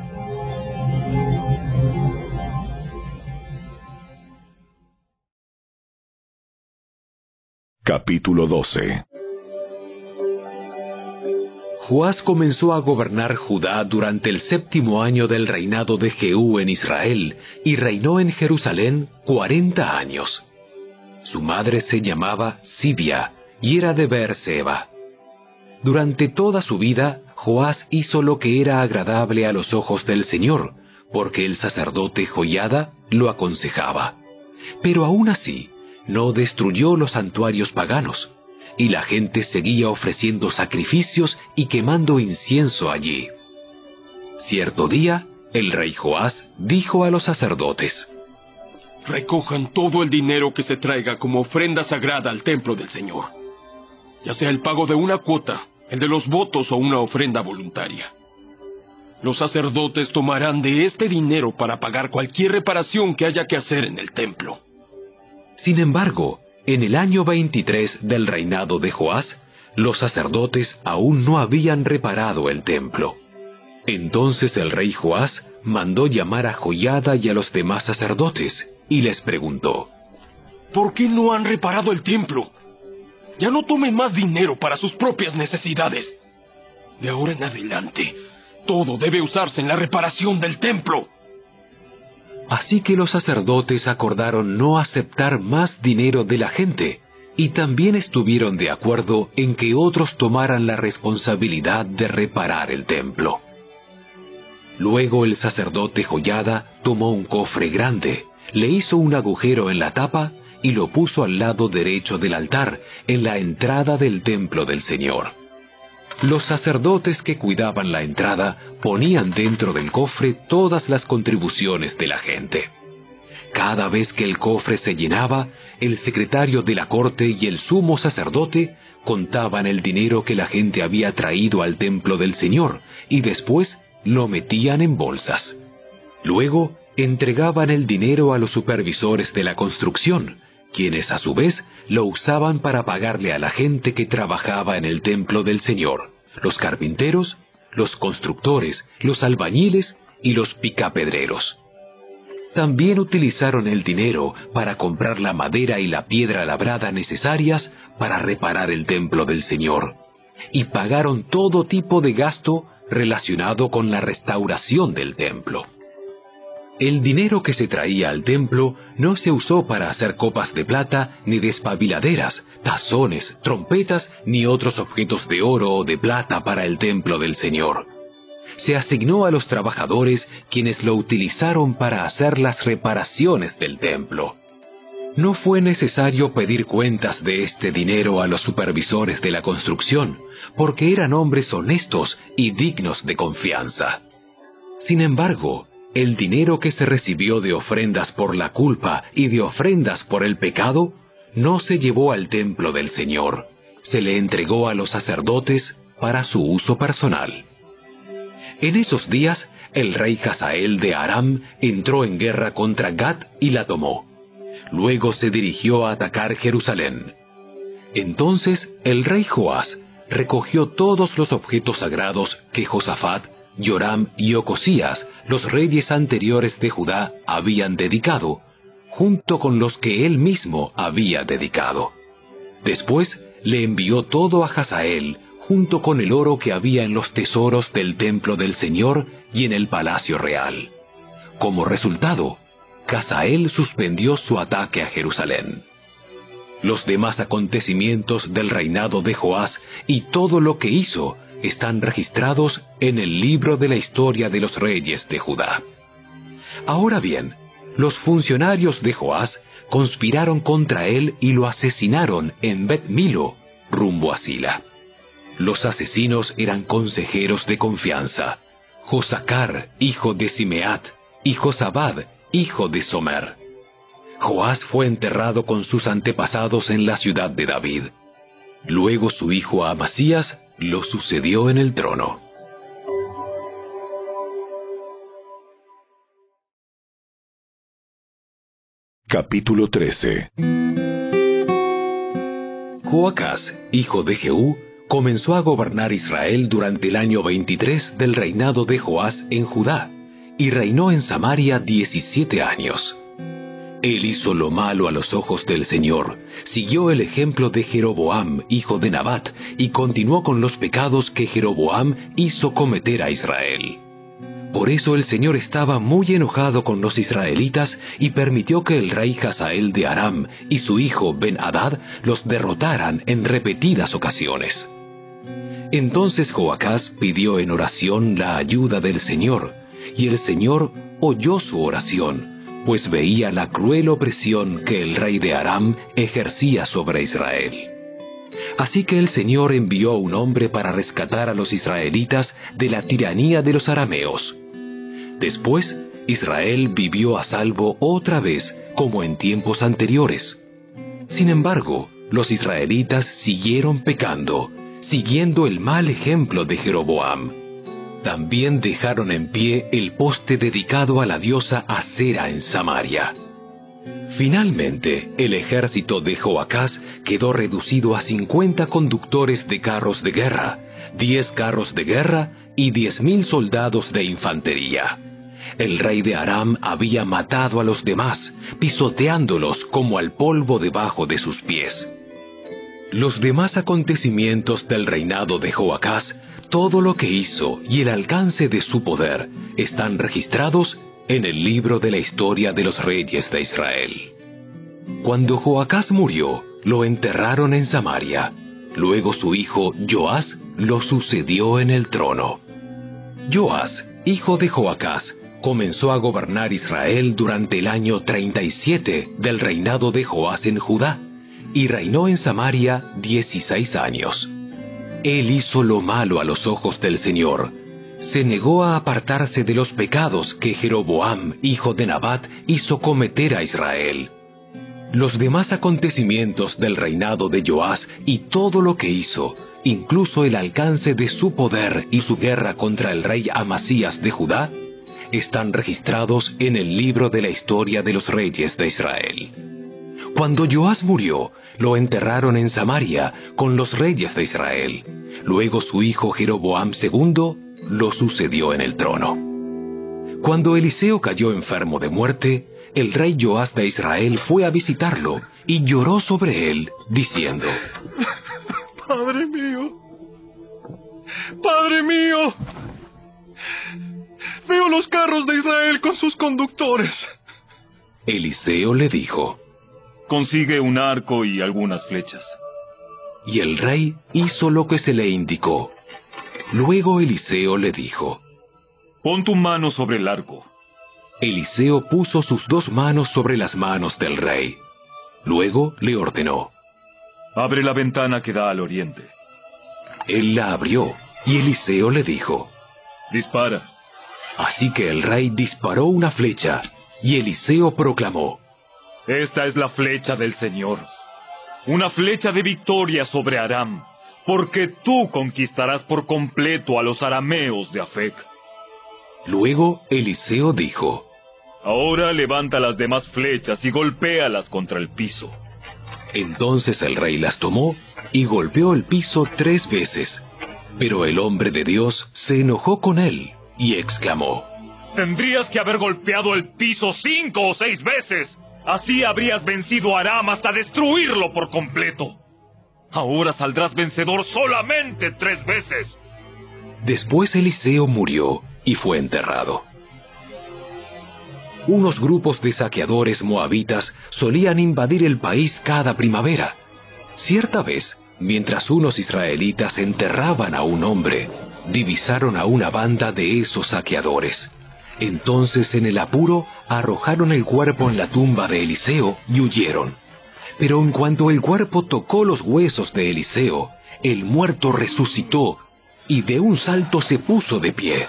Capítulo 12. Joás comenzó a gobernar Judá durante el 7º año del reinado de Jehú en Israel, y reinó en Jerusalén 40 años. Su madre se llamaba Sibia, y era de Beerseba. Durante toda su vida, Joás hizo lo que era agradable a los ojos del Señor, porque el sacerdote Joiada lo aconsejaba. Pero aún así, no destruyó los santuarios paganos, y la gente seguía ofreciendo sacrificios y quemando incienso allí. Cierto día, el rey Joás dijo a los sacerdotes: recojan todo el dinero que se traiga como ofrenda sagrada al templo del Señor, ya sea el pago de una cuota, el de los votos o una ofrenda voluntaria. Los sacerdotes tomarán de este dinero para pagar cualquier reparación que haya que hacer en el templo. Sin embargo, en el año 23 del reinado de Joás, los sacerdotes aún no habían reparado el templo. Entonces el rey Joás mandó llamar a Joiada y a los demás sacerdotes, y les preguntó: ¿por qué no han reparado el templo? Ya no tomen más dinero para sus propias necesidades. De ahora en adelante, todo debe usarse en la reparación del templo. Así que los sacerdotes acordaron no aceptar más dinero de la gente, y también estuvieron de acuerdo en que otros tomaran la responsabilidad de reparar el templo. Luego el sacerdote Joiada tomó un cofre grande, le hizo un agujero en la tapa y lo puso al lado derecho del altar, en la entrada del templo del Señor. Los sacerdotes que cuidaban la entrada ponían dentro del cofre todas las contribuciones de la gente. Cada vez que el cofre se llenaba, el secretario de la corte y el sumo sacerdote contaban el dinero que la gente había traído al templo del Señor, y después lo metían en bolsas. Luego entregaban el dinero a los supervisores de la construcción, quienes a su vez lo usaban para pagarle a la gente que trabajaba en el templo del Señor, los carpinteros, los constructores, los albañiles y los picapedreros. También utilizaron el dinero para comprar la madera y la piedra labrada necesarias para reparar el templo del Señor, y pagaron todo tipo de gasto relacionado con la restauración del templo. El dinero que se traía al templo no se usó para hacer copas de plata, ni despabiladeras, tazones, trompetas, ni otros objetos de oro o de plata para el templo del Señor. Se asignó a los trabajadores, quienes lo utilizaron para hacer las reparaciones del templo. No fue necesario pedir cuentas de este dinero a los supervisores de la construcción, porque eran hombres honestos y dignos de confianza. Sin embargo, el dinero que se recibió de ofrendas por la culpa y de ofrendas por el pecado no se llevó al templo del Señor, se le entregó a los sacerdotes para su uso personal. En esos días, el rey Hazael de Aram entró en guerra contra Gat y la tomó. Luego se dirigió a atacar Jerusalén. Entonces el rey Joás recogió todos los objetos sagrados que Josafat, Joram y Ocosías, los reyes anteriores de Judá, habían dedicado, junto con los que él mismo había dedicado. Después le envió todo a Hazael, junto con el oro que había en los tesoros del templo del Señor y en el palacio real. Como resultado, Hazael suspendió su ataque a Jerusalén. Los demás acontecimientos del reinado de Joás y todo lo que hizo están registrados en el libro de la historia de los reyes de Judá. Ahora bien, los funcionarios de Joás conspiraron contra él y lo asesinaron en Bet-Milo, rumbo a Sila. Los asesinos eran consejeros de confianza: Josacar, hijo de Simeat, y Josabad, hijo de Somer. Joás fue enterrado con sus antepasados en la ciudad de David. Luego su hijo Amasías lo sucedió en el trono. Capítulo 13. Joacás, hijo de Jehú, comenzó a gobernar Israel durante el año 23 del reinado de Joás en Judá, y reinó en Samaria 17 años. Él hizo lo malo a los ojos del Señor, siguió el ejemplo de Jeroboam, hijo de Nabat, y continuó con los pecados que Jeroboam hizo cometer a Israel. Por eso el Señor estaba muy enojado con los israelitas y permitió que el rey Hazael de Aram y su hijo Ben-Hadad los derrotaran en repetidas ocasiones. Entonces Joacás pidió en oración la ayuda del Señor, y el Señor oyó su oración, pues veía la cruel opresión que el rey de Aram ejercía sobre Israel. Así que el Señor envió un hombre para rescatar a los israelitas de la tiranía de los arameos. Después, Israel vivió a salvo otra vez, como en tiempos anteriores. Sin embargo, los israelitas siguieron pecando, siguiendo el mal ejemplo de Jeroboam. También dejaron en pie el poste dedicado a la diosa Asera en Samaria. Finalmente, el ejército de Joacás quedó reducido a 50 conductores de carros de guerra, 10 carros de guerra y 10.000 soldados de infantería. El rey de Aram había matado a los demás, pisoteándolos como al polvo debajo de sus pies. Los demás acontecimientos del reinado de Joacás, todo lo que hizo y el alcance de su poder, están registrados en el libro de la historia de los reyes de Israel. Cuando Joacás murió, lo enterraron en Samaria. Luego su hijo Joás lo sucedió en el trono. Joás, hijo de Joacás, comenzó a gobernar Israel durante el año 37 del reinado de Joás en Judá, y reinó en Samaria 16 años. Él hizo lo malo a los ojos del Señor. Se negó a apartarse de los pecados que Jeroboam, hijo de Nabat, hizo cometer a Israel. Los demás acontecimientos del reinado de Joás y todo lo que hizo, incluso el alcance de su poder y su guerra contra el rey Amasías de Judá, están registrados en el libro de la historia de los reyes de Israel. Cuando Joás murió, lo enterraron en Samaria con los reyes de Israel. Luego su hijo Jeroboam II lo sucedió en el trono. Cuando Eliseo cayó enfermo de muerte, el rey Joás de Israel fue a visitarlo y lloró sobre él, diciendo: Padre mío, Padre mío, veo los carros de Israel con sus conductores. Eliseo le dijo: Consigue un arco y algunas flechas. Y el rey hizo lo que se le indicó. Luego Eliseo le dijo: Pon tu mano sobre el arco. Eliseo puso sus 2 manos sobre las manos del rey. Luego le ordenó: Abre la ventana que da al oriente. Él la abrió, y Eliseo le dijo: Dispara. Así que el rey disparó una flecha, y Eliseo proclamó: Esta es la flecha del Señor, una flecha de victoria sobre Aram, porque tú conquistarás por completo a los arameos de Afec. Luego Eliseo dijo: Ahora levanta las demás flechas y golpéalas contra el piso. Entonces el rey las tomó y golpeó el piso 3 veces. Pero el hombre de Dios se enojó con él y exclamó: Tendrías que haber golpeado el piso 5 o 6 veces. Así habrías vencido a Aram hasta destruirlo por completo. Ahora saldrás vencedor solamente 3 veces. Después Eliseo murió y fue enterrado. Unos grupos de saqueadores moabitas solían invadir el país cada primavera. Cierta vez, mientras unos israelitas enterraban a un hombre, divisaron a una banda de esos saqueadores. Entonces, en el apuro, arrojaron el cuerpo en la tumba de Eliseo y huyeron. Pero en cuanto el cuerpo tocó los huesos de Eliseo, el muerto resucitó y de un salto se puso de pie.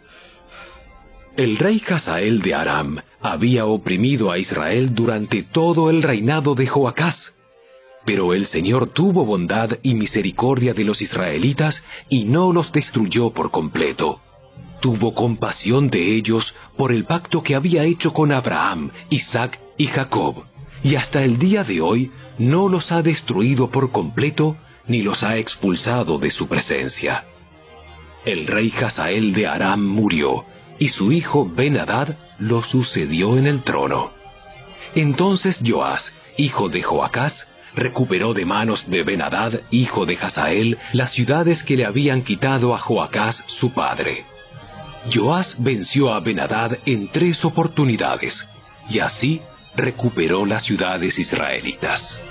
El rey Hazael de Aram había oprimido a Israel durante todo el reinado de Joacás. Pero el Señor tuvo bondad y misericordia de los israelitas y no los destruyó por completo. Tuvo compasión de ellos por el pacto que había hecho con Abraham, Isaac y Jacob, y hasta el día de hoy no los ha destruido por completo ni los ha expulsado de su presencia. El rey Hazael de Aram murió, y su hijo Ben-Hadad lo sucedió en el trono. Entonces Joás, hijo de Joacás, recuperó de manos de Ben-Hadad, hijo de Hazael, las ciudades que le habían quitado a Joacás su padre. Joás venció a Ben-Hadad en 3 oportunidades, y así recuperó las ciudades israelitas.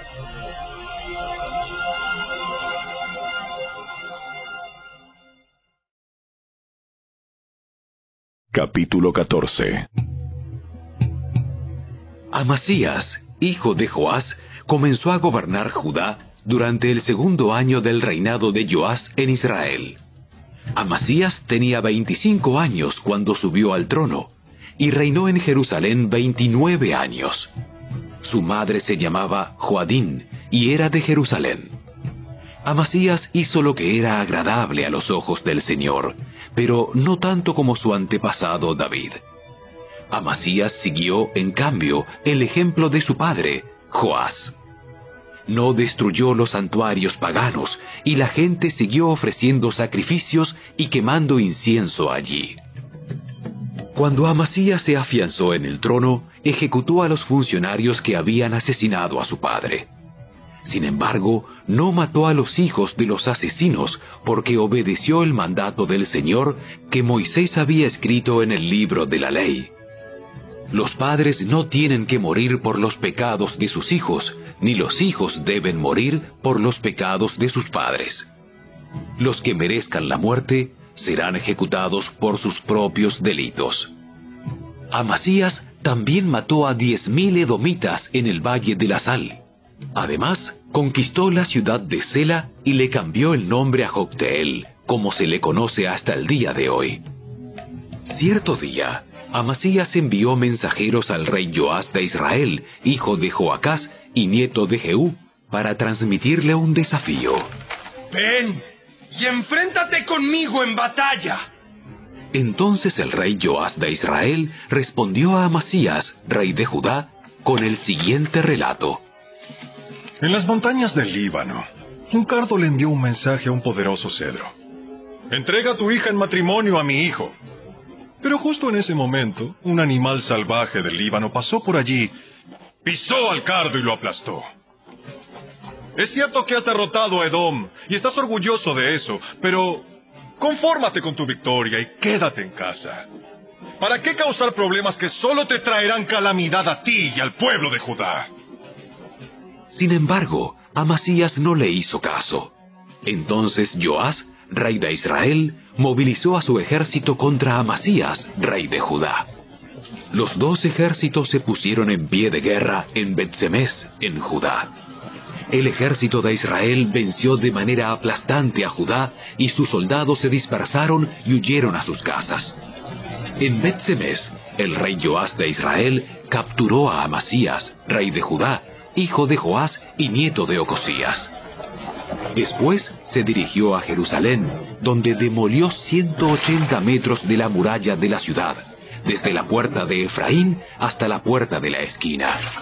Capítulo 14. Amasías, hijo de Joás, comenzó a gobernar Judá durante el 2º año del reinado de Joás en Israel. Amasías tenía 25 años cuando subió al trono, y reinó en Jerusalén 29 años. Su madre se llamaba Joadín, y era de Jerusalén. Amasías hizo lo que era agradable a los ojos del Señor, pero no tanto como su antepasado David. Amasías siguió, en cambio, el ejemplo de su padre, Joás. No destruyó los santuarios paganos, y la gente siguió ofreciendo sacrificios y quemando incienso allí. Cuando Amasías se afianzó en el trono, ejecutó a los funcionarios que habían asesinado a su padre. Sin embargo, no mató a los hijos de los asesinos porque obedeció el mandato del Señor que Moisés había escrito en el libro de la ley. Los padres no tienen que morir por los pecados de sus hijos, ni los hijos deben morir por los pecados de sus padres. Los que merezcan la muerte serán ejecutados por sus propios delitos. Amasías también mató a 10.000 edomitas en el Valle de la Sal. Además, conquistó la ciudad de Sela y le cambió el nombre a Jocteel, como se le conoce hasta el día de hoy. Cierto día, Amasías envió mensajeros al rey Joás de Israel, hijo de Joacás y nieto de Jehú, para transmitirle un desafío. Ven y enfréntate conmigo en batalla. Entonces el rey Joás de Israel respondió a Amasías, rey de Judá, con el siguiente relato. En las montañas del Líbano, un cardo le envió un mensaje a un poderoso cedro. Entrega a tu hija en matrimonio a mi hijo. Pero justo en ese momento, un animal salvaje del Líbano pasó por allí, pisó al cardo y lo aplastó. Es cierto que has derrotado a Edom y estás orgulloso de eso, pero confórmate con tu victoria y quédate en casa. ¿Para qué causar problemas que solo te traerán calamidad a ti y al pueblo de Judá? Sin embargo, Amasías no le hizo caso. Entonces Joás, rey de Israel, movilizó a su ejército contra Amasías, rey de Judá. Los 2 ejércitos se pusieron en pie de guerra en Bet-Semes, en Judá. El ejército de Israel venció de manera aplastante a Judá y sus soldados se dispersaron y huyeron a sus casas. En Bet-Semes, el rey Joás de Israel capturó a Amasías, rey de Judá, hijo de Joás y nieto de Ocosías. Después se dirigió a Jerusalén, donde demolió 180 metros de la muralla de la ciudad, desde la puerta de Efraín hasta la puerta de la esquina.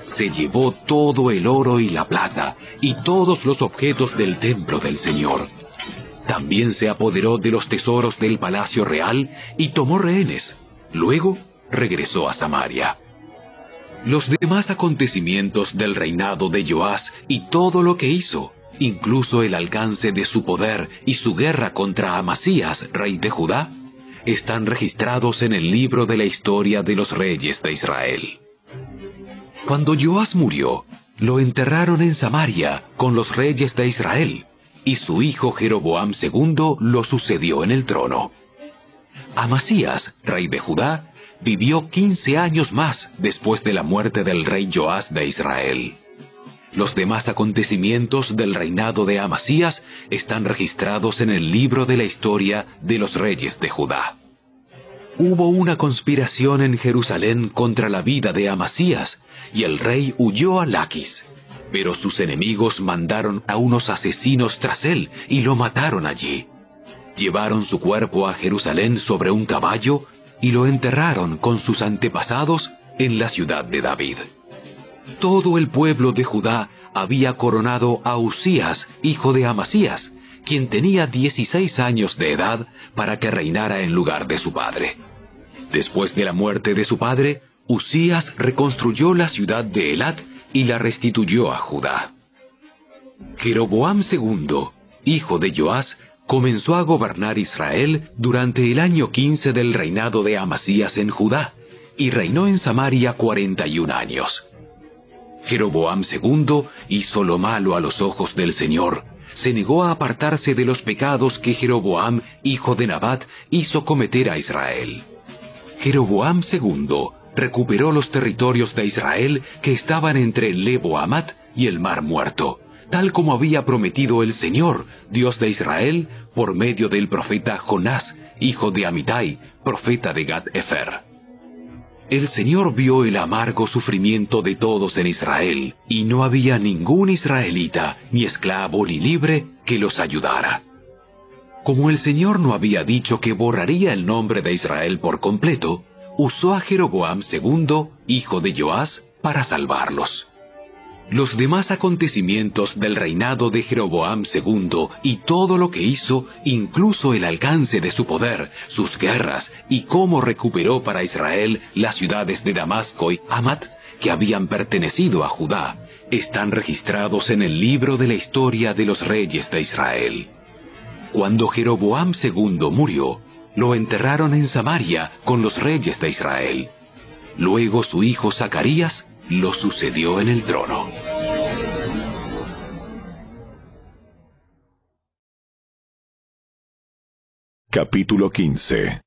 se llevó todo el oro y la plata y todos los objetos del templo del Señor. También se apoderó de los tesoros del palacio real y tomó rehenes. Luego regresó a Samaria. Los demás acontecimientos del reinado de Joás y todo lo que hizo, incluso el alcance de su poder y su guerra contra Amasías, rey de Judá, están registrados en el libro de la historia de los reyes de Israel. Cuando Joás murió, lo enterraron en Samaria con los reyes de Israel, y su hijo Jeroboam II lo sucedió en el trono. Amasías, rey de Judá, vivió 15 años más después de la muerte del rey Joás de Israel. Los demás acontecimientos del reinado de Amasías están registrados en el libro de la historia de los reyes de Judá. Hubo una conspiración en Jerusalén contra la vida de Amasías, y el rey huyó a Laquis. Pero sus enemigos mandaron a unos asesinos tras él y lo mataron allí. Llevaron su cuerpo a Jerusalén sobre un caballo y lo enterraron con sus antepasados en la ciudad de David. Todo el pueblo de Judá había coronado a Usías, hijo de Amasías, quien tenía 16 años de edad, para que reinara en lugar de su padre. Después de la muerte de su padre, Usías reconstruyó la ciudad de Elat y la restituyó a Judá. Jeroboam II, hijo de Joás, comenzó a gobernar Israel durante el año 15 del reinado de Amasías en Judá, y reinó en Samaria 41 años. Jeroboam II hizo lo malo a los ojos del Señor. Se negó a apartarse de los pecados que Jeroboam, hijo de Nabat, hizo cometer a Israel. Jeroboam II recuperó los territorios de Israel que estaban entre el Lebo Hamat y el Mar Muerto, tal como había prometido el Señor, Dios de Israel, por medio del profeta Jonás, hijo de Amitai, profeta de Gat-Efer. El Señor vio el amargo sufrimiento de todos en Israel, y no había ningún israelita, ni esclavo ni libre, que los ayudara. Como el Señor no había dicho que borraría el nombre de Israel por completo, usó a Jeroboam II, hijo de Joás, para salvarlos. Los demás acontecimientos del reinado de Jeroboam II y todo lo que hizo, incluso el alcance de su poder, sus guerras y cómo recuperó para Israel las ciudades de Damasco y Hamat, que habían pertenecido a Judá, están registrados en el libro de la historia de los reyes de Israel. Cuando Jeroboam II murió, lo enterraron en Samaria con los reyes de Israel. Luego su hijo Zacarías lo sucedió en el trono. Capítulo 15.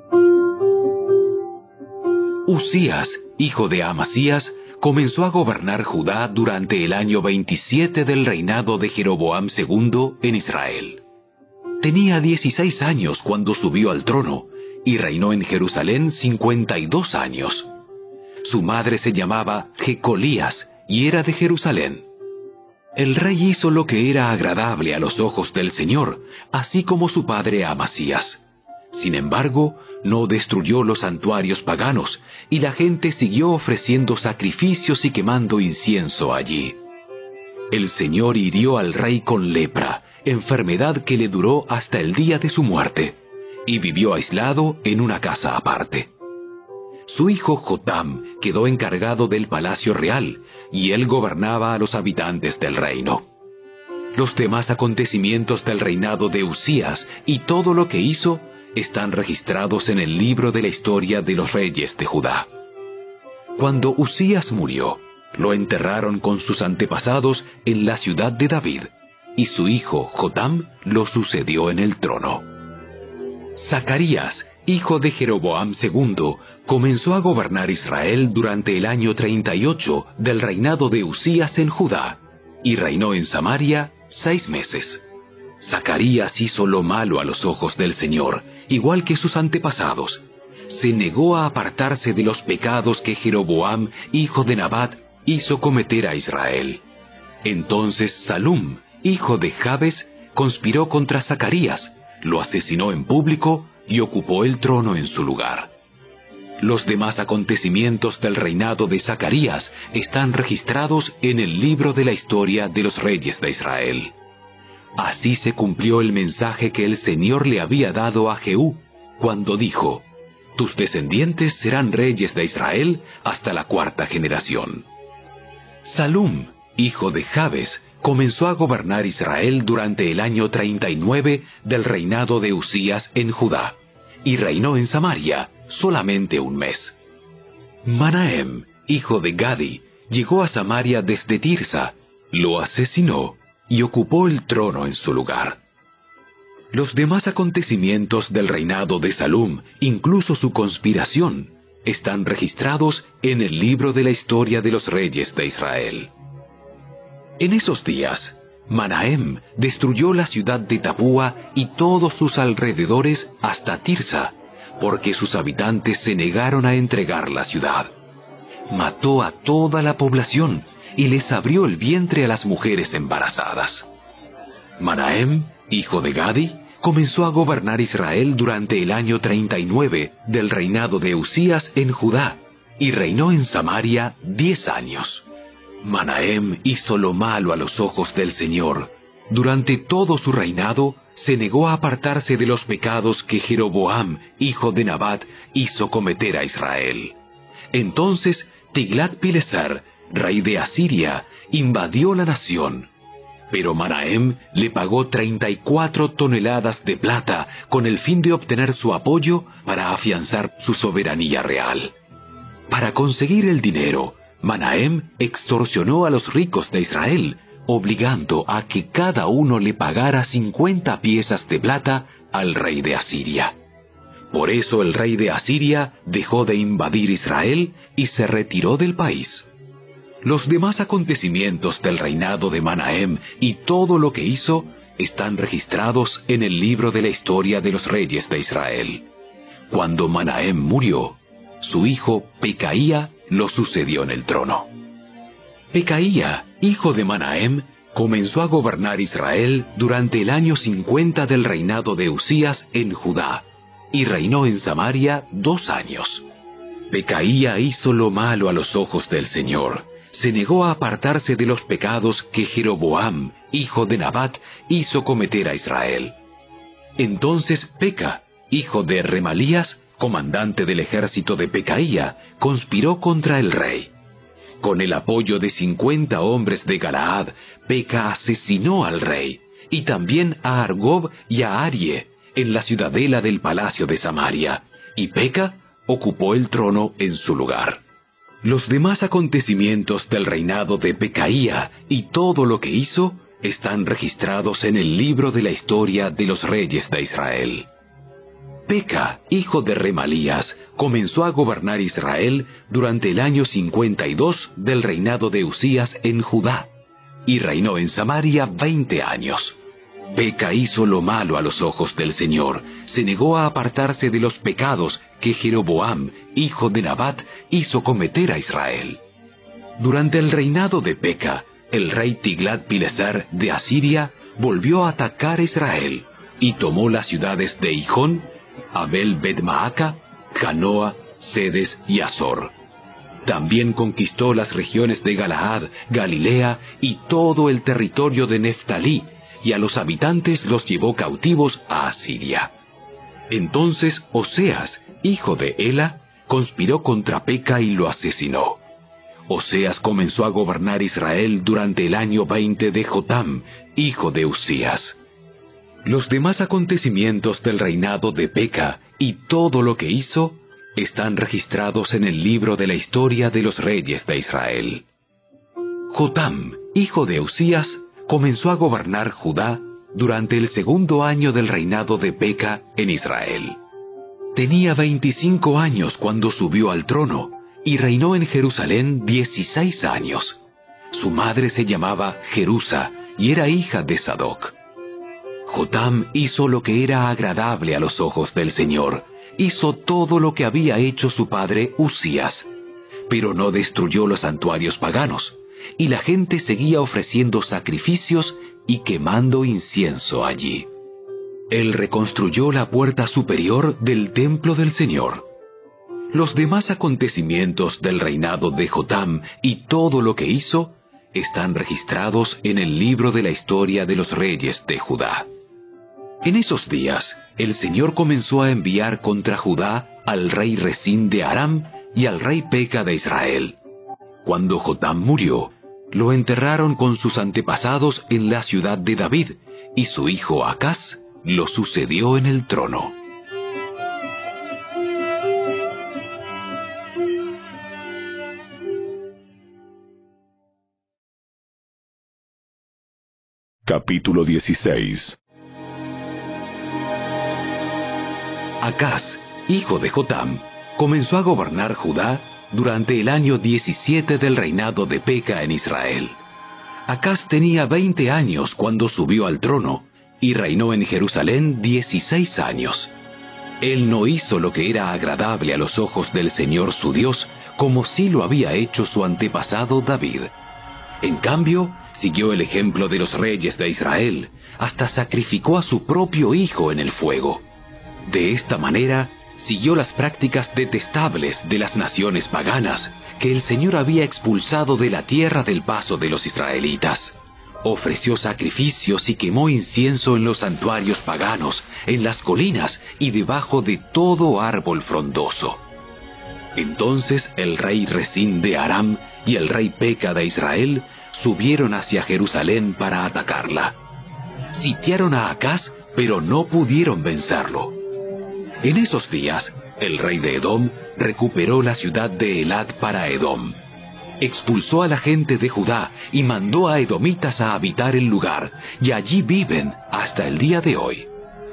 Usías, hijo de Amasías, comenzó a gobernar Judá durante el año 27 del reinado de Jeroboam II en Israel. Tenía 16 años cuando subió al trono, y reinó en Jerusalén 52 años. Su madre se llamaba Jecolías, y era de Jerusalén. El rey hizo lo que era agradable a los ojos del Señor, así como su padre Amasías. Sin embargo, no destruyó los santuarios paganos, y la gente siguió ofreciendo sacrificios y quemando incienso allí. El Señor hirió al rey con lepra, enfermedad que le duró hasta el día de su muerte, y vivió aislado en una casa aparte. Su hijo Jotam quedó encargado del palacio real, y él gobernaba a los habitantes del reino. Los demás acontecimientos del reinado de Usías y todo lo que hizo están registrados en el libro de la historia de los reyes de Judá. Cuando Usías murió, lo enterraron con sus antepasados en la ciudad de David, y su hijo Jotam lo sucedió en el trono. Zacarías, hijo de Jeroboam II, comenzó a gobernar Israel durante el año 38 del reinado de Usías en Judá, y reinó en Samaria 6 meses. Zacarías hizo lo malo a los ojos del Señor, igual que sus antepasados. Se negó a apartarse de los pecados que Jeroboam, hijo de Nabat, hizo cometer a Israel. Entonces Salum, hijo de Jabes, conspiró contra Zacarías, lo asesinó en público y ocupó el trono en su lugar. Los demás acontecimientos del reinado de Zacarías están registrados en el libro de la historia de los reyes de Israel. Así se cumplió el mensaje que el Señor le había dado a Jehú, cuando dijo: «Tus descendientes serán reyes de Israel hasta la 4ª generación». Salum, hijo de Jabes, comenzó a gobernar Israel durante el año 39 del reinado de Usías en Judá, y reinó en Samaria solamente un mes. Manahem, hijo de Gadi, llegó a Samaria desde Tirsa, lo asesinó y ocupó el trono en su lugar. Los demás acontecimientos del reinado de Salum, incluso su conspiración, están registrados en el libro de la historia de los reyes de Israel. En esos días, Manahem destruyó la ciudad de Tapúa y todos sus alrededores hasta Tirsa, porque sus habitantes se negaron a entregar la ciudad. Mató a toda la población y les abrió el vientre a las mujeres embarazadas. Manahem, hijo de Gadi, comenzó a gobernar Israel durante el año 39 del reinado de Usías en Judá, y reinó en Samaria 10 años. Manahem hizo lo malo a los ojos del Señor. Durante todo su reinado, se negó a apartarse de los pecados que Jeroboam, hijo de Nabat, hizo cometer a Israel. Entonces Tiglat-Pileser, rey de Asiria, invadió la nación. Pero Manahem le pagó 34 toneladas de plata con el fin de obtener su apoyo para afianzar su soberanía real. Para conseguir el dinero, Manahem extorsionó a los ricos de Israel, obligando a que cada uno le pagara 50 piezas de plata al rey de Asiria. Por eso el rey de Asiria dejó de invadir Israel y se retiró del país. Los demás acontecimientos del reinado de Manahem y todo lo que hizo están registrados en el libro de la historia de los reyes de Israel. Cuando Manahem murió, su hijo Pecaía lo sucedió en el trono. Pecaía, hijo de Manahem, comenzó a gobernar Israel durante el año 50 del reinado de Usías en Judá, y reinó en Samaria 2 años. Pecaía hizo lo malo a los ojos del Señor. Se negó a apartarse de los pecados que Jeroboam, hijo de Nabat, hizo cometer a Israel. Entonces Peca, hijo de Remalías, comandante del ejército de Pecaía, conspiró contra el rey. Con el apoyo de 50 hombres de Galaad, Peca asesinó al rey, y también a Argob y a Arie, en la ciudadela del palacio de Samaria, y Peca ocupó el trono en su lugar. Los demás acontecimientos del reinado de Pecaía y todo lo que hizo están registrados en el libro de la historia de los reyes de Israel. Peca, hijo de Remalías, comenzó a gobernar Israel durante el año 52 del reinado de Usías en Judá, y reinó en Samaria 20 años. Peca hizo lo malo a los ojos del Señor, se negó a apartarse de los pecados que Jeroboam, hijo de Nabat, hizo cometer a Israel. Durante el reinado de Peca, el rey Tiglat-Pileser de Asiria volvió a atacar a Israel, y tomó las ciudades de Hijón, Abel-Bet-Maaca, Janoa, Sedes y Azor. También conquistó las regiones de Galaad, Galilea y todo el territorio de Neftalí, y a los habitantes los llevó cautivos a Asiria. Entonces Oseas, hijo de Ela, conspiró contra Peca y lo asesinó. Oseas comenzó a gobernar Israel durante el año 20 de Jotam, hijo de Usías. Los demás acontecimientos del reinado de Peca y todo lo que hizo están registrados en el libro de la historia de los reyes de Israel. Jotam, hijo de Usías, comenzó a gobernar Judá durante el 2º año del reinado de Peca en Israel. Tenía 25 años cuando subió al trono y reinó en Jerusalén 16 años. Su madre se llamaba Jerusa y era hija de Sadoc. Jotam hizo lo que era agradable a los ojos del Señor. Hizo todo lo que había hecho su padre Usías, pero no destruyó los santuarios paganos, y la gente seguía ofreciendo sacrificios y quemando incienso allí. Él reconstruyó la puerta superior del templo del Señor. Los demás acontecimientos del reinado de Jotam y todo lo que hizo están registrados en el libro de la historia de los reyes de Judá. En esos días, el Señor comenzó a enviar contra Judá al rey Resín de Aram y al rey Peca de Israel. Cuando Jotam murió, lo enterraron con sus antepasados en la ciudad de David, y su hijo Acaz lo sucedió en el trono. Capítulo 16. Acaz, hijo de Jotam, comenzó a gobernar Judá durante el año 17 del reinado de Peca en Israel. Acaz tenía 20 años cuando subió al trono y reinó en Jerusalén 16 años. Él no hizo lo que era agradable a los ojos del Señor su Dios, como sí lo había hecho su antepasado David. En cambio, siguió el ejemplo de los reyes de Israel, hasta sacrificó a su propio hijo en el fuego. De esta manera, siguió las prácticas detestables de las naciones paganas que el Señor había expulsado de la tierra del paso de los israelitas. Ofreció sacrificios y quemó incienso en los santuarios paganos, en las colinas y debajo de todo árbol frondoso. Entonces el rey Resín de Aram y el rey Peca de Israel subieron hacia Jerusalén para atacarla. Sitiaron a Acaz, pero no pudieron vencerlo. En esos días, el rey de Edom recuperó la ciudad de Elad para Edom. Expulsó a la gente de Judá y mandó a edomitas a habitar el lugar, y allí viven hasta el día de hoy.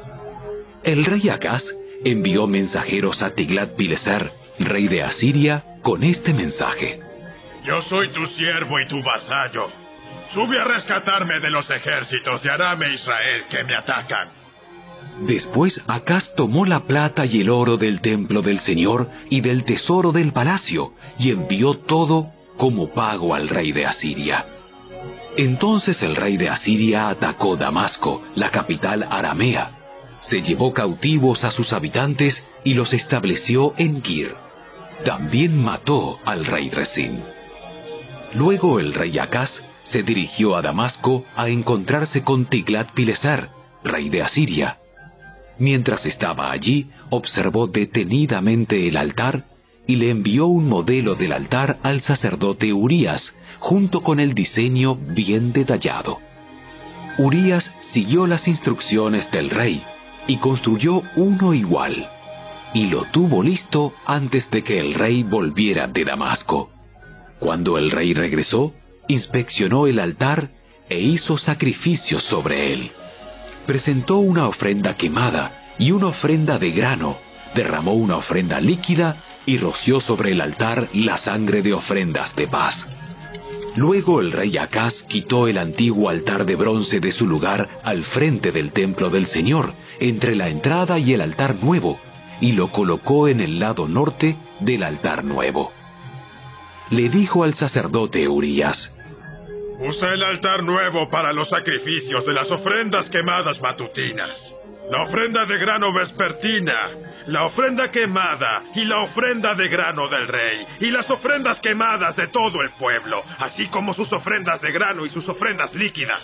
El rey Acaz envió mensajeros a Tiglat-Pileser, rey de Asiria, con este mensaje: Yo soy tu siervo y tu vasallo. Sube a rescatarme de los ejércitos de Aram e Israel que me atacan. Después Acaz tomó la plata y el oro del templo del Señor y del tesoro del palacio, y envió todo como pago al rey de Asiria. Entonces el rey de Asiria atacó Damasco, la capital aramea. Se llevó cautivos a sus habitantes y los estableció en Kir. También mató al rey Resín. Luego el rey Acaz se dirigió a Damasco a encontrarse con Tiglat-Pileser, rey de Asiria. Mientras estaba allí, observó detenidamente el altar y le envió un modelo del altar al sacerdote Urías, junto con el diseño bien detallado. Urías siguió las instrucciones del rey y construyó uno igual, y lo tuvo listo antes de que el rey volviera de Damasco. Cuando el rey regresó, inspeccionó el altar e hizo sacrificios sobre él. Presentó una ofrenda quemada y una ofrenda de grano, derramó una ofrenda líquida y roció sobre el altar la sangre de ofrendas de paz. Luego el rey Acaz quitó el antiguo altar de bronce de su lugar al frente del templo del Señor, entre la entrada y el altar nuevo, y lo colocó en el lado norte del altar nuevo. Le dijo al sacerdote Urías: Usa el altar nuevo para los sacrificios de las ofrendas quemadas matutinas, la ofrenda de grano vespertina, la ofrenda quemada y la ofrenda de grano del rey, y las ofrendas quemadas de todo el pueblo, así como sus ofrendas de grano y sus ofrendas líquidas.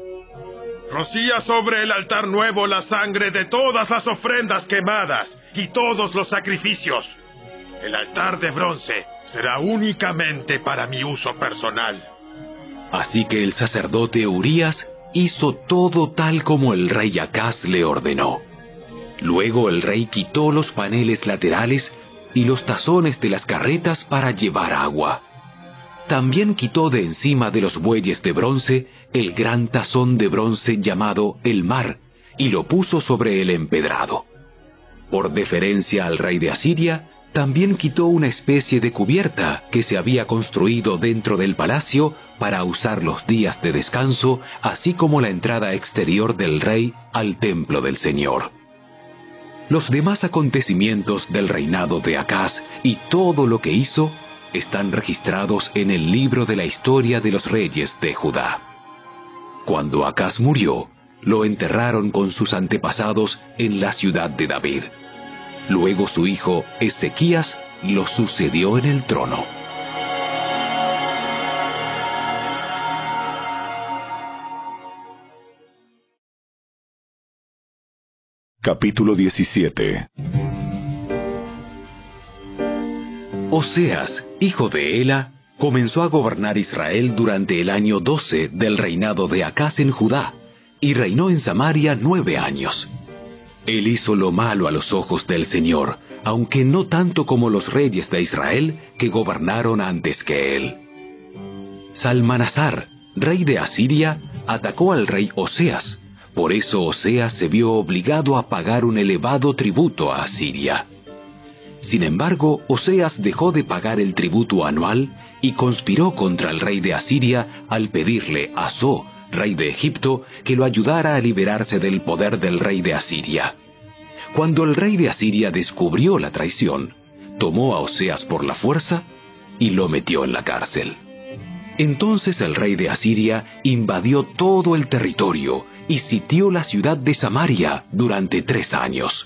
Rocía sobre el altar nuevo la sangre de todas las ofrendas quemadas y todos los sacrificios. El altar de bronce será únicamente para mi uso personal. Así que el sacerdote Urías hizo todo tal como el rey Acaz le ordenó. Luego el rey quitó los paneles laterales y los tazones de las carretas para llevar agua. También quitó de encima de los bueyes de bronce el gran tazón de bronce llamado el Mar, y lo puso sobre el empedrado. Por deferencia al rey de Asiria, también quitó una especie de cubierta que se había construido dentro del palacio para usar los días de descanso, así como la entrada exterior del rey al templo del Señor. Los demás acontecimientos del reinado de Acaz y todo lo que hizo están registrados en el libro de la historia de los reyes de Judá. Cuando Acaz murió, lo enterraron con sus antepasados en la ciudad de David. Luego su hijo Ezequías lo sucedió en el trono. Capítulo 17. Oseas, hijo de Ela, comenzó a gobernar Israel durante el año 12 del reinado de Acaz en Judá, y reinó en Samaria 9 años. Él hizo lo malo a los ojos del Señor, aunque no tanto como los reyes de Israel que gobernaron antes que él. Salmanasar, rey de Asiria, atacó al rey Oseas. Por eso Oseas se vio obligado a pagar un elevado tributo a Asiria. Sin embargo, Oseas dejó de pagar el tributo anual y conspiró contra el rey de Asiria al pedirle a So, rey de Egipto, que lo ayudara a liberarse del poder del rey de Asiria. Cuando el rey de Asiria descubrió la traición, tomó a Oseas por la fuerza y lo metió en la cárcel. Entonces el rey de Asiria invadió todo el territorio y sitió la ciudad de Samaria durante 3 años.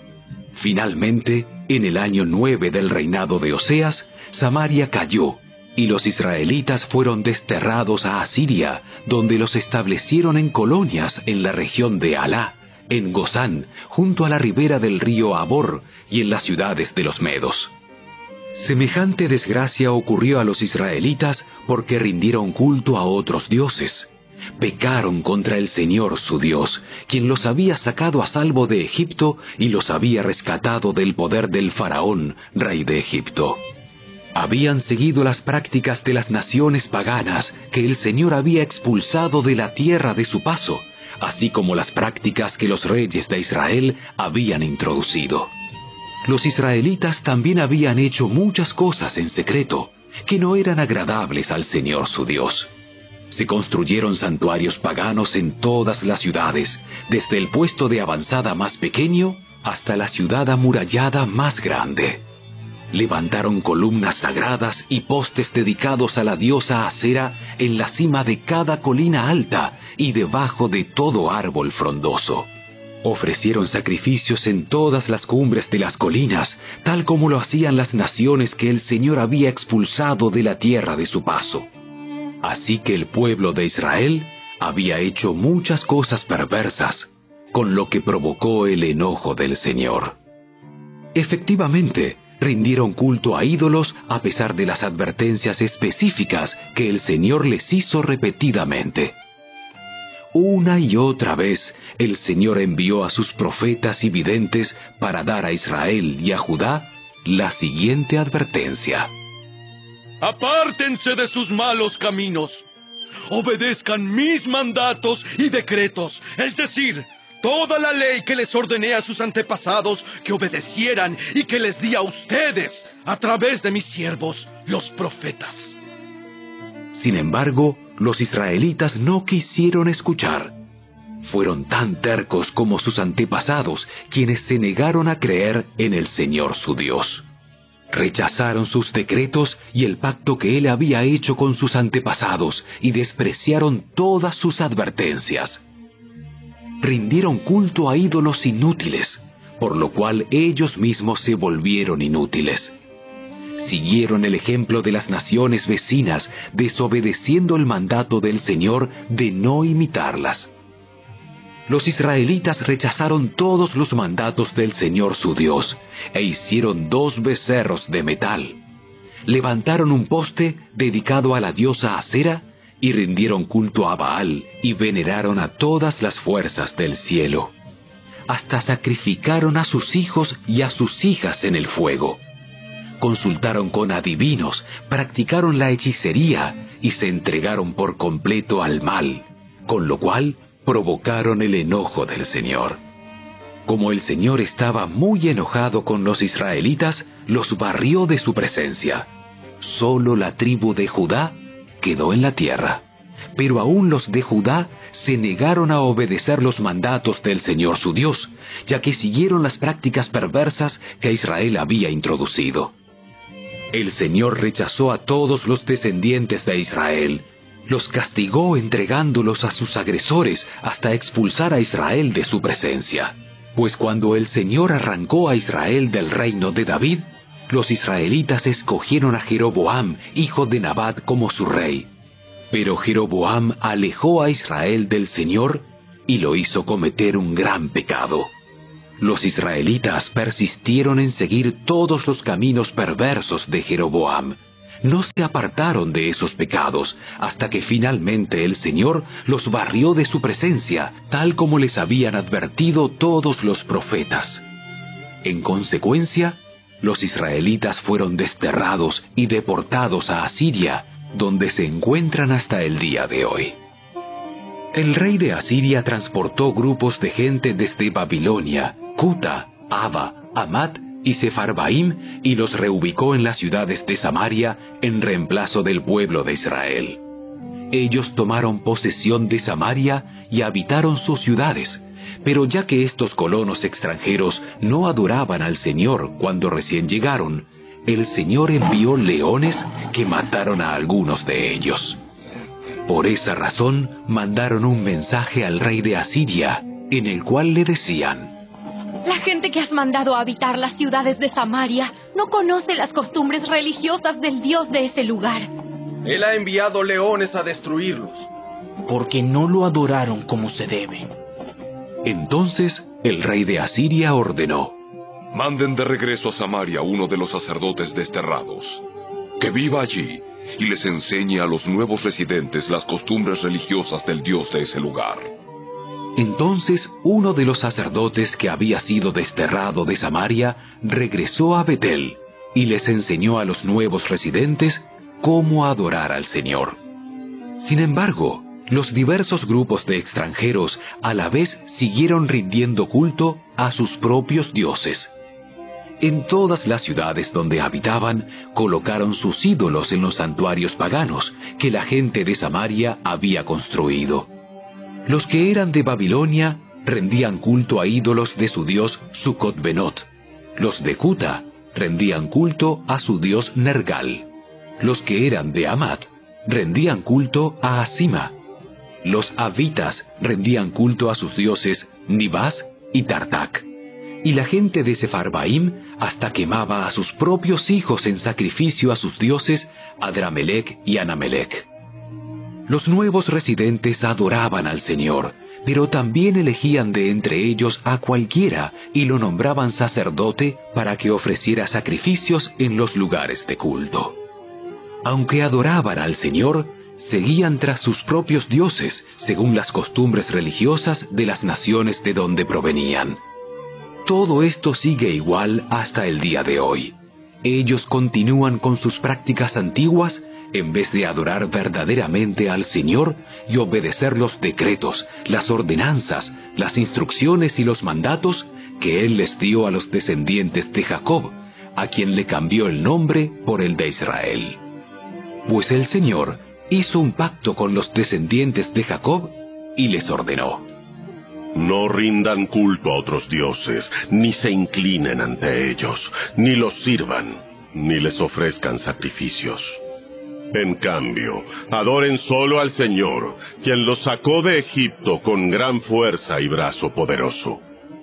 Finalmente, en el año 9 del reinado de Oseas, Samaria cayó, y los israelitas fueron desterrados a Asiria, donde los establecieron en colonias en la región de Alá, en Gozán, junto a la ribera del río Abor, y en las ciudades de los medos. Semejante desgracia ocurrió a los israelitas porque rindieron culto a otros dioses. Pecaron contra el Señor su Dios, quien los había sacado a salvo de Egipto y los había rescatado del poder del faraón, rey de Egipto. Habían seguido las prácticas de las naciones paganas que el Señor había expulsado de la tierra de su paso, así como las prácticas que los reyes de Israel habían introducido. Los israelitas también habían hecho muchas cosas en secreto, que no eran agradables al Señor su Dios. Se construyeron santuarios paganos en todas las ciudades, desde el puesto de avanzada más pequeño hasta la ciudad amurallada más grande. Levantaron columnas sagradas y postes dedicados a la diosa Asera en la cima de cada colina alta y debajo de todo árbol frondoso. Ofrecieron sacrificios en todas las cumbres de las colinas, tal como lo hacían las naciones que el Señor había expulsado de la tierra de su paso. Así que el pueblo de Israel había hecho muchas cosas perversas, con lo que provocó el enojo del Señor. Efectivamente, rindieron culto a ídolos a pesar de las advertencias específicas que el Señor les hizo repetidamente. Una y otra vez, el Señor envió a sus profetas y videntes para dar a Israel y a Judá la siguiente advertencia. Apártense de sus malos caminos. Obedezcan mis mandatos y decretos, es decir, toda la ley que les ordené a sus antepasados que obedecieran y que les di a ustedes a través de mis siervos, los profetas. Sin embargo, los israelitas no quisieron escuchar. Fueron tan tercos como sus antepasados, quienes se negaron a creer en el Señor su Dios. Rechazaron sus decretos y el pacto que Él había hecho con sus antepasados y despreciaron todas sus advertencias. Rindieron culto a ídolos inútiles, por lo cual ellos mismos se volvieron inútiles. Siguieron el ejemplo de las naciones vecinas, desobedeciendo el mandato del Señor de no imitarlas. Los israelitas rechazaron todos los mandatos del Señor su Dios, e hicieron 2 becerros de metal. Levantaron un poste dedicado a la diosa Asera, y rindieron culto a Baal, y veneraron a todas las fuerzas del cielo. Hasta sacrificaron a sus hijos y a sus hijas en el fuego. Consultaron con adivinos, practicaron la hechicería, y se entregaron por completo al mal, con lo cual provocaron el enojo del Señor. Como el Señor estaba muy enojado con los israelitas, los barrió de su presencia. Solo la tribu de Judá quedó en la tierra, pero aún los de Judá se negaron a obedecer los mandatos del Señor su Dios, ya que siguieron las prácticas perversas que Israel había introducido. El Señor rechazó a todos los descendientes de Israel, los castigó entregándolos a sus agresores hasta expulsar a Israel de su presencia. Pues cuando el Señor arrancó a Israel del reino de David, los israelitas escogieron a Jeroboam, hijo de Nabat, como su rey. Pero Jeroboam alejó a Israel del Señor y lo hizo cometer un gran pecado. Los israelitas persistieron en seguir todos los caminos perversos de Jeroboam. No se apartaron de esos pecados hasta que finalmente el Señor los barrió de su presencia, tal como les habían advertido todos los profetas. En consecuencia, los israelitas fueron desterrados y deportados a Asiria, donde se encuentran hasta el día de hoy. El rey de Asiria transportó grupos de gente desde Babilonia, Cuta, Ava, Hamat y Sefarbaim y los reubicó en las ciudades de Samaria en reemplazo del pueblo de Israel. Ellos tomaron posesión de Samaria y habitaron sus ciudades, pero ya que estos colonos extranjeros no adoraban al Señor cuando recién llegaron, el Señor envió leones que mataron a algunos de ellos. Por esa razón mandaron un mensaje al rey de Asiria, en el cual le decían: La gente que has mandado a habitar las ciudades de Samaria no conoce las costumbres religiosas del Dios de ese lugar. Él ha enviado leones a destruirlos, porque no lo adoraron como se debe. Entonces el rey de Asiria ordenó: Manden de regreso a Samaria a uno de los sacerdotes desterrados, que viva allí y les enseñe a los nuevos residentes las costumbres religiosas del Dios de ese lugar. Entonces uno de los sacerdotes que había sido desterrado de Samaria regresó a Betel y les enseñó a los nuevos residentes cómo adorar al Señor. Sin embargo, los diversos grupos de extranjeros a la vez siguieron rindiendo culto a sus propios dioses. En todas las ciudades donde habitaban, colocaron sus ídolos en los santuarios paganos que la gente de Samaria había construido. Los que eran de Babilonia rendían culto a ídolos de su dios Sucot-Benot. Los de Cuta rendían culto a su dios Nergal. Los que eran de Hamat rendían culto a Asima. Los havitas rendían culto a sus dioses Nibás y Tartac. Y la gente de Sefarbaim hasta quemaba a sus propios hijos en sacrificio a sus dioses Adramelec y Anamelec. Los nuevos residentes adoraban al Señor, pero también elegían de entre ellos a cualquiera y lo nombraban sacerdote para que ofreciera sacrificios en los lugares de culto. Aunque adoraban al Señor, seguían tras sus propios dioses, según las costumbres religiosas de las naciones de donde provenían. Todo esto sigue igual hasta el día de hoy. Ellos continúan con sus prácticas antiguas en vez de adorar verdaderamente al Señor y obedecer los decretos, las ordenanzas, las instrucciones y los mandatos que Él les dio a los descendientes de Jacob, a quien le cambió el nombre por el de Israel. Pues el Señor hizo un pacto con los descendientes de Jacob y les ordenó: No rindan culto a otros dioses, ni se inclinen ante ellos, ni los sirvan, ni les ofrezcan sacrificios. En cambio, adoren solo al Señor, quien los sacó de Egipto con gran fuerza y brazo poderoso.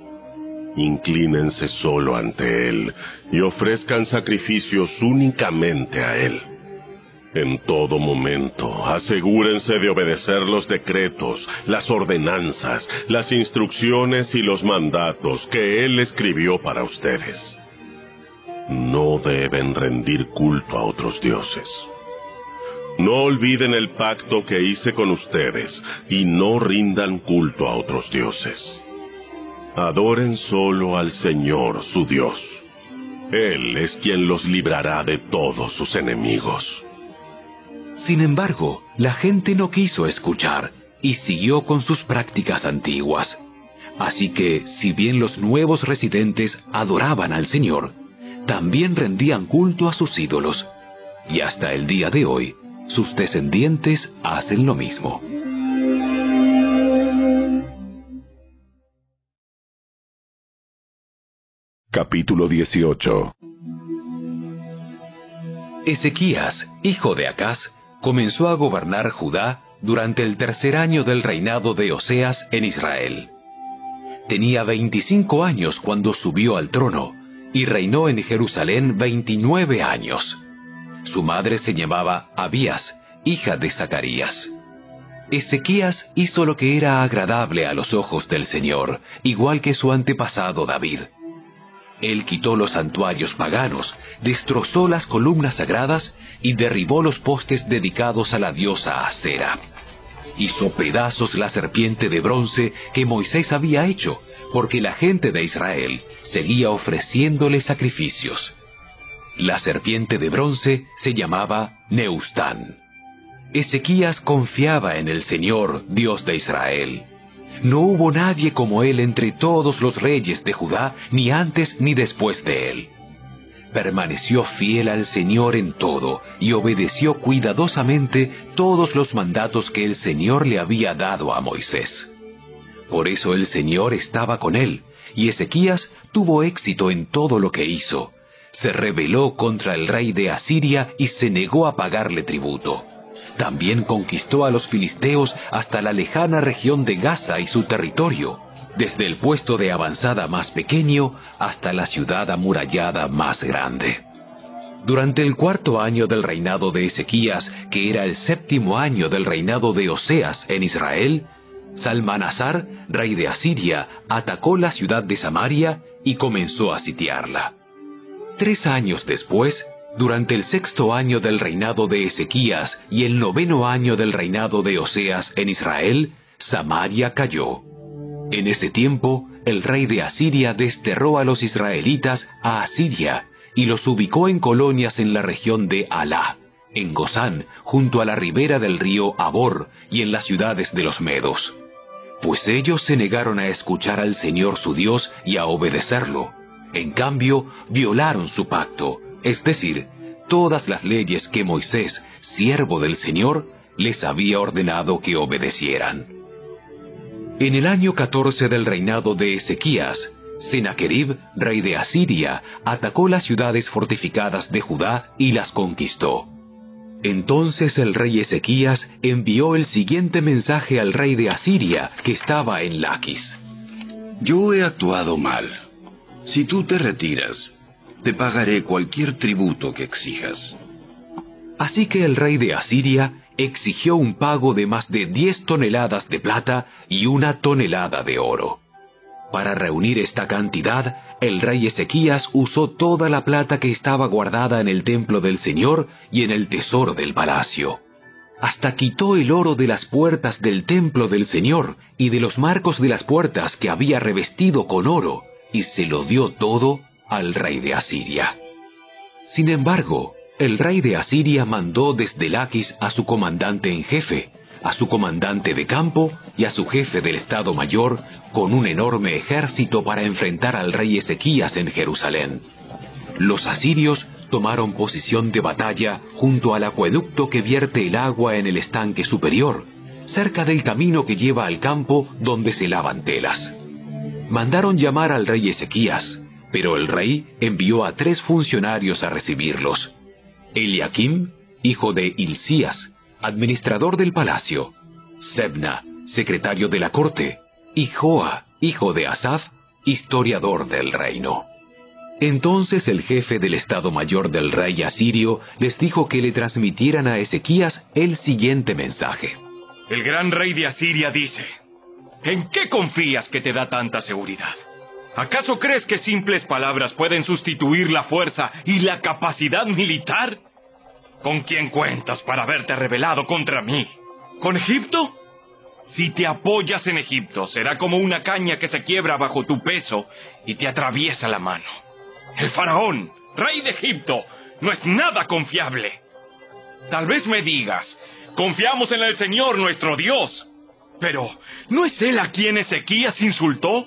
Inclínense solo ante Él y ofrezcan sacrificios únicamente a Él. En todo momento, asegúrense de obedecer los decretos, las ordenanzas, las instrucciones y los mandatos que Él escribió para ustedes. No deben rendir culto a otros dioses. No olviden el pacto que hice con ustedes y no rindan culto a otros dioses. Adoren solo al Señor, su Dios. Él es quien los librará de todos sus enemigos. Sin embargo, la gente no quiso escuchar y siguió con sus prácticas antiguas. Así que, si bien los nuevos residentes adoraban al Señor, también rendían culto a sus ídolos. Y hasta el día de hoy, sus descendientes hacen lo mismo. Capítulo 18. Ezequías, hijo de Acaz, comenzó a gobernar Judá durante el 3er año del reinado de Oseas en Israel. Tenía 25 años cuando subió al trono, y reinó en Jerusalén 29 años. Su madre se llamaba Abías, hija de Zacarías. Ezequías hizo lo que era agradable a los ojos del Señor, igual que su antepasado David. Él quitó los santuarios paganos, destrozó las columnas sagradas y derribó los postes dedicados a la diosa Asera. Hizo pedazos la serpiente de bronce que Moisés había hecho, porque la gente de Israel seguía ofreciéndole sacrificios. La serpiente de bronce se llamaba Neustán. Ezequías confiaba en el Señor, Dios de Israel. No hubo nadie como él entre todos los reyes de Judá, ni antes ni después de él. Permaneció fiel al Señor en todo, y obedeció cuidadosamente todos los mandatos que el Señor le había dado a Moisés. Por eso el Señor estaba con él, y Ezequías tuvo éxito en todo lo que hizo. Se rebeló contra el rey de Asiria y se negó a pagarle tributo. También conquistó a los filisteos hasta la lejana región de Gaza y su territorio, desde el puesto de avanzada más pequeño hasta la ciudad amurallada más grande. Durante el 4.º año del reinado de Ezequías, que era el 7.º año del reinado de Oseas en Israel, Salmanasar, rey de Asiria, atacó la ciudad de Samaria y comenzó a sitiarla. 3 años después, durante el 6.º año del reinado de Ezequías y el 9.º año del reinado de Oseas en Israel, Samaria cayó. En ese tiempo, el rey de Asiria desterró a los israelitas a Asiria y los ubicó en colonias en la región de Alá, en Gozán, junto a la ribera del río Abor y en las ciudades de los medos. Pues ellos se negaron a escuchar al Señor su Dios y a obedecerlo. En cambio, violaron su pacto, es decir, todas las leyes que Moisés, siervo del Señor, les había ordenado que obedecieran. En el año 14 del reinado de Ezequías, Sennacherib, rey de Asiria, atacó las ciudades fortificadas de Judá y las conquistó. Entonces el rey Ezequías envió el siguiente mensaje al rey de Asiria, que estaba en Laquis. Yo he actuado mal. Si tú te retiras, te pagaré cualquier tributo que exijas. Así que el rey de Asiria exigió un pago de más de 10 toneladas de plata y 1 tonelada de oro. Para reunir esta cantidad, el rey Ezequías usó toda la plata que estaba guardada en el templo del Señor y en el tesoro del palacio. Hasta quitó el oro de las puertas del templo del Señor y de los marcos de las puertas que había revestido con oro, y se lo dio todo al rey de Asiria. Sin embargo, el rey de Asiria mandó desde Laquis a su comandante en jefe, a su comandante de campo y a su jefe del Estado Mayor con un enorme ejército para enfrentar al rey Ezequías en Jerusalén. Los asirios tomaron posición de batalla junto al acueducto que vierte el agua en el estanque superior, cerca del camino que lleva al campo donde se lavan telas. Mandaron llamar al rey Ezequías, pero el rey envió a 3 funcionarios a recibirlos: Eliakim, hijo de Hilcías, administrador del palacio; Sebna, secretario de la corte; y Joa, hijo de Asaf, historiador del reino. Entonces el jefe del Estado Mayor del rey asirio les dijo que le transmitieran a Ezequías el siguiente mensaje. El gran rey de Asiria dice: ¿en qué confías que te da tanta seguridad? ¿Acaso crees que simples palabras pueden sustituir la fuerza y la capacidad militar? ¿Con quién cuentas para haberte rebelado contra mí? ¿Con Egipto? Si te apoyas en Egipto, será como una caña que se quiebra bajo tu peso y te atraviesa la mano. El faraón, rey de Egipto, no es nada confiable. Tal vez me digas: confiamos en el Señor nuestro Dios. Pero, ¿no es él a quien Ezequías insultó?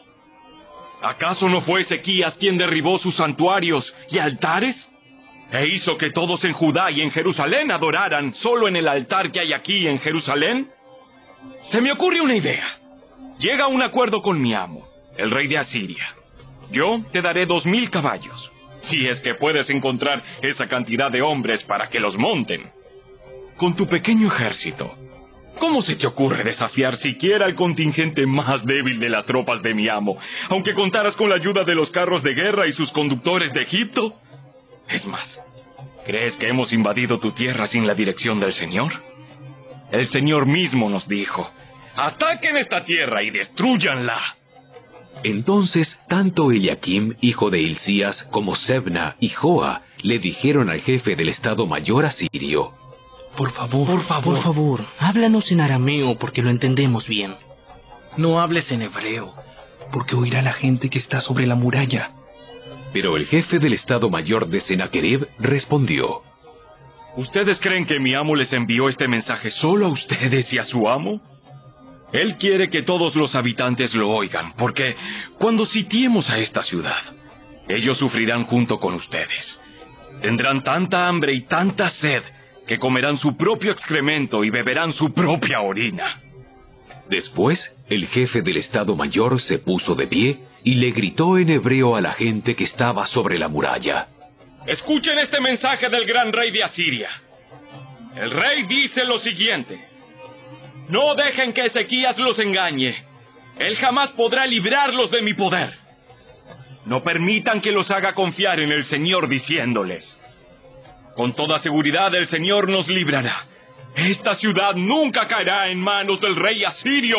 ¿Acaso no fue Ezequías quien derribó sus santuarios y altares? ¿E hizo que todos en Judá y en Jerusalén adoraran solo en el altar que hay aquí en Jerusalén? Se me ocurre una idea. Llega a un acuerdo con mi amo, el rey de Asiria. Yo te daré 2,000 caballos, si es que puedes encontrar esa cantidad de hombres para que los monten. Con tu pequeño ejército, ¿Cómo se te ocurre desafiar siquiera al contingente más débil de las tropas de mi amo, aunque contaras con la ayuda de los carros de guerra y sus conductores de Egipto? Es más, ¿crees que hemos invadido tu tierra sin la dirección del Señor? El Señor mismo nos dijo: ¡ataquen esta tierra y destrúyanla! Entonces, tanto Eliakim, hijo de Hilcías, como Sebna y Joa le dijeron al jefe del Estado Mayor asirio: Por favor, háblanos en arameo porque lo entendemos bien. No hables en hebreo, porque oirá la gente que está sobre la muralla. Pero el jefe del Estado Mayor de Sennacherib respondió: ¿Ustedes creen que mi amo les envió este mensaje solo a ustedes y a su amo? Él quiere que todos los habitantes lo oigan, porque cuando sitiemos a esta ciudad, ellos sufrirán junto con ustedes. Tendrán tanta hambre y tanta sed que comerán su propio excremento y beberán su propia orina. Después, el jefe del Estado Mayor se puso de pie y le gritó en hebreo a la gente que estaba sobre la muralla: Escuchen este mensaje del gran rey de Asiria. El rey dice lo siguiente: no dejen que Ezequías los engañe. Él jamás podrá librarlos de mi poder. No permitan que los haga confiar en el Señor diciéndoles: con toda seguridad el Señor nos librará. Esta ciudad nunca caerá en manos del rey asirio.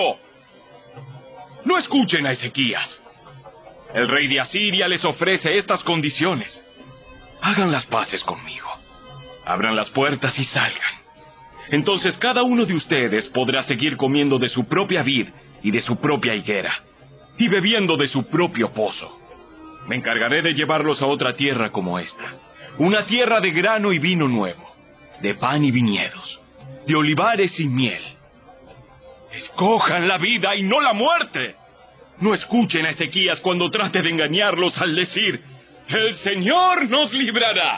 No escuchen a Ezequías. El rey de Asiria les ofrece estas condiciones. Hagan las paces conmigo. Abran las puertas y salgan. Entonces cada uno de ustedes podrá seguir comiendo de su propia vid y de su propia higuera, y bebiendo de su propio pozo. Me encargaré de llevarlos a otra tierra como esta, una tierra de grano y vino nuevo, de pan y viñedos, de olivares y miel. Escojan la vida y no la muerte. No escuchen a Ezequías cuando trate de engañarlos al decir: el Señor nos librará.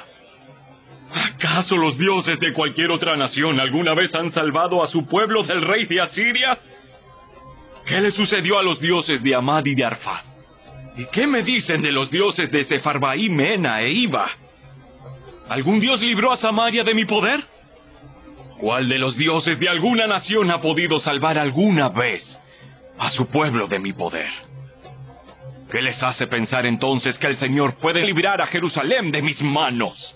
¿Acaso los dioses de cualquier otra nación alguna vez han salvado a su pueblo del rey de Asiria? ¿Qué le sucedió a los dioses de Amad y de Arfad? ¿Y qué me dicen de los dioses de Sefarbaim, Mena e Iba? ¿Algún dios libró a Samaria de mi poder? ¿Cuál de los dioses de alguna nación ha podido salvar alguna vez a su pueblo de mi poder? ¿Qué les hace pensar entonces que el Señor puede librar a Jerusalén de mis manos?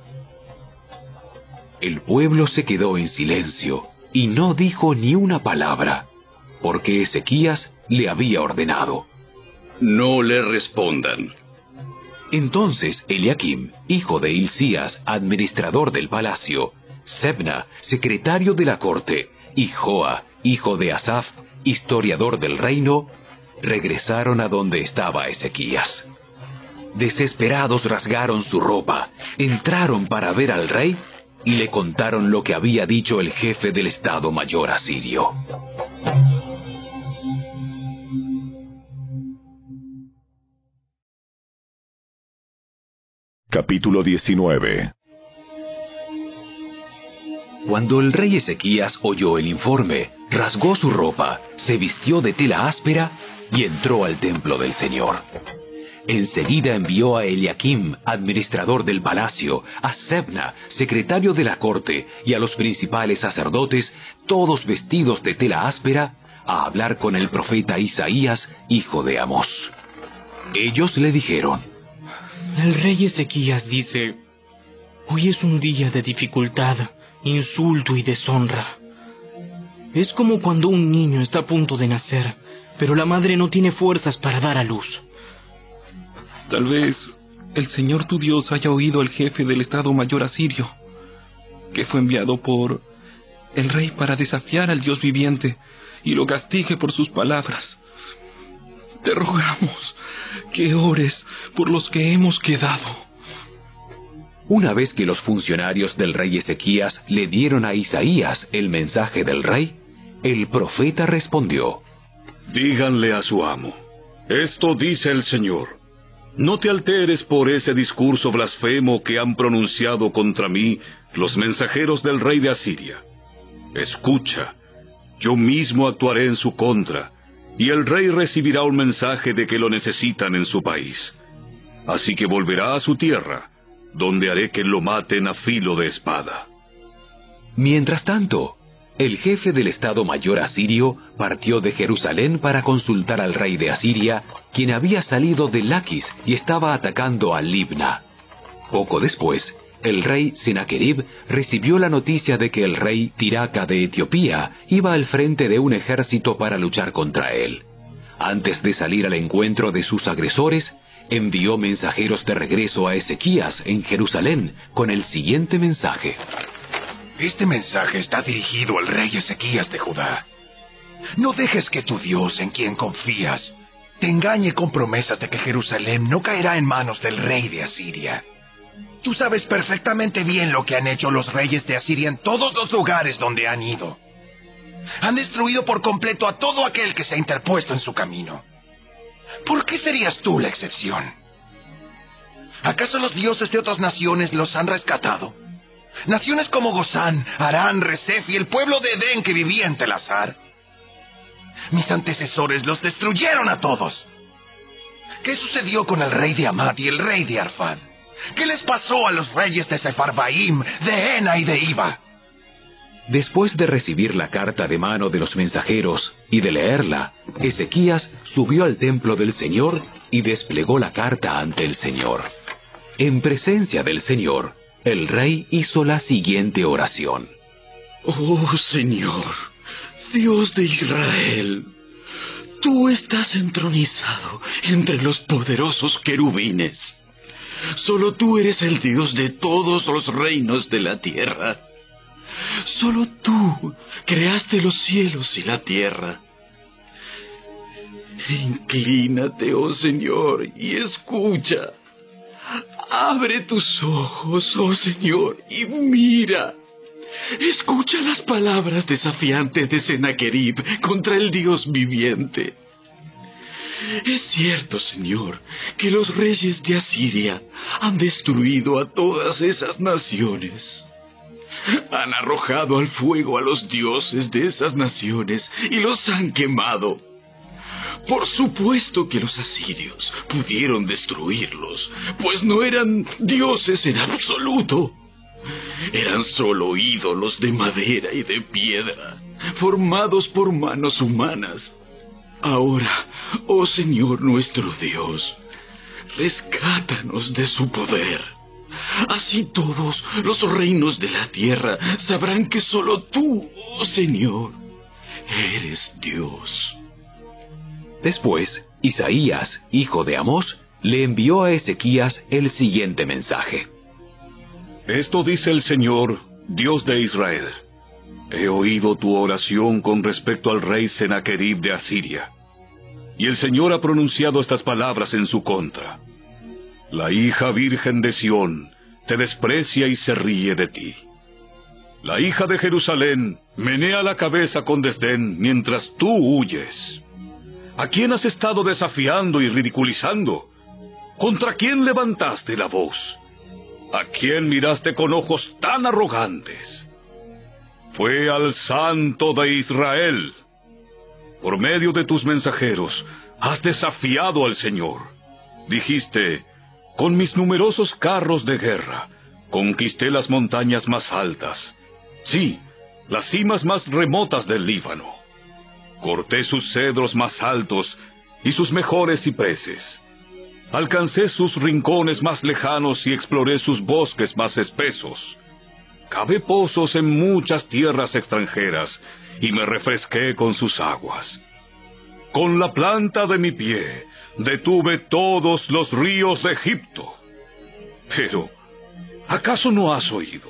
El pueblo se quedó en silencio y no dijo ni una palabra, porque Ezequías le había ordenado: no le respondan. Entonces Eliakim, hijo de Hilcías, administrador del palacio, Sebna, secretario de la corte, y Joa, hijo de Asaf, historiador del reino, regresaron a donde estaba Ezequías. Desesperados rasgaron su ropa, entraron para ver al rey y le contaron lo que había dicho el jefe del Estado Mayor asirio. Capítulo 19. Cuando el rey Ezequías oyó el informe, rasgó su ropa, se vistió de tela áspera y entró al templo del Señor. Enseguida envió a Eliakim, administrador del palacio, a Sebna, secretario de la corte, y a los principales sacerdotes, todos vestidos de tela áspera, a hablar con el profeta Isaías, hijo de Amós. Ellos le dijeron: el rey Ezequías dice: hoy es un día de dificultad, insulto y deshonra. Es como cuando un niño está a punto de nacer, pero la madre no tiene fuerzas para dar a luz. Tal vez el Señor tu Dios haya oído al jefe del Estado Mayor asirio, que fue enviado por el rey para desafiar al Dios viviente, y lo castigue por sus palabras. Te rogamos que ores por los que hemos quedado. Una vez que los funcionarios del rey Ezequías le dieron a Isaías el mensaje del rey, el profeta respondió: díganle a su amo: esto dice el Señor. No te alteres por ese discurso blasfemo que han pronunciado contra mí los mensajeros del rey de Asiria. Escucha, yo mismo actuaré en su contra, y el rey recibirá un mensaje de que lo necesitan en su país. Así que volverá a su tierra, donde haré que lo maten a filo de espada. Mientras tanto, el jefe del Estado Mayor asirio partió de Jerusalén para consultar al rey de Asiria, quien había salido de Laquis y estaba atacando a Libna. Poco después, el rey Sennacherib recibió la noticia de que el rey Tiraca de Etiopía iba al frente de un ejército para luchar contra él. Antes de salir al encuentro de sus agresores, envió mensajeros de regreso a Ezequías en Jerusalén con el siguiente mensaje. Este mensaje está dirigido al rey Ezequías de Judá. No dejes que tu Dios, en quien confías, te engañe con promesas de que Jerusalén no caerá en manos del rey de Asiria. Tú sabes perfectamente bien lo que han hecho los reyes de Asiria en todos los lugares donde han ido. Han destruido por completo a todo aquel que se ha interpuesto en su camino. ¿Por qué serías tú la excepción? ¿Acaso los dioses de otras naciones los han rescatado? Naciones como Gozán, Harán, Resef y el pueblo de Edén que vivía en Telasar. Mis antecesores los destruyeron a todos. ¿Qué sucedió con el rey de Hamat y el rey de Arfad? ¿Qué les pasó a los reyes de Sefarvaim, de Hena y de Iva? Después de recibir la carta de mano de los mensajeros y de leerla, Ezequías subió al templo del Señor y desplegó la carta ante el Señor. En presencia del Señor, el rey hizo la siguiente oración. Oh Señor, Dios de Israel, tú estás entronizado entre los poderosos querubines. Solo tú eres el Dios de todos los reinos de la tierra. Solo tú creaste los cielos y la tierra. Inclínate, oh Señor, y escucha. Abre tus ojos, oh Señor, y mira. Escucha las palabras desafiantes de Sennacherib contra el Dios viviente. Es cierto, Señor, que los reyes de Asiria han destruido a todas esas naciones. Han arrojado al fuego a los dioses de esas naciones y los han quemado. Por supuesto que los asirios pudieron destruirlos, pues no eran dioses en absoluto. Eran solo ídolos de madera y de piedra, formados por manos humanas. Ahora, oh Señor nuestro Dios, rescátanos de su poder. Así todos los reinos de la tierra sabrán que solo tú, oh Señor, eres Dios. Después, Isaías, hijo de Amós, le envió a Ezequías el siguiente mensaje. Esto dice el Señor, Dios de Israel. He oído tu oración con respecto al rey Sennacherib de Asiria. Y el Señor ha pronunciado estas palabras en su contra. La hija virgen de Sión te desprecia y se ríe de ti. La hija de Jerusalén menea la cabeza con desdén mientras tú huyes. ¿A quién has estado desafiando y ridiculizando? ¿Contra quién levantaste la voz? ¿A quién miraste con ojos tan arrogantes? Fue al Santo de Israel. Por medio de tus mensajeros has desafiado al Señor. Dijiste, con mis numerosos carros de guerra conquisté las montañas más altas. Sí, las cimas más remotas del Líbano. Corté sus cedros más altos y sus mejores cipreses. Alcancé sus rincones más lejanos y exploré sus bosques más espesos. Cavé pozos en muchas tierras extranjeras y me refresqué con sus aguas. Con la planta de mi pie detuve todos los ríos de Egipto. Pero, ¿acaso no has oído?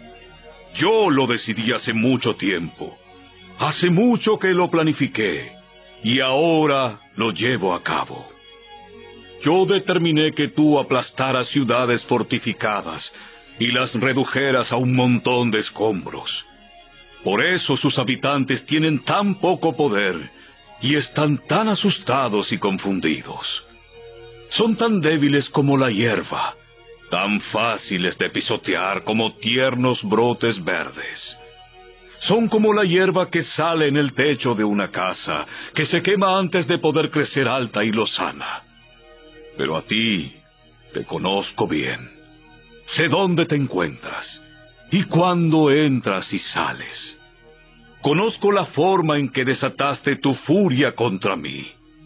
Yo lo decidí hace mucho tiempo. Hace mucho que lo planifiqué y ahora lo llevo a cabo. Yo determiné que tú aplastaras ciudades fortificadas y las redujeras a un montón de escombros. Por eso sus habitantes tienen tan poco poder y están tan asustados y confundidos. Son tan débiles como la hierba, tan fáciles de pisotear como tiernos brotes verdes. Son como la hierba que sale en el techo de una casa, que se quema antes de poder crecer alta y lozana. Pero a ti te conozco bien. Sé dónde te encuentras y cuándo entras y sales. conozco la forma en que desataste tu furia contra mí.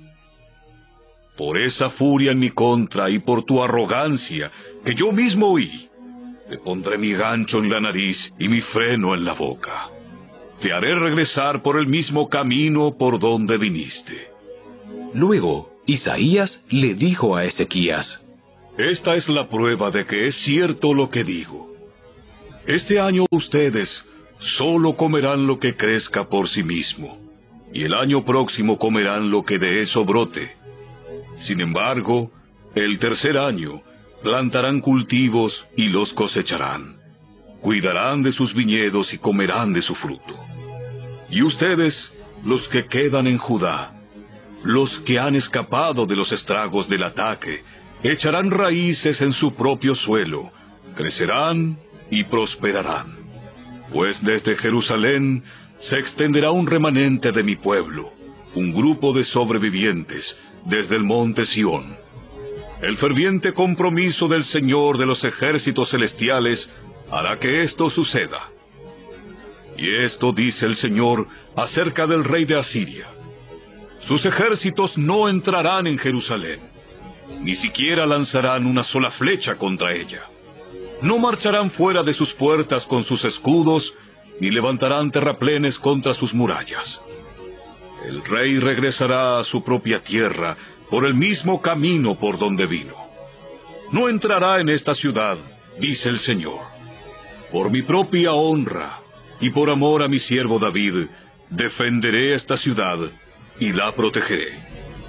Por esa furia en mi contra y por tu arrogancia, que yo mismo oí, te pondré mi gancho en la nariz y mi freno en la boca. Te haré regresar por el mismo camino por donde viniste. Luego, Isaías le dijo a Ezequías: Esta es la prueba de que es cierto lo que digo. Este año ustedes solo comerán lo que crezca por sí mismo, y el año próximo comerán lo que de eso brote. Sin embargo, el tercer año plantarán cultivos y los cosecharán. Cuidarán de sus viñedos y comerán de su fruto. Y ustedes, los que quedan en Judá, los que han escapado de los estragos del ataque, echarán raíces en su propio suelo, crecerán y prosperarán. Pues desde Jerusalén se extenderá un remanente de mi pueblo, un grupo de sobrevivientes, desde el monte Sión. El ferviente compromiso del Señor de los ejércitos celestiales hará que esto suceda. Y esto dice el Señor acerca del rey de Asiria: sus ejércitos no entrarán en Jerusalén, ni siquiera lanzarán una sola flecha contra ella. No marcharán fuera de sus puertas con sus escudos, ni levantarán terraplenes contra sus murallas. El rey regresará a su propia tierra por el mismo camino por donde vino. No entrará en esta ciudad, dice el Señor. Por mi propia honra y por amor a mi siervo David, defenderé esta ciudad y la protegeré.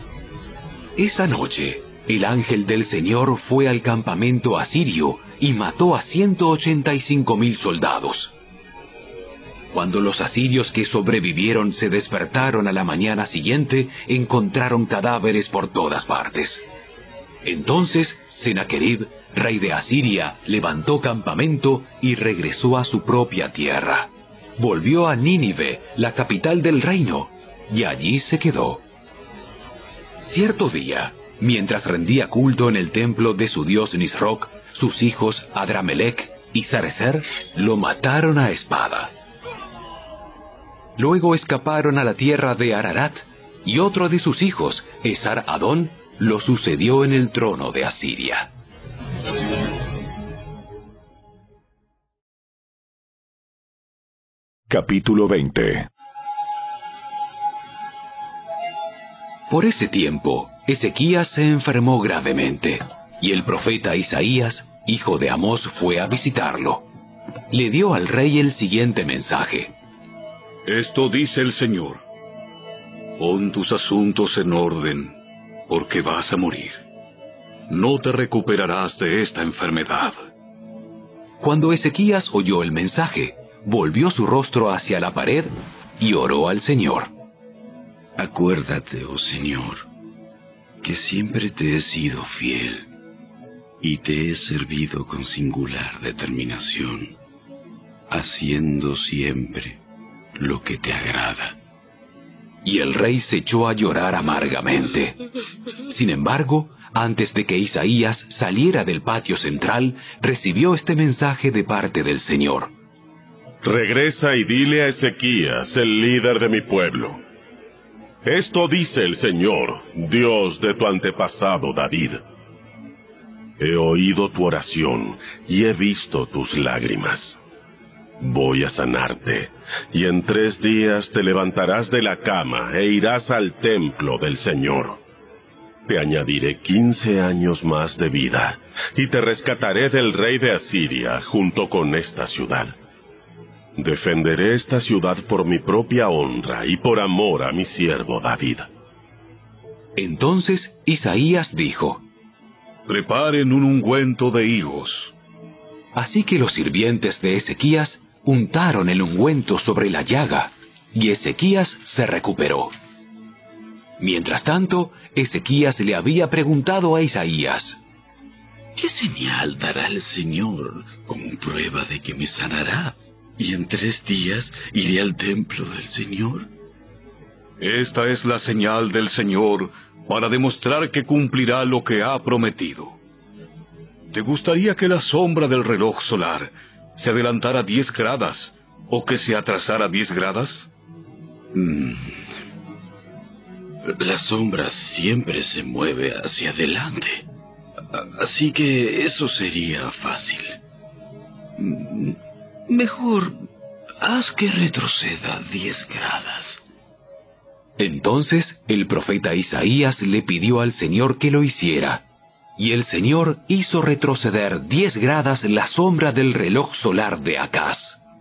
Esa noche, el ángel del Señor fue al campamento asirio y mató a 185,000 soldados. Cuando los asirios que sobrevivieron se despertaron a la mañana siguiente, encontraron cadáveres por todas partes. Entonces Sennacherib, rey de Asiria, levantó campamento y regresó a su propia tierra. Volvió a Nínive, la capital del reino, y allí se quedó. Cierto día, mientras rendía culto en el templo de su dios Nisroch, sus hijos Adramelech y Sarecer lo mataron a espada. Luego escaparon a la tierra de Ararat, y otro de sus hijos, Esar-Adón, lo sucedió en el trono de Asiria. Capítulo 20. Por ese tiempo, Ezequías se enfermó gravemente, y el profeta Isaías, hijo de Amós, fue a visitarlo. Le dio al rey el siguiente mensaje: Esto dice el Señor: pon tus asuntos en orden, porque vas a morir. No te recuperarás de esta enfermedad. Cuando Ezequías oyó el mensaje, volvió su rostro hacia la pared y oró al Señor. Acuérdate, oh Señor, que siempre te he sido fiel y te he servido con singular determinación, haciendo siempre lo que te agrada. Y el rey se echó a llorar amargamente. Sin embargo, antes de que Isaías saliera del patio central, recibió este mensaje de parte del Señor: Regresa y dile a Ezequías, el líder de mi pueblo: esto dice el Señor, Dios de tu antepasado David. He oído tu oración y he visto tus lágrimas. Voy a sanarte, y en 3 días te levantarás de la cama e irás al templo del Señor. Te añadiré 15 años más de vida, y te rescataré del rey de Asiria junto con esta ciudad. Defenderé esta ciudad por mi propia honra y por amor a mi siervo David. Entonces Isaías dijo: Preparen un ungüento de higos. Así que los sirvientes de Ezequías untaron el ungüento sobre la llaga, y Ezequías se recuperó. Mientras tanto, Ezequías le había preguntado a Isaías: ¿qué señal dará el Señor como prueba de que me sanará? ¿Y en 3 días iré al templo del Señor? Esta es la señal del Señor para demostrar que cumplirá lo que ha prometido. ¿Te gustaría que la sombra del reloj solar se adelantara 10 gradas o que se atrasara 10 gradas? La sombra siempre se mueve hacia adelante. Así que eso sería fácil. Mejor haz que retroceda 10 gradas. Entonces el profeta Isaías le pidió al Señor que lo hiciera, y el Señor hizo retroceder 10 gradas la sombra del reloj solar de Acaz.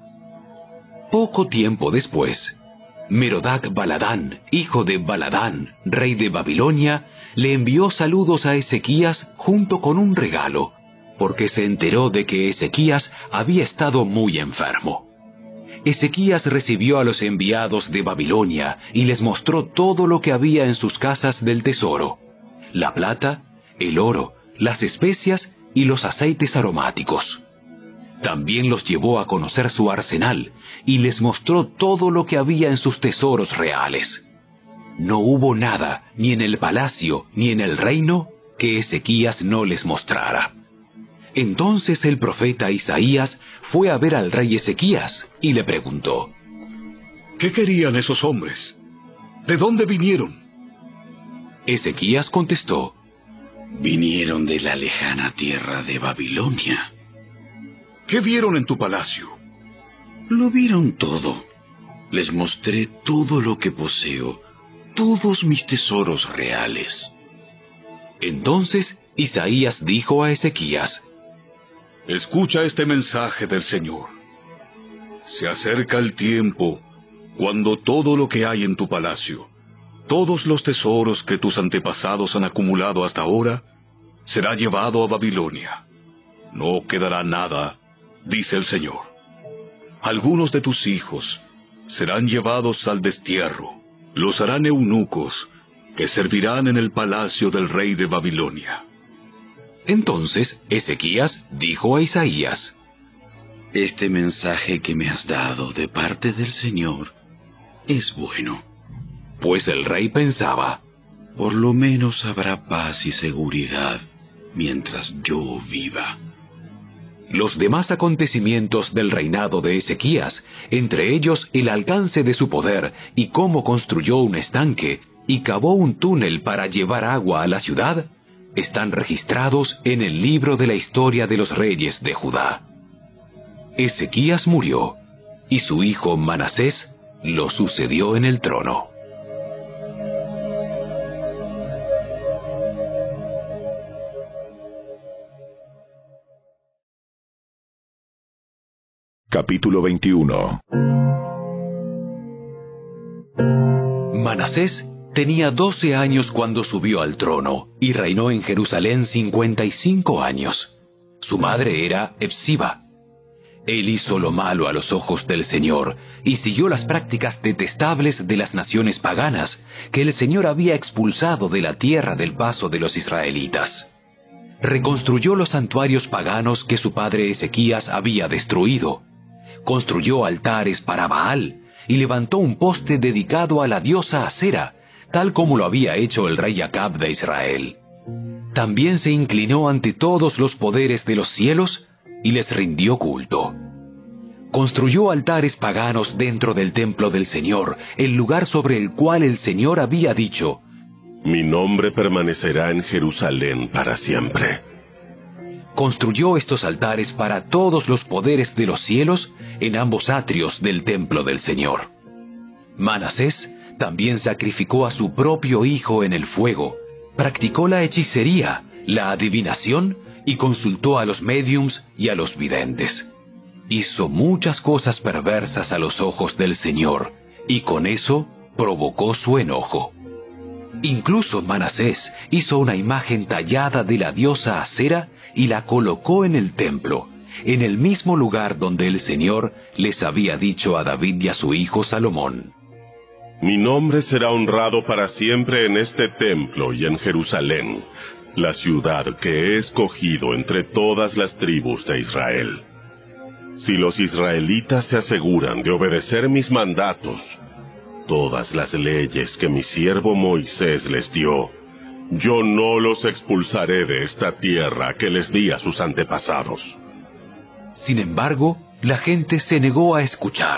Poco tiempo después, Merodach Baladán, hijo de Baladán, rey de Babilonia, le envió saludos a Ezequías junto con un regalo, porque se enteró de que Ezequías había estado muy enfermo. Ezequías recibió a los enviados de Babilonia y les mostró todo lo que había en sus casas del tesoro: la plata, el oro, las especias y los aceites aromáticos. También los llevó a conocer su arsenal y les mostró todo lo que había en sus tesoros reales. No hubo nada, ni en el palacio ni en el reino, que Ezequías no les mostrara. Entonces el profeta Isaías fue a ver al rey Ezequías y le preguntó: ¿Qué querían esos hombres? ¿De dónde vinieron? Ezequías contestó: Vinieron de la lejana tierra de Babilonia. ¿Qué vieron en tu palacio? Lo vieron todo. Les mostré todo lo que poseo, todos mis tesoros reales. Entonces Isaías dijo a Ezequías: Escucha este mensaje del Señor. Se acerca el tiempo cuando todo lo que hay en tu palacio, todos los tesoros que tus antepasados han acumulado hasta ahora, será llevado a Babilonia. No quedará nada, dice el Señor. Algunos de tus hijos serán llevados al destierro. Los harán eunucos, que servirán en el palacio del rey de Babilonia. Entonces Ezequías dijo a Isaías: Este mensaje que me has dado de parte del Señor es bueno. Pues el rey pensaba: por lo menos habrá paz y seguridad mientras yo viva. Los demás acontecimientos del reinado de Ezequías, entre ellos el alcance de su poder y cómo construyó un estanque y cavó un túnel para llevar agua a la ciudad, están registrados en el libro de la historia de los reyes de Judá. Ezequías murió, y su hijo Manasés lo sucedió en el trono. Capítulo 21. Manasés tenía 12 años cuando subió al trono, y reinó en Jerusalén 55 años. Su madre era Hepsiba. Él hizo lo malo a los ojos del Señor, y siguió las prácticas detestables de las naciones paganas, que el Señor había expulsado de la tierra del paso de los israelitas. Reconstruyó los santuarios paganos que su padre Ezequías había destruido. Construyó altares para Baal, y levantó un poste dedicado a la diosa Asera, tal como lo había hecho el rey Acab de Israel. También se inclinó ante todos los poderes de los cielos y les rindió culto. Construyó altares paganos dentro del templo del Señor, el lugar sobre el cual el Señor había dicho: Mi nombre permanecerá en Jerusalén para siempre. Construyó estos altares para todos los poderes de los cielos en ambos atrios del templo del Señor. Manasés también sacrificó a su propio hijo en el fuego, practicó la hechicería, la adivinación y consultó a los médiums y a los videntes. Hizo muchas cosas perversas a los ojos del Señor, y con eso provocó su enojo. Incluso Manasés hizo una imagen tallada de la diosa Asera y la colocó en el templo, en el mismo lugar donde el Señor les había dicho a David y a su hijo Salomón: Mi nombre será honrado para siempre en este templo y en Jerusalén, la ciudad que he escogido entre todas las tribus de Israel. Si los israelitas se aseguran de obedecer mis mandatos, todas las leyes que mi siervo Moisés les dio, yo no los expulsaré de esta tierra que les di a sus antepasados. Sin embargo, la gente se negó a escuchar.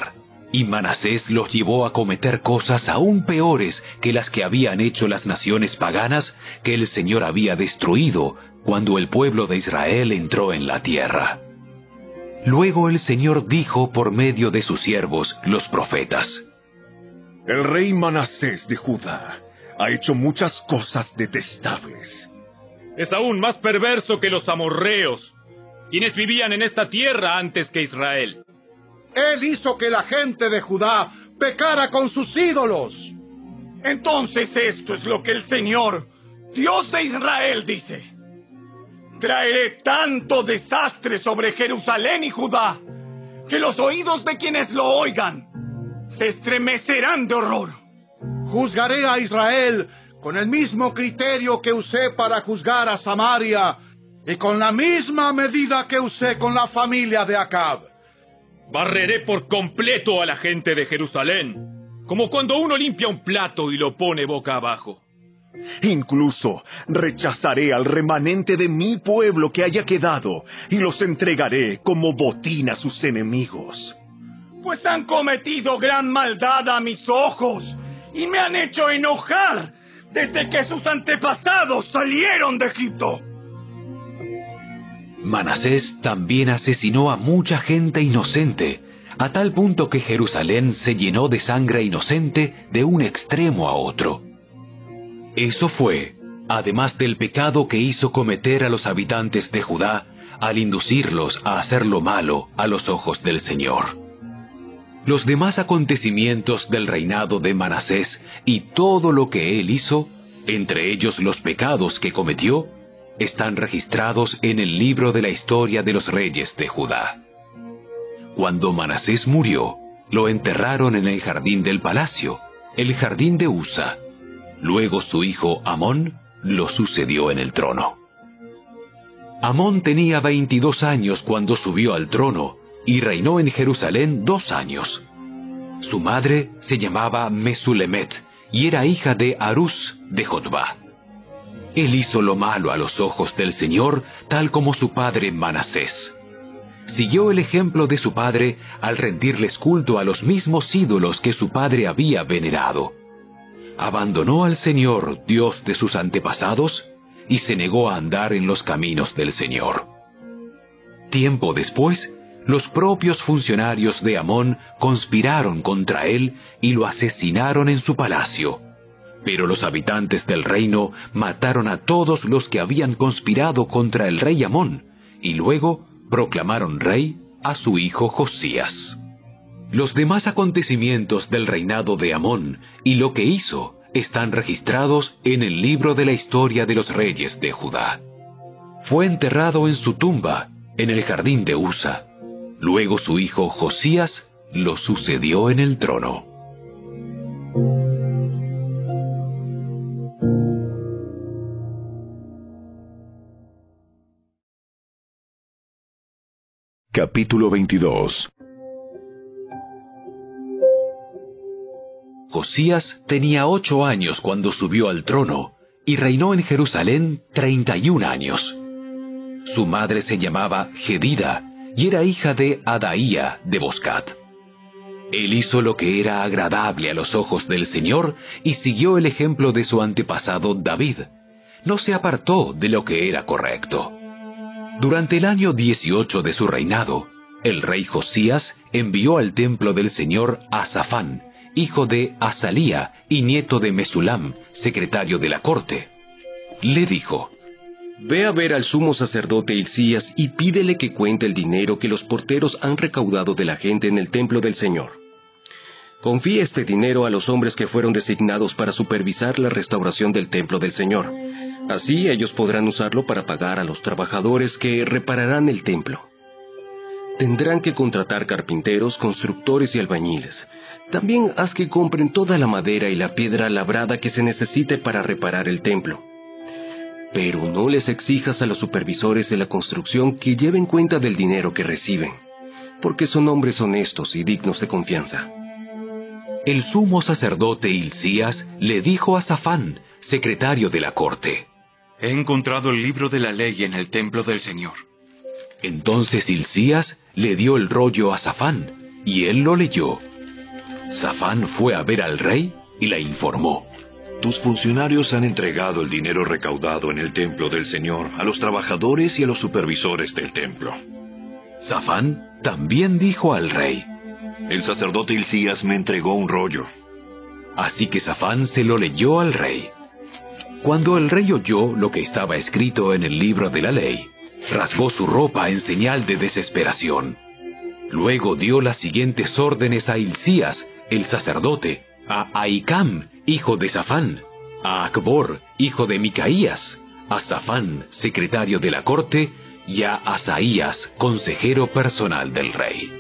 y Manasés los llevó a cometer cosas aún peores que las que habían hecho las naciones paganas que el Señor había destruido cuando el pueblo de Israel entró en la tierra. Luego el Señor dijo por medio de sus siervos, los profetas: El rey Manasés de Judá ha hecho muchas cosas detestables. Es aún más perverso que los amorreos, quienes vivían en esta tierra antes que Israel. Él hizo que la gente de Judá pecara con sus ídolos. Entonces esto es lo que el Señor, Dios de Israel, dice: traeré tanto desastre sobre Jerusalén y Judá, que los oídos de quienes lo oigan se estremecerán de horror. Juzgaré a Israel con el mismo criterio que usé para juzgar a Samaria, y con la misma medida que usé con la familia de Acab. Barreré por completo a la gente de Jerusalén, como cuando uno limpia un plato y lo pone boca abajo. Incluso rechazaré al remanente de mi pueblo que haya quedado, y los entregaré como botín a sus enemigos. Pues han cometido gran maldad a mis ojos, y me han hecho enojar desde que sus antepasados salieron de Egipto. Manasés también asesinó a mucha gente inocente, a tal punto que Jerusalén se llenó de sangre inocente de un extremo a otro. Eso fue, además del pecado que hizo cometer a los habitantes de Judá al inducirlos a hacer lo malo a los ojos del Señor. Los demás acontecimientos del reinado de Manasés y todo lo que él hizo, entre ellos los pecados que cometió, están registrados en el libro de la historia de los reyes de Judá. Cuando Manasés murió, lo enterraron en el jardín del palacio, el jardín de Usa. Luego su hijo Amón lo sucedió en el trono. Amón tenía 22 años cuando subió al trono y reinó en Jerusalén 2 años. Su madre se llamaba Mesulemet y era hija de Harús de Jotbá. Él hizo lo malo a los ojos del Señor, tal como su padre Manasés. Siguió el ejemplo de su padre al rendirles culto a los mismos ídolos que su padre había venerado. Abandonó al Señor, Dios de sus antepasados, y se negó a andar en los caminos del Señor. Tiempo después, los propios funcionarios de Amón conspiraron contra él y lo asesinaron en su palacio. Pero los habitantes del reino mataron a todos los que habían conspirado contra el rey Amón, y luego proclamaron rey a su hijo Josías. Los demás acontecimientos del reinado de Amón y lo que hizo están registrados en el libro de la historia de los reyes de Judá. Fue enterrado en su tumba, en el jardín de Usa. Luego su hijo Josías lo sucedió en el trono. Capítulo 22. Josías tenía 8 años cuando subió al trono y reinó en Jerusalén 31 años. Su madre se llamaba Jedida y era hija de Adaía de Boscat. Él hizo lo que era agradable a los ojos del Señor y siguió el ejemplo de su antepasado David. No se apartó de lo que era correcto. Durante el año 18 de su reinado, el rey Josías envió al templo del Señor a Safán, hijo de Asalía y nieto de Mesulam, secretario de la corte. Le dijo: Ve a ver al sumo sacerdote Hilcías y pídele que cuente el dinero que los porteros han recaudado de la gente en el templo del Señor. Confía este dinero a los hombres que fueron designados para supervisar la restauración del templo del Señor. Así ellos podrán usarlo para pagar a los trabajadores que repararán el templo. Tendrán que contratar carpinteros, constructores y albañiles. También haz que compren toda la madera y la piedra labrada que se necesite para reparar el templo. Pero no les exijas a los supervisores de la construcción que lleven cuenta del dinero que reciben, porque son hombres honestos y dignos de confianza. El sumo sacerdote Hilcías le dijo a Safán, secretario de la corte: He encontrado el libro de la ley en el templo del Señor. Entonces Hilcías le dio el rollo a Safán, y él lo leyó. Safán fue a ver al rey y le informó: Tus funcionarios han entregado el dinero recaudado en el templo del Señor a los trabajadores y a los supervisores del templo. Safán también dijo al rey: El sacerdote Hilcías me entregó un rollo. Así que Safán se lo leyó al rey. Cuando el rey oyó lo que estaba escrito en el libro de la ley, rasgó su ropa en señal de desesperación. Luego dio las siguientes órdenes a Hilcías, el sacerdote, a Ahicam, hijo de Safán, a Acbor, hijo de Micaías, a Safán, secretario de la corte, y a Asaías, consejero personal del rey.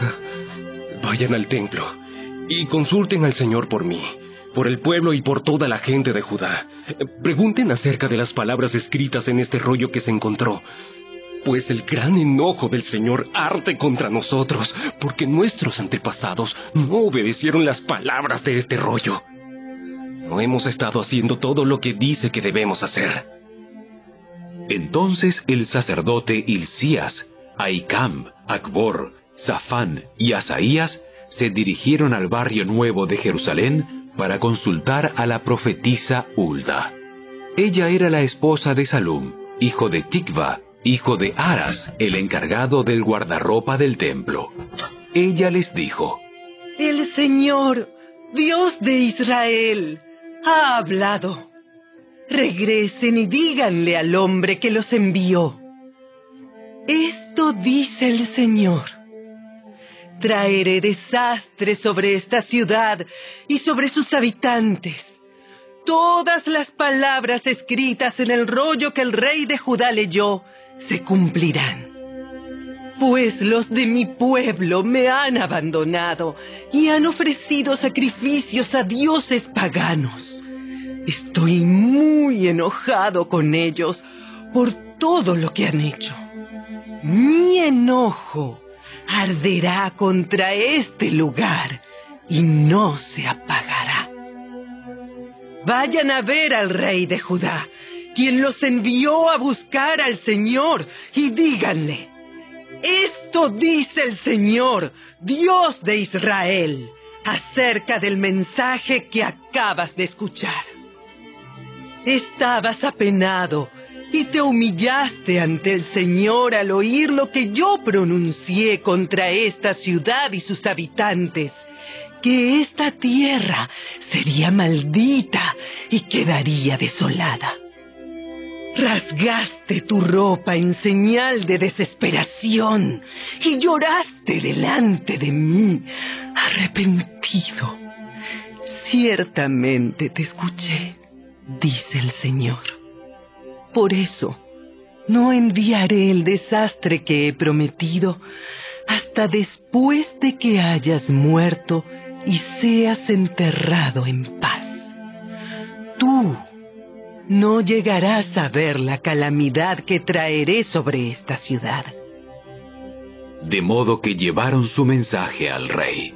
Vayan al templo y consulten al Señor por mí, por el pueblo y por toda la gente de Judá. Pregunten acerca de las palabras escritas en este rollo que se encontró, pues el gran enojo del Señor arde contra nosotros, porque nuestros antepasados no obedecieron las palabras de este rollo. No hemos estado haciendo todo lo que dice que debemos hacer. Entonces el sacerdote Hilcías, Ahicam, Acbor, Safán y Asaías se dirigieron al barrio nuevo de Jerusalén para consultar a la profetisa Hulda. Ella era la esposa de Salum, hijo de Tikva, hijo de Aras, el encargado del guardarropa del templo. Ella les dijo: El Señor, Dios de Israel, ha hablado. Regresen y díganle al hombre que los envió: Esto dice el Señor: traeré desastre sobre esta ciudad y sobre sus habitantes. Todas las palabras escritas en el rollo que el rey de Judá leyó se cumplirán. Pues los de mi pueblo me han abandonado y han ofrecido sacrificios a dioses paganos. Estoy muy enojado con ellos por todo lo que han hecho. Mi enojo arderá contra este lugar y no se apagará. Vayan a ver al rey de Judá, quien los envió a buscar al Señor, y díganle: Esto dice el Señor, Dios de Israel, acerca del mensaje que acabas de escuchar. Estabas apenado y te humillaste ante el Señor al oír lo que yo pronuncié contra esta ciudad y sus habitantes, que esta tierra sería maldita y quedaría desolada. Rasgaste tu ropa en señal de desesperación y lloraste delante de mí, arrepentido. Ciertamente te escuché, dice el Señor. Por eso, no enviaré el desastre que he prometido hasta después de que hayas muerto y seas enterrado en paz. Tú no llegarás a ver la calamidad que traeré sobre esta ciudad. De modo que llevaron su mensaje al rey.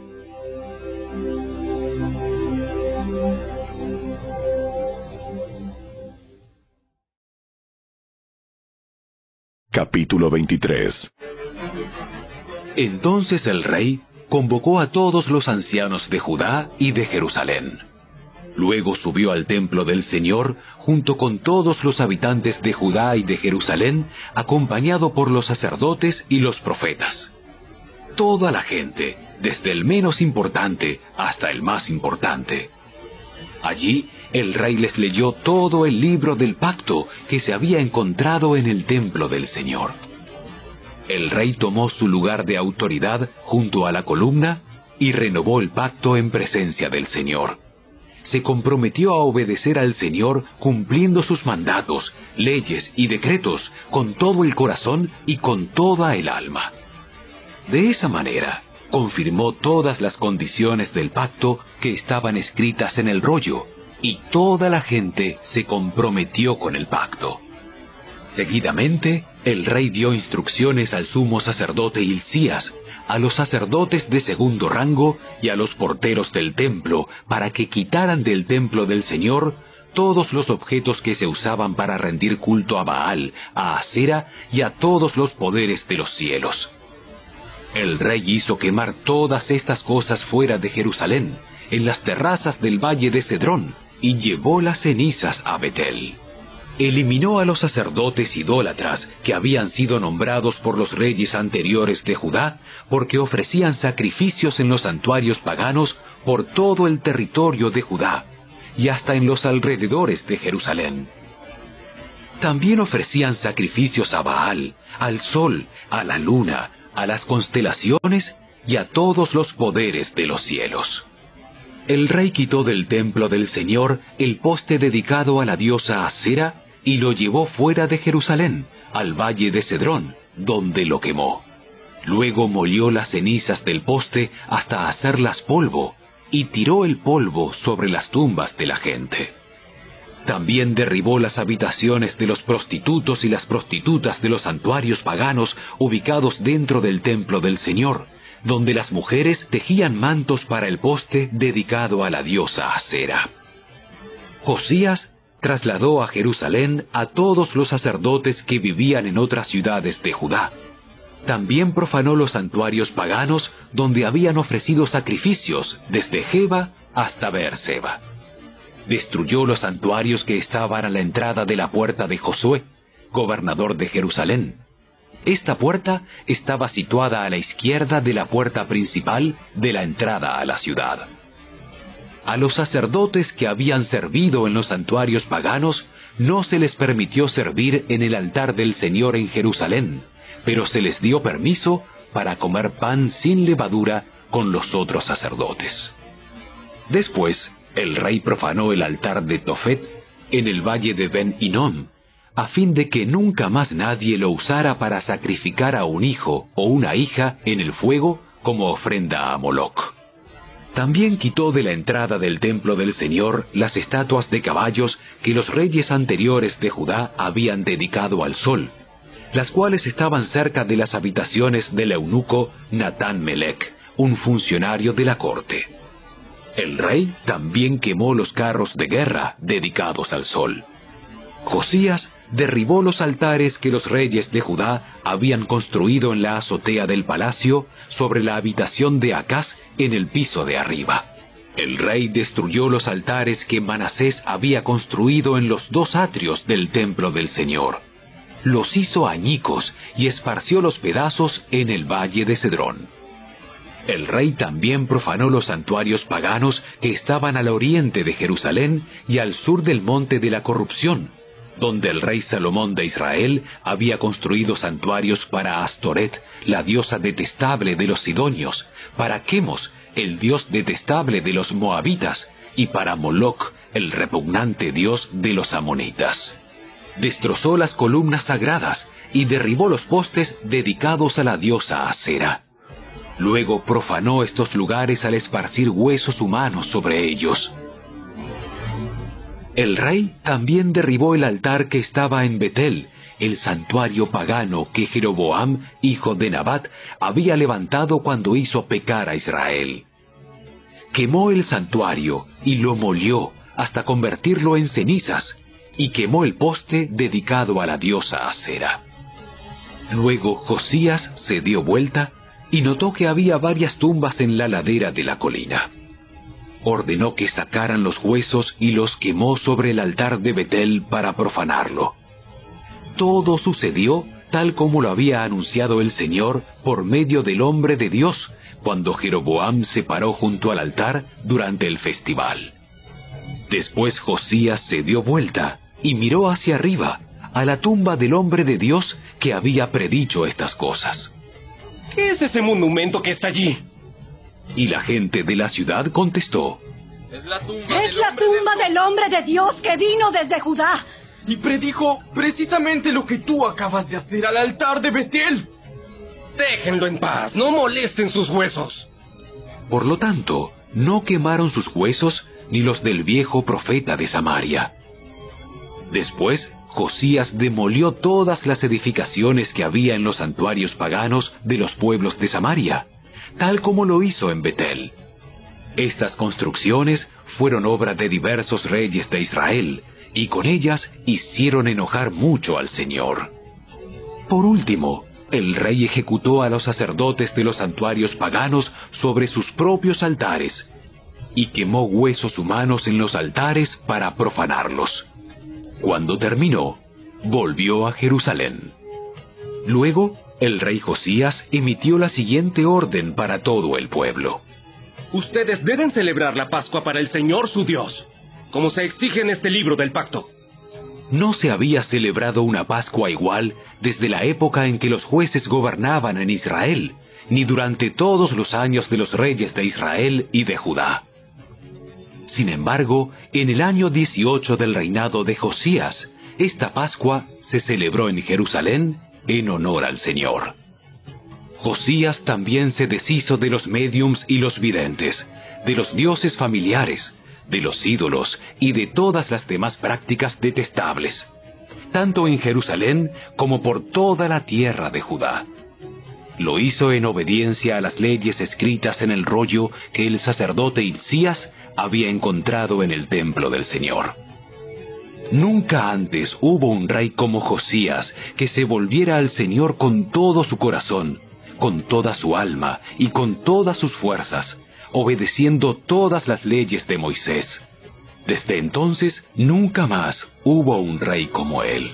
Capítulo 23. Entonces el rey convocó a todos los ancianos de Judá y de Jerusalén. Luego subió al templo del Señor junto con todos los habitantes de Judá y de Jerusalén, acompañado por los sacerdotes y los profetas. Toda la gente, desde el menos importante hasta el más importante. Allí el rey les leyó todo el libro del pacto que se había encontrado en el templo del Señor. El rey tomó su lugar de autoridad junto a la columna y renovó el pacto en presencia del Señor. Se comprometió a obedecer al Señor cumpliendo sus mandatos, leyes y decretos con todo el corazón y con toda el alma. De esa manera, confirmó todas las condiciones del pacto que estaban escritas en el rollo, y toda la gente se comprometió con el pacto. Seguidamente, el rey dio instrucciones al sumo sacerdote Hilcías, a los sacerdotes de segundo rango y a los porteros del templo, para que quitaran del templo del Señor todos los objetos que se usaban para rendir culto a Baal, a Asera y a todos los poderes de los cielos. El rey hizo quemar todas estas cosas fuera de Jerusalén, en las terrazas del valle de Cedrón, y llevó las cenizas a Betel. Eliminó a los sacerdotes idólatras que habían sido nombrados por los reyes anteriores de Judá, porque ofrecían sacrificios en los santuarios paganos por todo el territorio de Judá, y hasta en los alrededores de Jerusalén. También ofrecían sacrificios a Baal, al sol, a la luna, a las constelaciones y a todos los poderes de los cielos. El rey quitó del templo del Señor el poste dedicado a la diosa Asera y lo llevó fuera de Jerusalén, al valle de Cedrón, donde lo quemó. Luego molió las cenizas del poste hasta hacerlas polvo, y tiró el polvo sobre las tumbas de la gente. También derribó las habitaciones de los prostitutos y las prostitutas de los santuarios paganos ubicados dentro del templo del Señor, donde las mujeres tejían mantos para el poste dedicado a la diosa Asera. Josías trasladó a Jerusalén a todos los sacerdotes que vivían en otras ciudades de Judá. También profanó los santuarios paganos donde habían ofrecido sacrificios desde Geba hasta Beerseba. Destruyó los santuarios que estaban a la entrada de la puerta de Josué, gobernador de Jerusalén. Esta puerta estaba situada a la izquierda de la puerta principal de la entrada a la ciudad. A los sacerdotes que habían servido en los santuarios paganos no se les permitió servir en el altar del Señor en Jerusalén, pero se les dio permiso para comer pan sin levadura con los otros sacerdotes. Después, el rey profanó el altar de Tofet en el valle de Ben-Hinnom, a fin de que nunca más nadie lo usara para sacrificar a un hijo o una hija en el fuego como ofrenda a Moloc. También quitó de la entrada del templo del Señor las estatuas de caballos que los reyes anteriores de Judá habían dedicado al sol, las cuales estaban cerca de las habitaciones del eunuco Natán Melec, un funcionario de la corte. El rey también quemó los carros de guerra dedicados al sol. Josías derribó los altares que los reyes de Judá habían construido en la azotea del palacio sobre la habitación de Acaz en el piso de arriba. El rey destruyó los altares que Manasés había construido en los dos atrios del templo del Señor. Los hizo añicos y esparció los pedazos en el valle de Cedrón. El rey también profanó los santuarios paganos que estaban al oriente de Jerusalén y al sur del monte de la corrupción, donde el rey Salomón de Israel había construido santuarios para Astoret, la diosa detestable de los sidonios, para Quemos, el dios detestable de los moabitas, y para Moloc, el repugnante dios de los amonitas. Destrozó las columnas sagradas y derribó los postes dedicados a la diosa Asera. Luego profanó estos lugares al esparcir huesos humanos sobre ellos. El rey también derribó el altar que estaba en Betel, el santuario pagano que Jeroboam, hijo de Nabat, había levantado cuando hizo pecar a Israel. Quemó el santuario y lo molió hasta convertirlo en cenizas, y quemó el poste dedicado a la diosa Asera. Luego Josías se dio vuelta y notó que había varias tumbas en la ladera de la colina. Ordenó que sacaran los huesos y los quemó sobre el altar de Betel para profanarlo. Todo sucedió tal como lo había anunciado el Señor por medio del hombre de Dios, cuando Jeroboam se paró junto al altar durante el festival. Después Josías se dio vuelta y miró hacia arriba, a la tumba del hombre de Dios que había predicho estas cosas. ¿Qué es ese monumento que está allí? Y la gente de la ciudad contestó: Es la tumba del hombre de Dios que vino desde Judá. Y predijo precisamente lo que tú acabas de hacer al altar de Betel. Déjenlo en paz, no molesten sus huesos. Por lo tanto, no quemaron sus huesos ni los del viejo profeta de Samaria. Después, Josías demolió todas las edificaciones que había en los santuarios paganos de los pueblos de Samaria, tal como lo hizo en Betel. Estas construcciones fueron obra de diversos reyes de Israel, y con ellas hicieron enojar mucho al Señor. Por último, el rey ejecutó a los sacerdotes de los santuarios paganos sobre sus propios altares, y quemó huesos humanos en los altares para profanarlos. Cuando terminó, volvió a Jerusalén. Luego, el rey Josías emitió la siguiente orden para todo el pueblo. Ustedes deben celebrar la Pascua para el Señor su Dios, como se exige en este libro del pacto. No se había celebrado una Pascua igual desde la época en que los jueces gobernaban en Israel, ni durante todos los años de los reyes de Israel y de Judá. Sin embargo, en el año 18 del reinado de Josías, esta Pascua se celebró en Jerusalén en honor al Señor. Josías también se deshizo de los médiums y los videntes, de los dioses familiares, de los ídolos y de todas las demás prácticas detestables, tanto en Jerusalén como por toda la tierra de Judá. Lo hizo en obediencia a las leyes escritas en el rollo que el sacerdote Hilcías había encontrado en el templo del Señor. Nunca antes hubo un rey como Josías que se volviera al Señor con todo su corazón, con toda su alma y con todas sus fuerzas, obedeciendo todas las leyes de Moisés. Desde entonces nunca más hubo un rey como él.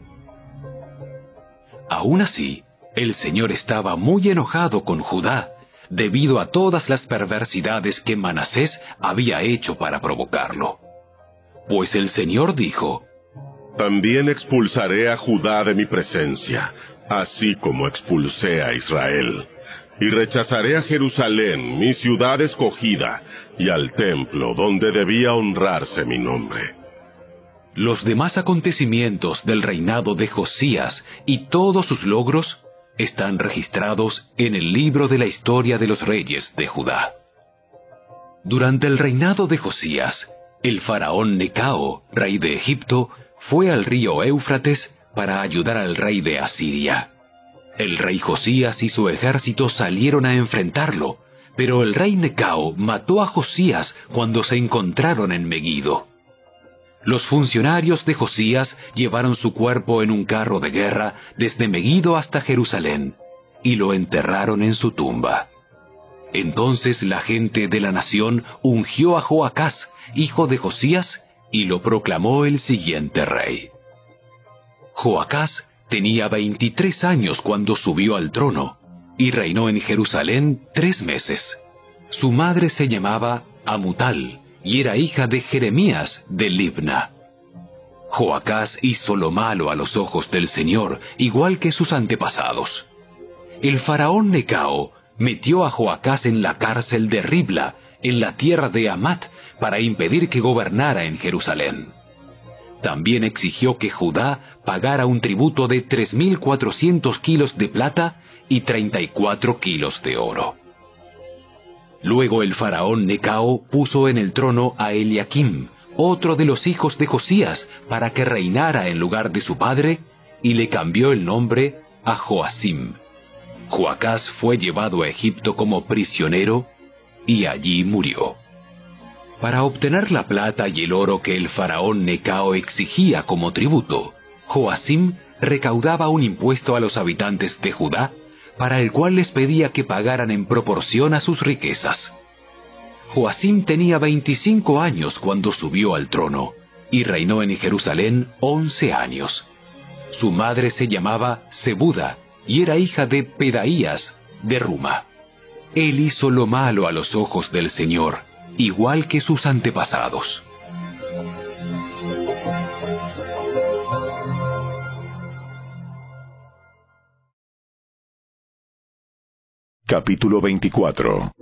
Aún así, el Señor estaba muy enojado con Judá, debido a todas las perversidades que Manasés había hecho para provocarlo. Pues el Señor dijo: También expulsaré a Judá de mi presencia, así como expulsé a Israel. Y rechazaré a Jerusalén, mi ciudad escogida, y al templo donde debía honrarse mi nombre. Los demás acontecimientos del reinado de Josías y todos sus logros están registrados en el libro de la historia de los reyes de Judá. Durante el reinado de Josías, el faraón Necao, rey de Egipto, fue al río Éufrates para ayudar al rey de Asiria. El rey Josías y su ejército salieron a enfrentarlo, pero el rey Necao mató a Josías cuando se encontraron en Meguido. Los funcionarios de Josías llevaron su cuerpo en un carro de guerra desde Meguido hasta Jerusalén y lo enterraron en su tumba. Entonces la gente de la nación ungió a Joacás, hijo de Josías, y lo proclamó el siguiente rey. Joacás tenía 23 años cuando subió al trono y reinó en Jerusalén 3 meses. Su madre se llamaba Amutal y era hija de Jeremías de Libna. Joacás hizo lo malo a los ojos del Señor, igual que sus antepasados. El faraón Necao metió a Joacás en la cárcel de Ribla, en la tierra de Hamat, para impedir que gobernara en Jerusalén. También exigió que Judá pagara un tributo de 3.400 kilos de plata y 34 kilos de oro. Luego el faraón Necao puso en el trono a Eliakim, otro de los hijos de Josías, para que reinara en lugar de su padre, y le cambió el nombre a Joacim. Joacás fue llevado a Egipto como prisionero y allí murió. Para obtener la plata y el oro que el faraón Necao exigía como tributo, Joacim recaudaba un impuesto a los habitantes de Judá, para el cual les pedía que pagaran en proporción a sus riquezas. Joacim tenía 25 años cuando subió al trono, y reinó en Jerusalén 11 años. Su madre se llamaba Zebuda, y era hija de Pedaías de Ruma. Él hizo lo malo a los ojos del Señor, igual que sus antepasados. Capítulo 24.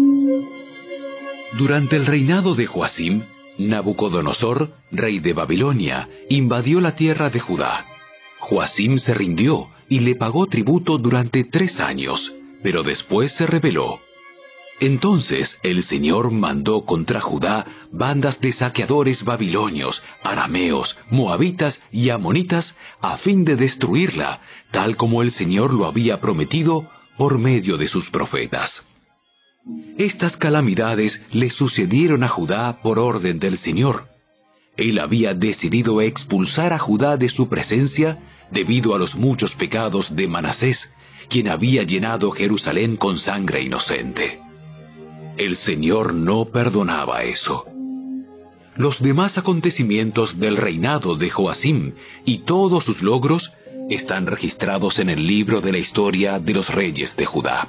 Durante el reinado de Joacim, Nabucodonosor, rey de Babilonia, invadió la tierra de Judá. Joacim se rindió y le pagó tributo durante 3 años, pero después se rebeló. Entonces el Señor mandó contra Judá bandas de saqueadores babilonios, arameos, moabitas y amonitas a fin de destruirla, tal como el Señor lo había prometido por medio de sus profetas. Estas calamidades le sucedieron a Judá por orden del Señor. Él había decidido expulsar a Judá de su presencia debido a los muchos pecados de Manasés, quien había llenado Jerusalén con sangre inocente. El Señor no perdonaba eso. Los demás acontecimientos del reinado de Joacim y todos sus logros están registrados en el libro de la historia de los reyes de Judá.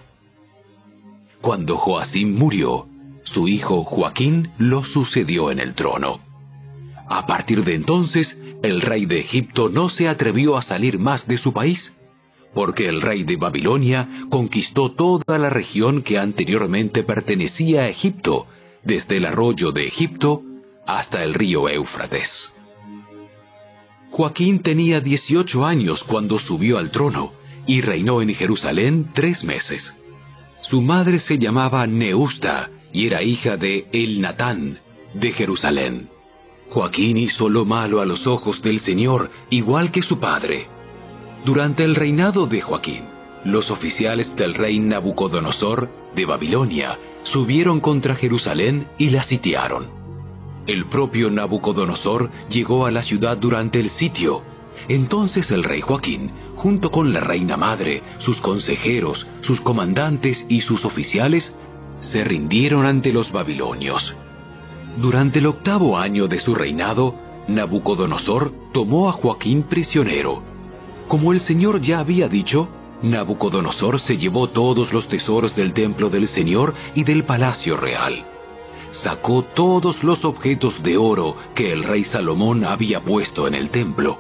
Cuando Joacim murió, su hijo Joaquín lo sucedió en el trono. A partir de entonces, el rey de Egipto no se atrevió a salir más de su país, porque el rey de Babilonia conquistó toda la región que anteriormente pertenecía a Egipto, desde el arroyo de Egipto hasta el río Éufrates. Joaquín tenía 18 años cuando subió al trono y reinó en Jerusalén 3 meses. Su madre se llamaba Neusta y era hija de Elnatán de Jerusalén. Joaquín hizo lo malo a los ojos del Señor, igual que su padre. Durante el reinado de Joaquín, los oficiales del rey Nabucodonosor de Babilonia subieron contra Jerusalén y la sitiaron. El propio Nabucodonosor llegó a la ciudad durante el sitio. Entonces el rey Joaquín, junto con la reina madre, sus consejeros, sus comandantes y sus oficiales, se rindieron ante los babilonios. Durante el 8º año de su reinado, Nabucodonosor tomó a Joaquín prisionero. Como el Señor ya había dicho, Nabucodonosor se llevó todos los tesoros del templo del Señor y del palacio real. Sacó todos los objetos de oro que el rey Salomón había puesto en el templo.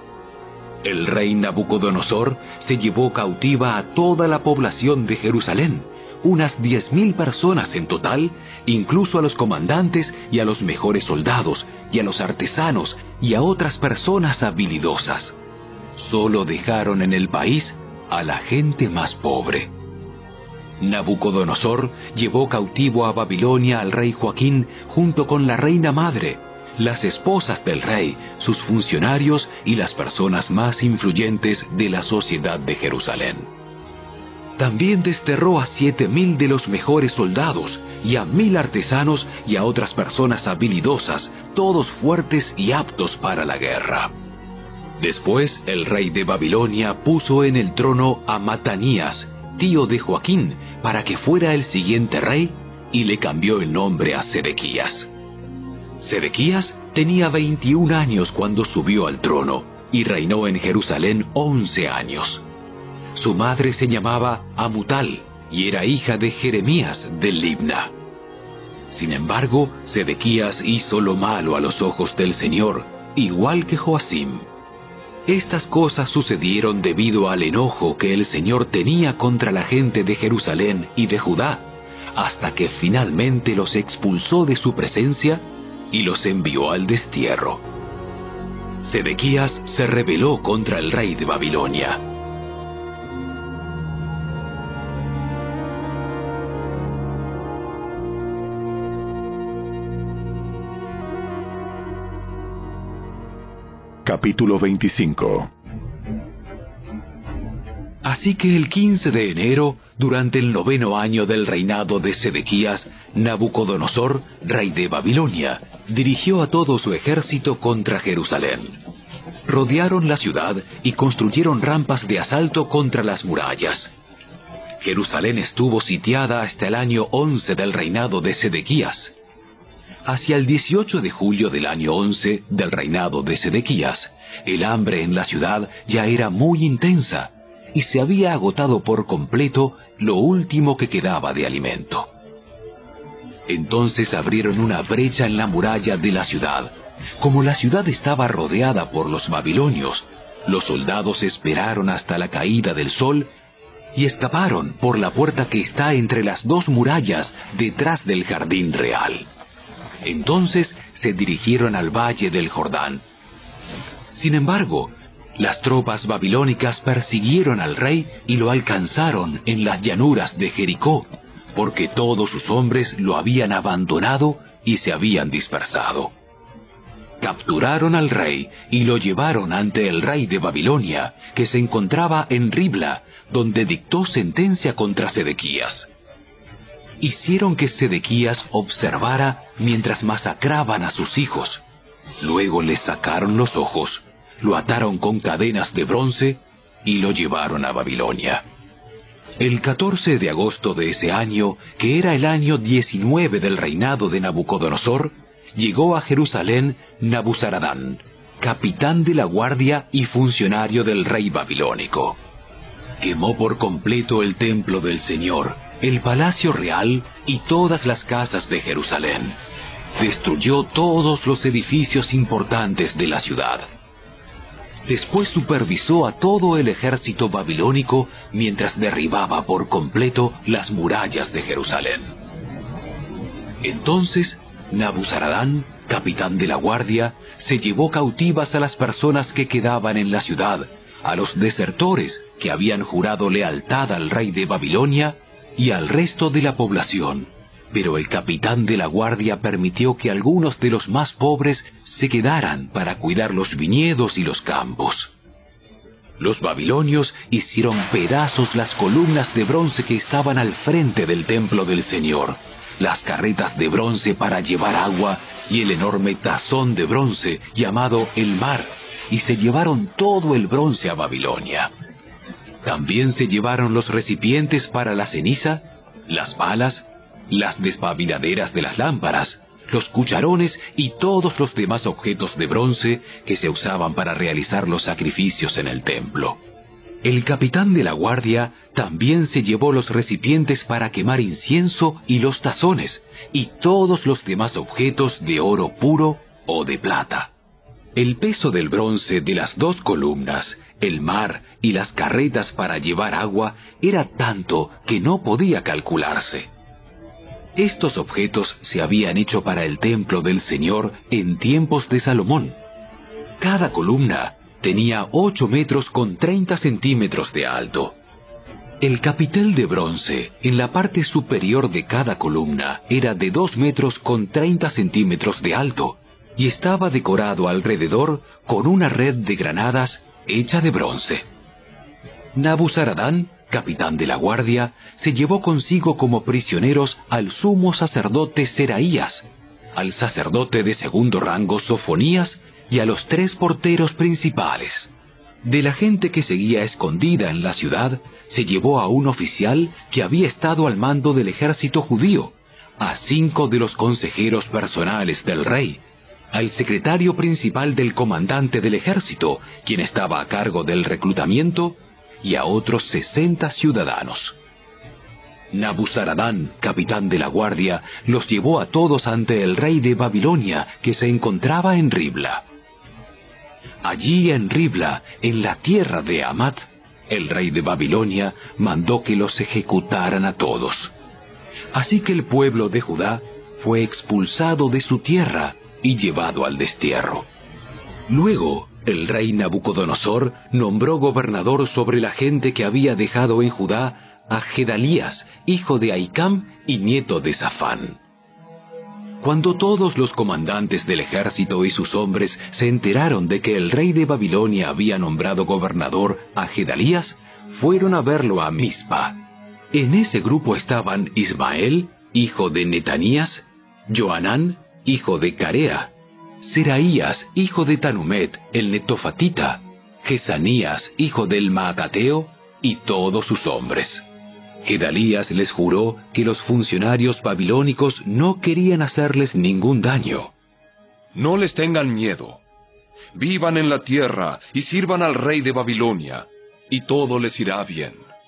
El rey Nabucodonosor se llevó cautiva a toda la población de Jerusalén, unas 10.000 personas en total, incluso a los comandantes y a los mejores soldados, y a los artesanos y a otras personas habilidosas. Solo dejaron en el país a la gente más pobre. Nabucodonosor llevó cautivo a Babilonia al rey Joaquín junto con la reina madre, las esposas del rey, sus funcionarios y las personas más influyentes de la sociedad de Jerusalén. También desterró a 7.000 de los mejores soldados y a 1.000 artesanos y a otras personas habilidosas, todos fuertes y aptos para la guerra. Después el rey de Babilonia puso en el trono a Matanías, tío de Joaquín, para que fuera el siguiente rey, y le cambió el nombre a Sedequías. Sedequías tenía 21 años cuando subió al trono, y reinó en Jerusalén 11 años. Su madre se llamaba Amutal, y era hija de Jeremías de Libna. Sin embargo, Sedequías hizo lo malo a los ojos del Señor, igual que Joacim. Estas cosas sucedieron debido al enojo que el Señor tenía contra la gente de Jerusalén y de Judá, hasta que finalmente los expulsó de su presencia y los envió al destierro. Sedequías se rebeló contra el rey de Babilonia. Capítulo 25. Así que el 15 de enero, durante el 9º año del reinado de Sedequías, Nabucodonosor, rey de Babilonia, dirigió a todo su ejército contra Jerusalén. Rodearon la ciudad y construyeron rampas de asalto contra las murallas. Jerusalén estuvo sitiada hasta el año 11 del reinado de Sedequías. Hacia el 18 de julio del año 11 del reinado de Sedequías, el hambre en la ciudad ya era muy intensa y se había agotado por completo lo último que quedaba de alimento. Entonces abrieron una brecha en la muralla de la ciudad. Como la ciudad estaba rodeada por los babilonios, los soldados esperaron hasta la caída del sol y escaparon por la puerta que está entre las 2 murallas detrás del jardín real. Entonces se dirigieron al valle del Jordán. Sin embargo, las tropas babilónicas persiguieron al rey y lo alcanzaron en las llanuras de Jericó, porque todos sus hombres lo habían abandonado y se habían dispersado. Capturaron al rey y lo llevaron ante el rey de Babilonia, que se encontraba en Ribla, donde dictó sentencia contra Sedequías. Hicieron que Sedequías observara mientras masacraban a sus hijos. Luego le sacaron los ojos, lo ataron con cadenas de bronce y lo llevaron a Babilonia. El 14 de agosto de ese año, que era el año 19 del reinado de Nabucodonosor, llegó a Jerusalén Nabuzaradán, capitán de la guardia y funcionario del rey babilónico. Quemó por completo el templo del Señor, el palacio real y todas las casas de Jerusalén. Destruyó todos los edificios importantes de la ciudad. Después supervisó a todo el ejército babilónico mientras derribaba por completo las murallas de Jerusalén. Entonces, Nabuzaradán, capitán de la guardia, se llevó cautivas a las personas que quedaban en la ciudad, a los desertores que habían jurado lealtad al rey de Babilonia y al resto de la población. Pero el capitán de la guardia permitió que algunos de los más pobres se quedaran para cuidar los viñedos y los campos. Los babilonios hicieron pedazos las columnas de bronce que estaban al frente del templo del Señor, las carretas de bronce para llevar agua y el enorme tazón de bronce llamado el mar, y se llevaron todo el bronce a Babilonia. También se llevaron los recipientes para la ceniza, las palas, las despabiladeras de las lámparas, los cucharones y todos los demás objetos de bronce que se usaban para realizar los sacrificios en el templo. El capitán de la guardia también se llevó los recipientes para quemar incienso y los tazones, y todos los demás objetos de oro puro o de plata. El peso del bronce de las 2 columnas, el mar y las carretas para llevar agua era tanto que no podía calcularse. Estos objetos se habían hecho para el templo del Señor en tiempos de Salomón. Cada columna tenía 8 metros con 30 centímetros de alto. El capitel de bronce en la parte superior de cada columna era de 2 metros con 30 centímetros de alto y estaba decorado alrededor con una red de granadas hecha de bronce. Nabuzaradán, capitán de la guardia, se llevó consigo como prisioneros al sumo sacerdote Seraías, al sacerdote de segundo rango Sofonías y a los 3 porteros principales. De la gente que seguía escondida en la ciudad, se llevó a un oficial que había estado al mando del ejército judío, a 5 de los consejeros personales del rey, al secretario principal del comandante del ejército, quien estaba a cargo del reclutamiento, y a otros 60 ciudadanos. Nabuzaradán, capitán de la guardia, los llevó a todos ante el rey de Babilonia, que se encontraba en Ribla. Allí en Ribla, en la tierra de Hamat, el rey de Babilonia mandó que los ejecutaran a todos. Así que el pueblo de Judá fue expulsado de su tierra y llevado al destierro. Luego, el rey Nabucodonosor nombró gobernador sobre la gente que había dejado en Judá a Gedalías, hijo de Ahicam y nieto de Safán. Cuando todos los comandantes del ejército y sus hombres se enteraron de que el rey de Babilonia había nombrado gobernador a Gedalías, fueron a verlo a Mizpa. En ese grupo estaban Ismael, hijo de Netanías, Johanán, hijo de Carea, Seraías, hijo de Tanumet, el netofatita, Jesanías, hijo del Maatateo, y todos sus hombres. Gedalías les juró que los funcionarios babilónicos no querían hacerles ningún daño. No les tengan miedo. Vivan en la tierra y sirvan al rey de Babilonia, y todo les irá bien.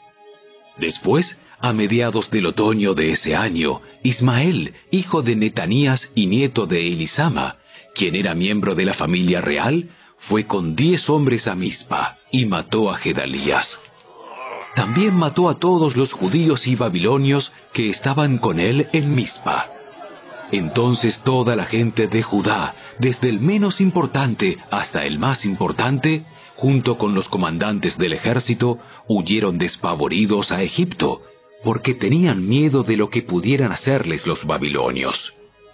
Después, a mediados del otoño de ese año, Ismael, hijo de Netanías y nieto de Elisama, quien era miembro de la familia real, fue con 10 hombres a Mizpa y mató a Gedalías. También mató a todos los judíos y babilonios que estaban con él en Mizpa. Entonces toda la gente de Judá, desde el menos importante hasta el más importante, junto con los comandantes del ejército, huyeron despavoridos a Egipto, porque tenían miedo de lo que pudieran hacerles los babilonios.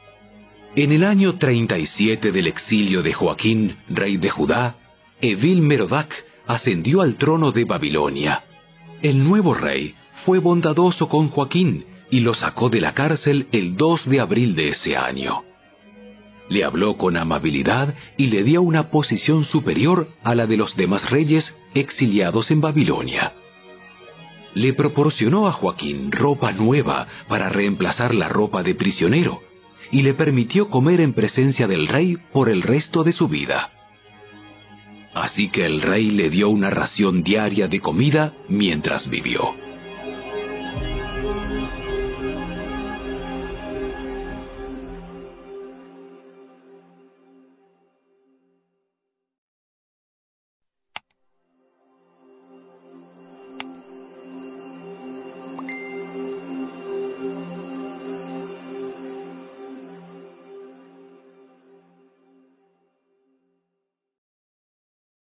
En el año 37 del exilio de Joaquín, rey de Judá, Evil-Merodach ascendió al trono de Babilonia. El nuevo rey fue bondadoso con Joaquín y lo sacó de la cárcel el 2 de abril de ese año. Le habló con amabilidad y le dio una posición superior a la de los demás reyes exiliados en Babilonia. le proporcionó a Joaquín ropa nueva para reemplazar la ropa de prisionero y le permitió comer en presencia del rey por el resto de su vida. Así que el rey le dio una ración diaria de comida mientras vivió.